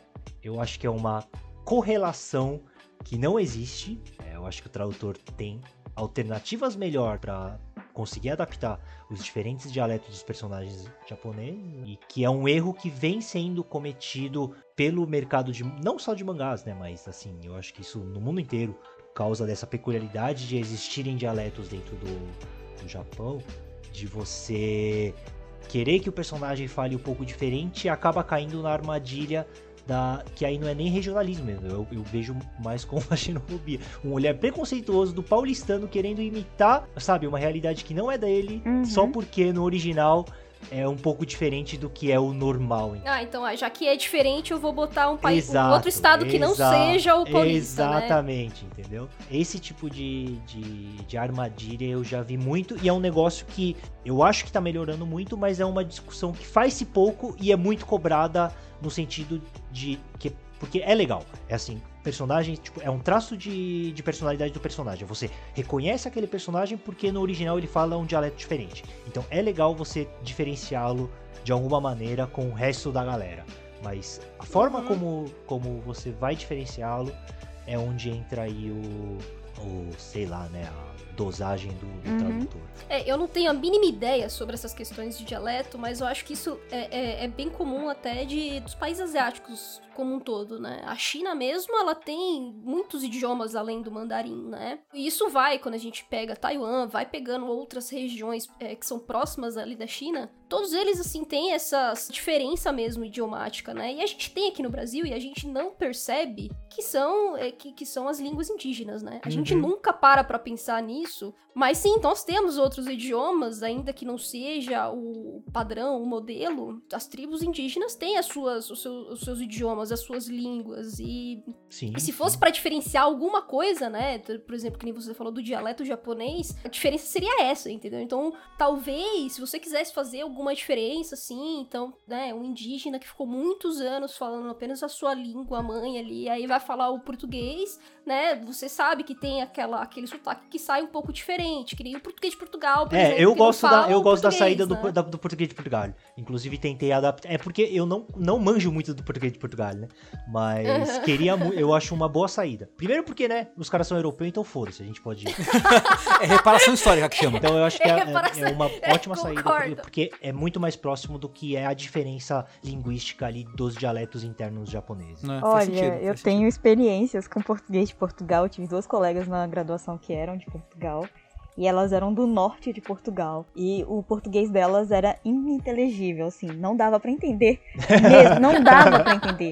Eu acho que é uma correlação que não existe. É, eu acho que o tradutor tem alternativas melhor para conseguir adaptar os diferentes dialetos dos personagens japoneses, e que é um erro que vem sendo cometido pelo mercado de, não só de mangás, né, mas assim, eu acho que isso no mundo inteiro, por causa dessa peculiaridade de existirem dialetos dentro do, do Japão, de você querer que o personagem fale um pouco diferente, acaba caindo na armadilha da, que aí não é nem regionalismo mesmo, eu, eu vejo mais como uma xenofobia, um olhar preconceituoso do paulistano querendo imitar, sabe, uma realidade que não é dele, uhum. só porque no original é um pouco diferente do que é o normal. Ah, então já que é diferente, eu vou botar um país, exato, um outro estado que não seja o paulista, exatamente, né? Entendeu? Esse tipo de, de, de armadilha eu já vi muito, e é um negócio que eu acho que tá melhorando muito, mas é uma discussão que faz-se pouco e é muito cobrada no sentido de que, porque é legal, é assim, personagem, tipo, é um traço de, de personalidade do personagem, você reconhece aquele personagem porque no original ele fala um dialeto diferente, então é legal você diferenciá-lo de alguma maneira com o resto da galera, mas a forma uhum. como, como você vai diferenciá-lo é onde entra aí o, o sei lá, né, a dosagem do, do uhum. tradutor. É, eu não tenho a mínima ideia sobre essas questões de dialeto, mas eu acho que isso é, é, é bem comum até de, dos países asiáticos como um todo, né? A China mesmo, ela tem muitos idiomas além do mandarim, né? E isso vai, quando a gente pega Taiwan, vai pegando outras regiões é, que são próximas ali da China, todos eles, assim, têm essa diferença mesmo idiomática, né? E a gente tem aqui no Brasil, e a gente não percebe que são, é, que, que são as línguas indígenas, né? A uhum. gente nunca para pra pensar nisso, mas sim, nós temos outros idiomas, ainda que não seja o padrão, o modelo. As tribos indígenas têm as suas, os, seus, os seus idiomas, as suas línguas, e, sim, e se fosse pra diferenciar alguma coisa, né, por exemplo, que nem você falou do dialeto japonês, a diferença seria essa, entendeu? Então, talvez, se você quisesse fazer alguma diferença, assim, então, né, um indígena que ficou muitos anos falando apenas a sua língua mãe ali, aí vai falar o português, né, você sabe que tem aquela, aquele sotaque que sai um pouco diferente, que nem o português de Portugal, por é, exemplo, eu gosto da eu gosto da saída né? do, da, do português de Portugal. Inclusive tentei adaptar, é porque eu não, não manjo muito do português de Portugal, né? Mas queria, eu acho uma boa saída. Primeiro porque, né, os caras são europeus, então foda-se, a gente pode ir. É reparação histórica que chama. Então eu acho que é, é, é uma ótima é, saída, porque, porque é muito mais próximo do que é a diferença linguística ali dos dialetos internos japoneses. Não, Olha, sentido, eu tenho sentido. experiências com português de Portugal, eu tive duas colegas na graduação que eram de Portugal. E elas eram do norte de Portugal. E o português delas era ininteligível, assim. Não dava pra entender. Mesmo, não dava pra entender.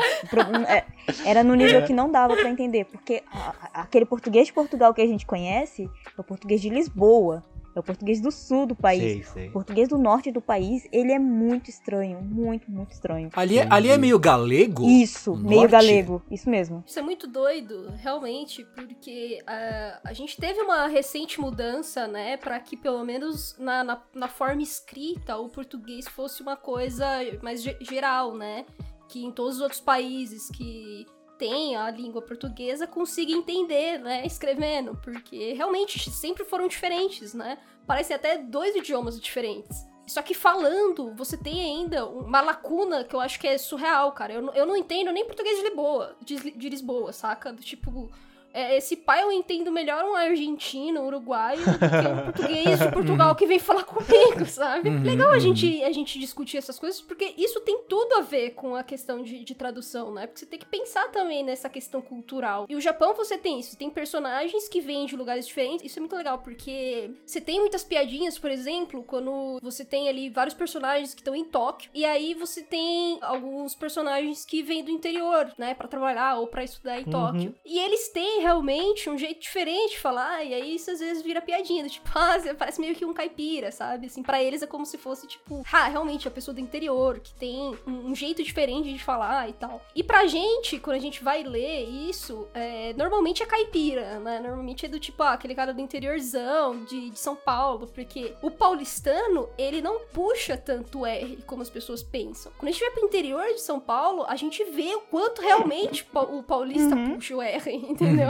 Era no nível que não dava pra entender. Porque aquele português de Portugal que a gente conhece é o português de Lisboa. É o português do sul do país. Sei, sei. O português do norte do país, ele é muito estranho. Muito, muito estranho. Ali, ali é meio galego? Isso, meio norte? galego. Isso mesmo. Isso é muito doido, realmente, porque uh, a gente teve uma recente mudança, né, pra que pelo menos na, na, na forma escrita o português fosse uma coisa mais ge- geral, né? Que em todos os outros países que tem a língua portuguesa consiga entender, né, escrevendo, porque realmente sempre foram diferentes, né, parecem até dois idiomas diferentes. Só que falando, você tem ainda uma lacuna que eu acho que é surreal, cara. Eu, eu não entendo nem português de Lisboa, de, de Lisboa, saca? Do tipo, é, esse pai eu entendo melhor um argentino, um uruguaio, do que um português de Portugal que vem falar comigo, sabe? Uhum, Legal a, uhum. gente, a gente discutir essas coisas, porque isso tem tudo a ver com a questão de, de tradução, né? Porque você tem que pensar também nessa questão cultural. E o Japão você tem isso, tem personagens que vêm de lugares diferentes, isso é muito legal, porque você tem muitas piadinhas, por exemplo, quando você tem ali vários personagens que estão em Tóquio, e aí você tem alguns personagens que vêm do interior, né? Pra trabalhar ou pra estudar em uhum. Tóquio. E eles têm realmente um jeito diferente de falar, e aí isso às vezes vira piadinha, do tipo, ah, você parece meio que um caipira, sabe? Assim, pra eles é como se fosse, tipo, ah, realmente, a pessoa do interior, que tem um, um jeito diferente de falar e tal. E pra gente, quando a gente vai ler isso, é, normalmente é caipira, né? Normalmente é do tipo, ah, aquele cara do interiorzão, de, de São Paulo, porque o paulistano, ele não puxa tanto R como as pessoas pensam. Quando a gente vai pro interior de São Paulo, a gente vê o quanto realmente o paulista uhum. puxa o R, entendeu?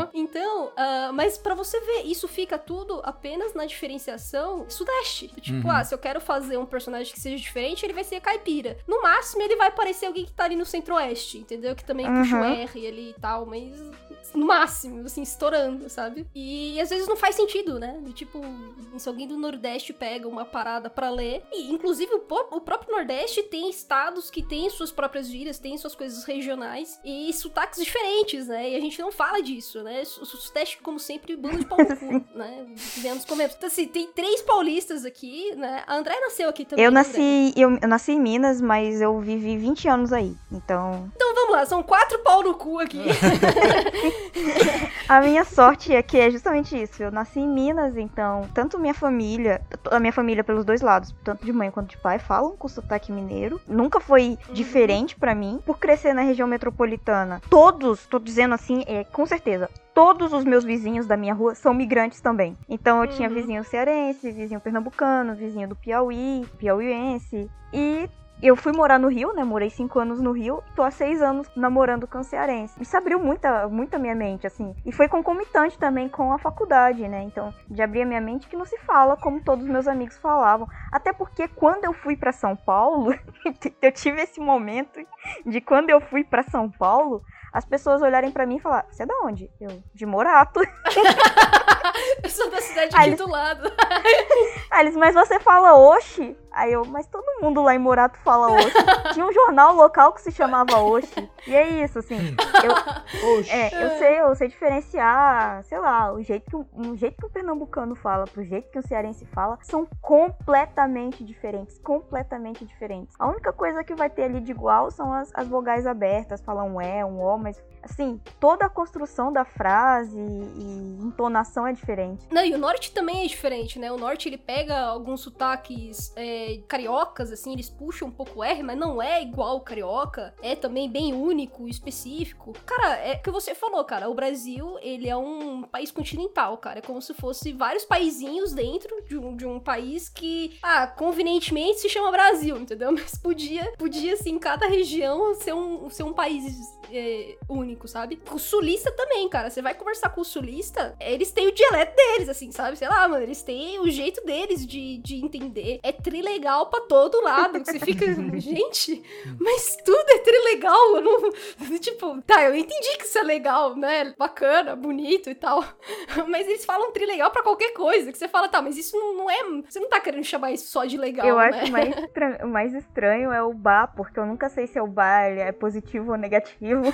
entendeu? Então, uh, mas pra você ver, isso fica tudo apenas na diferenciação sudeste. Tipo, Uhum. ah, se eu quero fazer um personagem que seja diferente, ele vai ser caipira. No máximo, ele vai parecer alguém que tá ali no centro-oeste, entendeu? Que também Uhum. puxa o R ali e tal, mas no máximo, assim, estourando, sabe? E às vezes não faz sentido, né? De, tipo, se alguém do Nordeste pega uma parada pra ler, e inclusive o, po- o próprio Nordeste tem estados que têm suas próprias gírias, tem suas coisas regionais e sotaques diferentes, né? E a gente não fala disso, né? O Sudeste, como sempre, bando de pau no cu, né? Vivemos comendo. Então, assim, tem três paulistas aqui, né? A André nasceu aqui também. Eu né, nasci, eu, eu nasci em Minas, mas eu vivi vinte anos aí, então... Então vamos lá, são quatro pau no cu aqui. A minha sorte é que é justamente isso. Eu nasci em Minas, então tanto minha família, a minha família pelos dois lados, tanto de mãe quanto de pai, falam com sotaque mineiro. Nunca foi Uhum. diferente pra mim. Por crescer na região metropolitana, todos, tô dizendo assim, é, com certeza, todos os meus vizinhos da minha rua são migrantes também. Então eu tinha Uhum. vizinho cearense, vizinho pernambucano, vizinho do Piauí, piauiense. E eu fui morar no Rio, né? Morei cinco anos no Rio. Tô há seis anos namorando com cearense. Isso abriu muita, muita minha mente, assim. E foi concomitante também com a faculdade, né? Então, de abrir a minha mente que não se fala como todos os meus amigos falavam. Até porque quando eu fui pra São Paulo, eu tive esse momento de quando eu fui pra São Paulo, as pessoas olharem pra mim e falar: você é da onde? Eu, de Morato. Eu sou da cidade Aí aqui eles- do lado. Aí eles, mas você fala Oxi? Aí eu, mas todo mundo lá em Morato fala Oxi. Tinha um jornal local que se chamava Oxi. E é isso, assim. Eu, Oxi. é, eu sei, eu sei diferenciar, sei lá, o jeito que, um- o jeito que um pernambucano fala pro jeito que um cearense fala são completamente diferentes. Completamente diferentes. A única coisa que vai ter ali de igual são as, as vogais abertas, falar um é, um ó, mas assim, toda a construção da frase e entonação é diferente. Não, e o norte também é diferente, né? O norte, ele pega alguns sotaques é, cariocas, assim, eles puxam um pouco o R, mas não é igual o carioca. É também bem único, específico. Cara, é o que você falou, cara. O Brasil, ele é um país continental, cara. É como se fosse vários paizinhos dentro de um, de um país que, ah, convenientemente se chama Brasil, entendeu? Mas podia, podia assim, cada região ser um, ser um país é, único, sabe? O sulista também, cara. Você vai conversar com o sulista, eles têm o dialeto deles, assim, sabe? Sei lá, mano, eles têm o jeito deles de, de entender. É trilegal pra todo lado. Que você fica, gente, mas tudo é trilegal. Eu não... Tipo, tá, eu entendi que isso é legal, né? Bacana, bonito e tal. Mas eles falam trilegal pra qualquer coisa. Que você fala, tá, mas isso não, não é... Você não tá querendo chamar isso só de legal, Eu né? acho mais, estra- o mais estranho é o bar, porque eu nunca sei se é o bar ele é positivo ou negativo.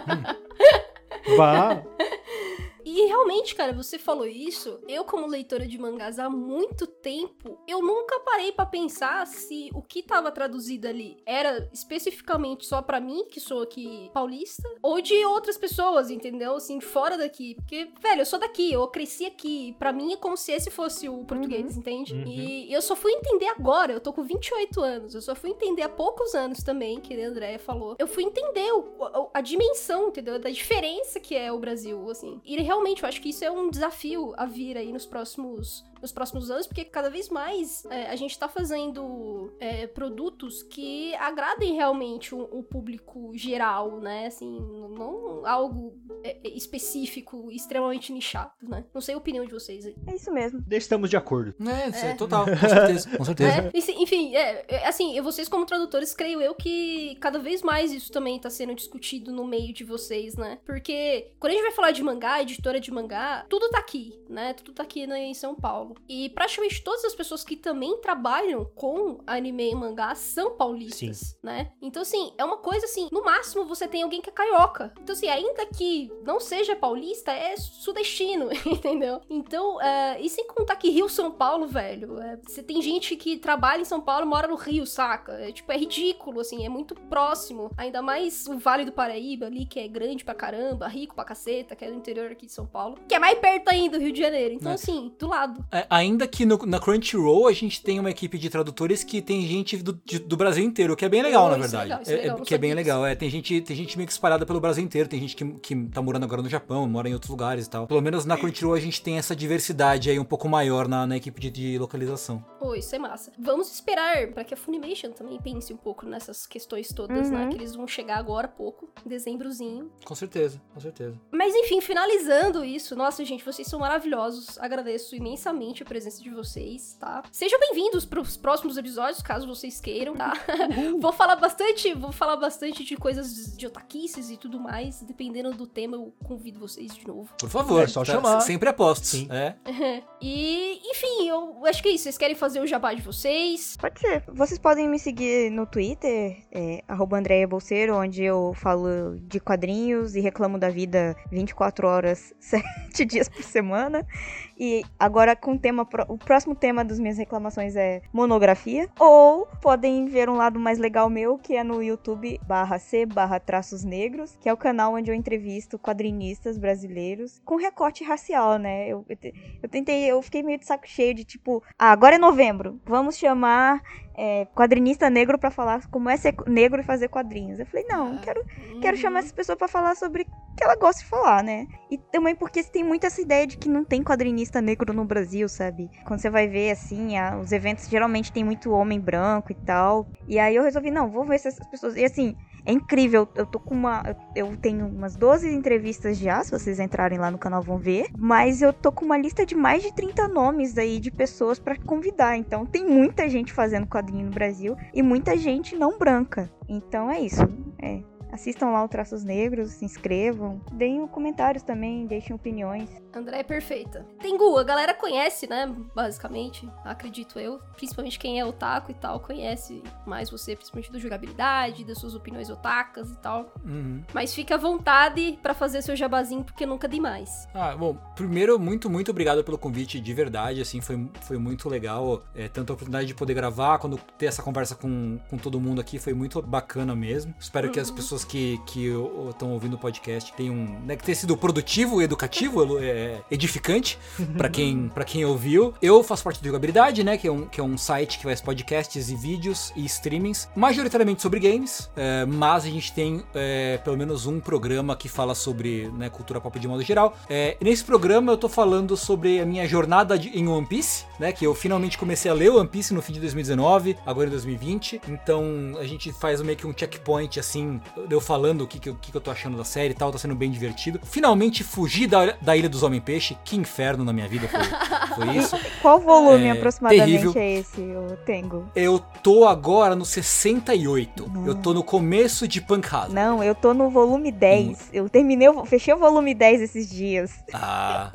Bah. E realmente, cara, você falou isso. Eu, como leitora de mangás há muito tempo, eu nunca parei pra pensar se o que tava traduzido ali era especificamente só pra mim, que sou aqui paulista, ou de outras pessoas, entendeu? Assim, fora daqui. Porque, velho, eu sou daqui, eu cresci aqui. Pra mim é como se esse fosse o português, entende? Uhum. E eu só fui entender agora. Eu tô com vinte e oito anos. Eu só fui entender há poucos anos também, que a Andrea falou. Eu fui entender o, a, a dimensão, entendeu? Da diferença que é o Brasil, assim. E realmente, eu acho que isso é um desafio a vir aí nos próximos, nos próximos anos, porque cada vez mais é, a gente tá fazendo é, produtos que agradem realmente o, o público geral, né? Assim, não algo é, específico, extremamente nichado, né? Não sei a opinião de vocês aí. É isso mesmo. Estamos de acordo. É, isso é É. total, com certeza, com certeza. É, e se- enfim, é, é, assim, e vocês como tradutores, creio eu que cada vez mais isso também tá sendo discutido no meio de vocês, né? Porque quando a gente vai falar de mangá, editora de mangá, tudo tá aqui, né? Tudo tá aqui né, em São Paulo. E praticamente todas as pessoas que também trabalham com anime e mangá são paulistas, né? Então, assim, é uma coisa assim, no máximo você tem alguém que é carioca. Então, assim, ainda que não seja paulista, é sudestino, entendeu? Então, é, e sem contar que Rio, São Paulo, velho, é, você tem gente que trabalha em São Paulo e mora no Rio, saca? É, tipo, é ridículo, assim, é muito próximo. Ainda mais o Vale do Paraíba ali, que é grande pra caramba, rico pra caceta, que é do interior aqui de São Paulo, que é mais perto ainda do Rio de Janeiro. Então, É. assim, do lado. É, ainda que no- na Crunchyroll a gente tem uma equipe de tradutores que tem gente do, de- do Brasil inteiro, o que é bem legal, Oh, na isso é verdade. legal, isso é legal, não que é bem sabia legal. É, tem, gente, tem gente meio que espalhada pelo Brasil inteiro, tem gente que, que tá morando agora no Japão, mora em outros lugares e tal. Pelo menos na Crunchyroll a gente tem essa diversidade aí um pouco maior na, na equipe de, de localização. Oh, isso é massa. Vamos esperar pra que a Funimation também pense um pouco nessas questões todas, Uhum. né? Que eles vão chegar agora há pouco, em dezembrozinho. Com certeza, com certeza. Mas enfim, finalizando isso, nossa, gente, vocês são maravilhosos. Agradeço imensamente a presença de vocês, tá? Sejam bem-vindos pros próximos episódios, caso vocês queiram, tá? Vou falar bastante, vou falar bastante de coisas de otaquices e tudo mais. Dependendo do tema, eu convido vocês de novo. Por favor, É só chamar. Sempre apostos. Sim. É. E, enfim, eu acho que é isso. Vocês querem fazer o jabá de vocês? Pode ser. Vocês podem me seguir no Twitter, é, arroba Andréia Bolseiro, onde eu falo de quadrinhos e reclamo da vida vinte e quatro horas, sete dias por semana. E agora com o tema, o próximo tema das minhas reclamações é monografia. Ou podem ver um lado mais legal meu, que é no YouTube barra C barra traços negros, que é o canal onde eu entrevisto quadrinistas brasileiros com recorte racial, né? Eu, eu, eu tentei, eu fiquei meio de saco cheio de tipo, ah, agora é novembro, vamos chamar é, quadrinista negro pra falar como é ser negro e fazer quadrinhos. Eu falei, não, quero, quero chamar essa pessoa pra falar sobre o que ela gosta de falar, né? E também porque tem muito essa ideia de que não tem quadrinista negro no Brasil, sabe? Quando você vai ver, assim, a, os eventos geralmente tem muito homem branco e tal. E aí eu resolvi, não, vou ver se essas pessoas... E assim... É incrível, eu tô com uma... Eu tenho umas doze entrevistas já, se vocês entrarem lá no canal vão ver. Mas eu tô com uma lista de mais de trinta nomes aí de pessoas pra convidar. Então tem muita gente fazendo quadrinho no Brasil e muita gente não branca. Então é isso, é... Assistam lá o Traços Negros, se inscrevam, deem comentários também, deixem opiniões. André é perfeita. Tengu, a galera conhece, né, basicamente, acredito eu. Principalmente quem é otaku e tal, conhece mais você, principalmente do jogabilidade, das suas opiniões otakas e tal. Uhum. Mas fica à vontade pra fazer seu jabazinho, porque nunca demais. Ah, bom, primeiro, muito, muito obrigado pelo convite, de verdade, assim, foi, foi muito legal, é, tanto a oportunidade de poder gravar, quando ter essa conversa com, com todo mundo aqui, foi muito bacana mesmo. Espero uhum. que as pessoas que estão ouvindo o podcast tenham, né, que tenha sido produtivo, educativo, é, edificante para quem, pra quem ouviu. Eu faço parte do Jogabilidade, né, que é, um, que é um site que faz podcasts e vídeos e streamings, majoritariamente sobre games, é, mas a gente tem é, pelo menos um programa que fala sobre, né, cultura pop de modo geral. É, nesse programa eu tô falando sobre a minha jornada de, em One Piece, né, que eu finalmente comecei a ler One Piece no fim de dois mil e dezenove, agora em dois mil e vinte, então a gente faz meio que um checkpoint, assim, eu falando o que, que, que eu tô achando da série e tal, tá sendo bem divertido. Finalmente fugi da, da Ilha dos Homem-Peixe, que inferno na minha vida foi, foi isso. Qual volume é, aproximadamente terrível. é esse, o Tengu? Eu tô agora no sessenta e oito, não. Eu tô no começo de Punk Hazard. Não, eu tô no volume dez, hum. eu terminei, eu fechei o volume dez esses dias. Ah...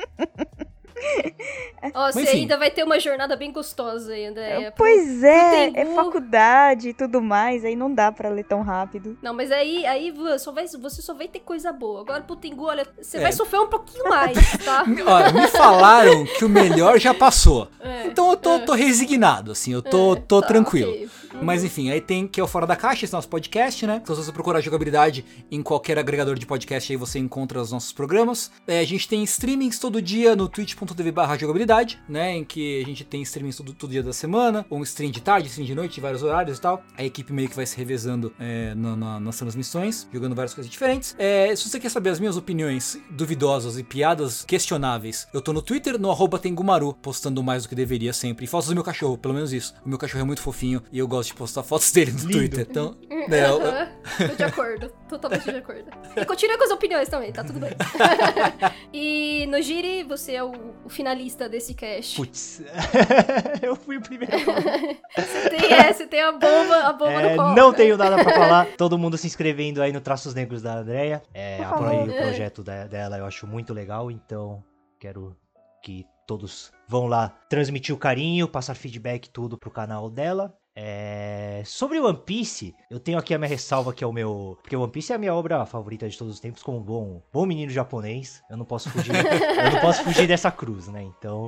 Ó, você ainda vai ter uma jornada bem gostosa aí, André. Pois é, Tengu... é faculdade e tudo mais, aí não dá pra ler tão rápido. Não, mas aí, aí só vai, você só vai ter coisa boa. Agora pro Tengu, olha, você é. vai sofrer um pouquinho mais, tá? Olha, me falaram que o melhor já passou. É, então eu tô, é. tô resignado, assim, eu tô, é, tô tá, tranquilo. Okay. Uhum. Mas enfim, aí tem que é o Fora da Caixa, esse nosso podcast, né? Então se você procurar Jogabilidade em qualquer agregador de podcast, aí você encontra os nossos programas. É, a gente tem streamings todo dia no twitch ponto tv barra jogabilidade, né, em que a gente tem streamings todo, todo dia da semana, ou um stream de tarde, stream de noite, vários horários e tal. A equipe meio que vai se revezando é, na, na, nas transmissões, jogando várias coisas diferentes. É, se você quer saber as minhas opiniões duvidosas e piadas questionáveis, eu tô no Twitter, no arroba Tengumaru, postando mais do que deveria sempre. E fotos do meu cachorro, pelo menos isso. O meu cachorro é muito fofinho e eu gosto de postar fotos dele no Lindo. Twitter. Então, é, eu, eu... tô de acordo, totalmente de acordo. E continue com as opiniões também, tá tudo bem. E no Giri, você é o, o finalista desse cast. Putz, eu fui o primeiro. Você tem, é, você tem a bomba, a bomba é, no colo. Não tenho nada pra falar. Todo mundo se inscrevendo aí no Traços Negros da Andréia. É, apoiei o projeto é. dela, eu acho muito legal, então quero que todos vão lá transmitir o carinho, passar feedback, tudo pro canal dela. É... Sobre One Piece, eu tenho aqui a minha ressalva, que é o meu... Porque One Piece é a minha obra favorita de todos os tempos, como um bom, bom menino japonês. Eu não posso fugir eu não posso fugir dessa cruz, né? Então,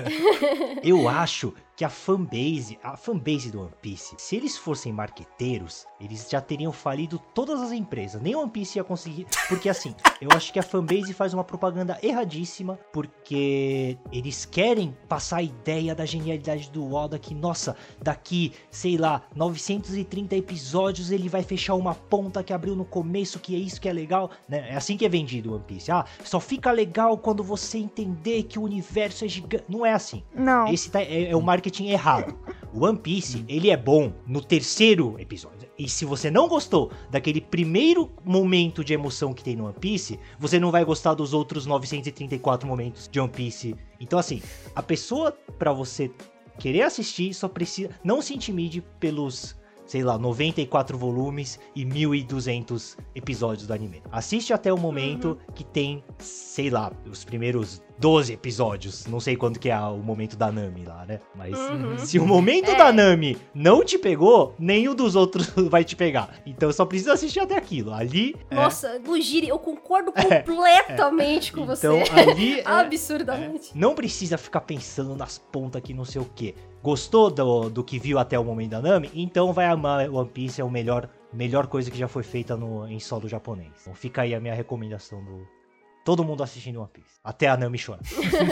eu acho que a fanbase, a fanbase do One Piece, se eles fossem marqueteiros, eles já teriam falido todas as empresas. Nem One Piece ia conseguir... Porque assim, eu acho que a fanbase faz uma propaganda erradíssima, porque eles querem passar a ideia da genialidade do Oda, que, nossa, daqui... sei lá, novecentos e trinta episódios, ele vai fechar uma ponta que abriu no começo, que é isso que é legal, né? É assim que é vendido One Piece. Ah, só fica legal quando você entender que o universo é gigante. Não é assim. Não. Esse tá, é, é o marketing marketing errado. O One Piece, ele é bom no terceiro episódio. E se você não gostou daquele primeiro momento de emoção que tem no One Piece, você não vai gostar dos outros novecentos e trinta e quatro momentos de One Piece. Então, assim, a pessoa, pra você querer assistir, só precisa... Não se intimide pelos... sei lá, noventa e quatro volumes e mil e duzentos episódios do anime. Assiste até o momento uhum. que tem, sei lá, os primeiros doze episódios. Não sei quando que é o momento da Nami lá, né? Mas uhum. se o momento é. da Nami não te pegou, nenhum dos outros vai te pegar. Então só precisa assistir até aquilo. Ali... Nossa, Lugiri, eu concordo completamente é. com você. Então ali... é, absurdamente. É. Não precisa ficar pensando nas pontas que não sei o quê. Gostou do, do que viu até o momento da Nami? Então vai amar One Piece, é a melhor, melhor coisa que já foi feita no, em solo japonês. Então fica aí a minha recomendação do... Todo mundo assistindo One Piece. Até a Nami chorar.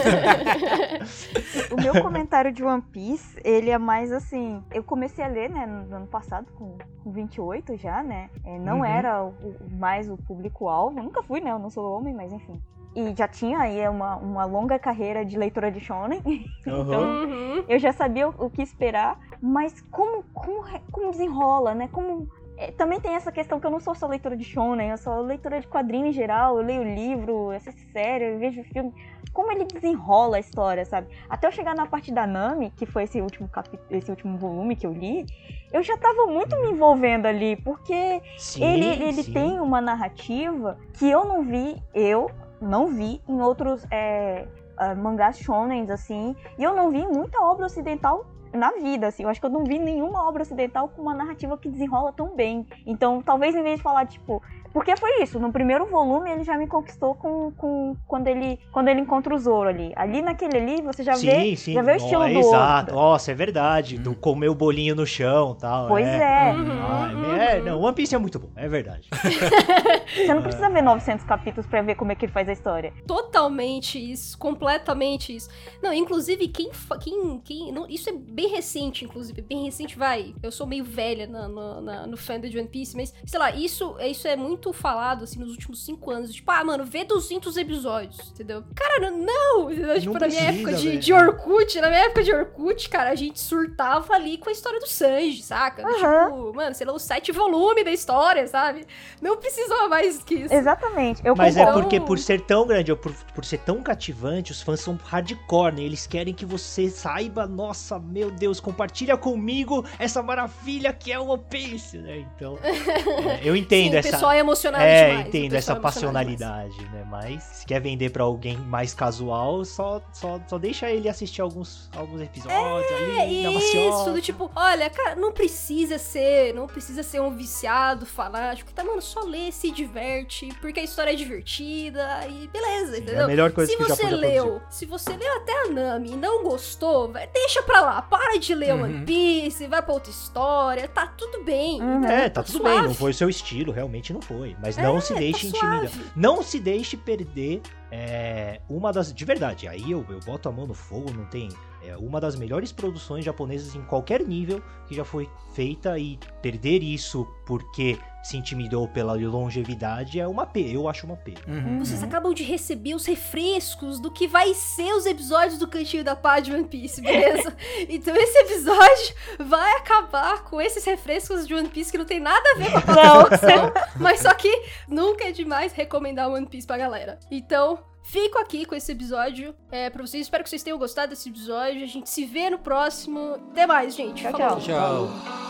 O meu comentário de One Piece, ele é mais assim... Eu comecei a ler, né, no ano passado, com, com vinte e oito já, né? É, não uhum. era o, o, mais o público-alvo. Nunca fui, né? Eu não sou homem, mas enfim. E já tinha aí uma, uma longa carreira de leitora de shonen. Uhum. Então, uhum. eu já sabia o, o que esperar. Mas como, como, como desenrola, né? Como... É, também tem essa questão que eu não sou só leitora de shonen, eu sou leitora de quadrinho em geral, eu leio livro, eu assisto série, eu vejo filme. Como ele desenrola a história, sabe? Até eu chegar na parte da Nami, que foi esse último, capi- esse último volume que eu li, eu já tava muito me envolvendo ali, porque sim, ele, ele tem uma narrativa que eu não vi, eu não vi em outros é, uh, mangás shonens, assim, e eu não vi muita obra ocidental na vida, assim, eu acho que eu não vi nenhuma obra ocidental com uma narrativa que desenrola tão bem. Então, talvez em vez de falar, tipo... Porque foi isso, no primeiro volume ele já me conquistou com, com, quando, ele, quando ele encontra o Zoro ali. Ali naquele ali, você já sim, vê, sim. Já vê o estilo oh, do exato. outro. Nossa, é verdade, do comer o bolinho no chão e tal. Pois é. é. Uhum, uhum. é. Não, One Piece é muito bom, é verdade. Você não precisa ver novecentos capítulos pra ver como é que ele faz a história. Totalmente isso, completamente isso. Não, inclusive, quem... quem, quem não, isso é bem recente, inclusive, bem recente, vai. Eu sou meio velha na, na, na, no fandom de One Piece, mas, sei lá, isso, isso é muito falado, assim, nos últimos cinco anos. Tipo, ah, mano, vê duzentos episódios, entendeu? Cara, não! Entendeu? Tipo, não na minha precisa, época de, de Orkut, na minha época de Orkut, cara, a gente surtava ali com a história do Sanji, saca? Uhum. Tipo, mano, sei lá, os sete volumes da história, sabe? Não precisava mais que isso. Exatamente. Eu Mas concordo. é porque por ser tão grande, ou por, por ser tão cativante, os fãs são hardcore, né? Eles querem que você saiba, nossa, meu Deus, compartilha comigo essa maravilha que é o One Piece, né? Então, é, eu entendo Sim, essa... o pessoal é emocionado é, demais. entendo essa passionalidade, né? Mas se quer vender pra alguém mais casual, só, só, só deixa ele assistir alguns, alguns episódios é, ali, dá uma isso, do tipo, olha, cara, não precisa ser, não precisa ser um viciado, fanático, tá, mano, só lê, se diverte, porque a história é divertida e beleza, entendeu? É a melhor coisa se que o Japão você já leu, produziu. Se você leu até a Nami e não gostou, véio, deixa pra lá, para de ler Uhum. One Piece, vai pra outra história, tá tudo bem. Uhum. Entendeu? É, tá, tá tudo suave. bem, não foi o seu estilo, realmente não foi. Mas não É, se deixe tá intimidar. suave. Não se deixe perder é, uma das... De verdade, aí eu, eu boto a mão no fogo, não tem... É uma das melhores produções japonesas em qualquer nível que já foi feita, e perder isso porque se intimidou pela longevidade é uma pena, eu acho uma pena. Uhum. Vocês acabam de receber os refrescos do que vai ser os episódios do Cantinho da Paz de One Piece, beleza? Então esse episódio vai acabar com esses refrescos de One Piece que não tem nada a ver com a produção, mas só que nunca é demais recomendar One Piece pra galera. Então, fico aqui com esse episódio é, pra vocês. Espero que vocês tenham gostado desse episódio. A gente se vê no próximo. Até mais, gente. Tchau, Falou. tchau. Tchau.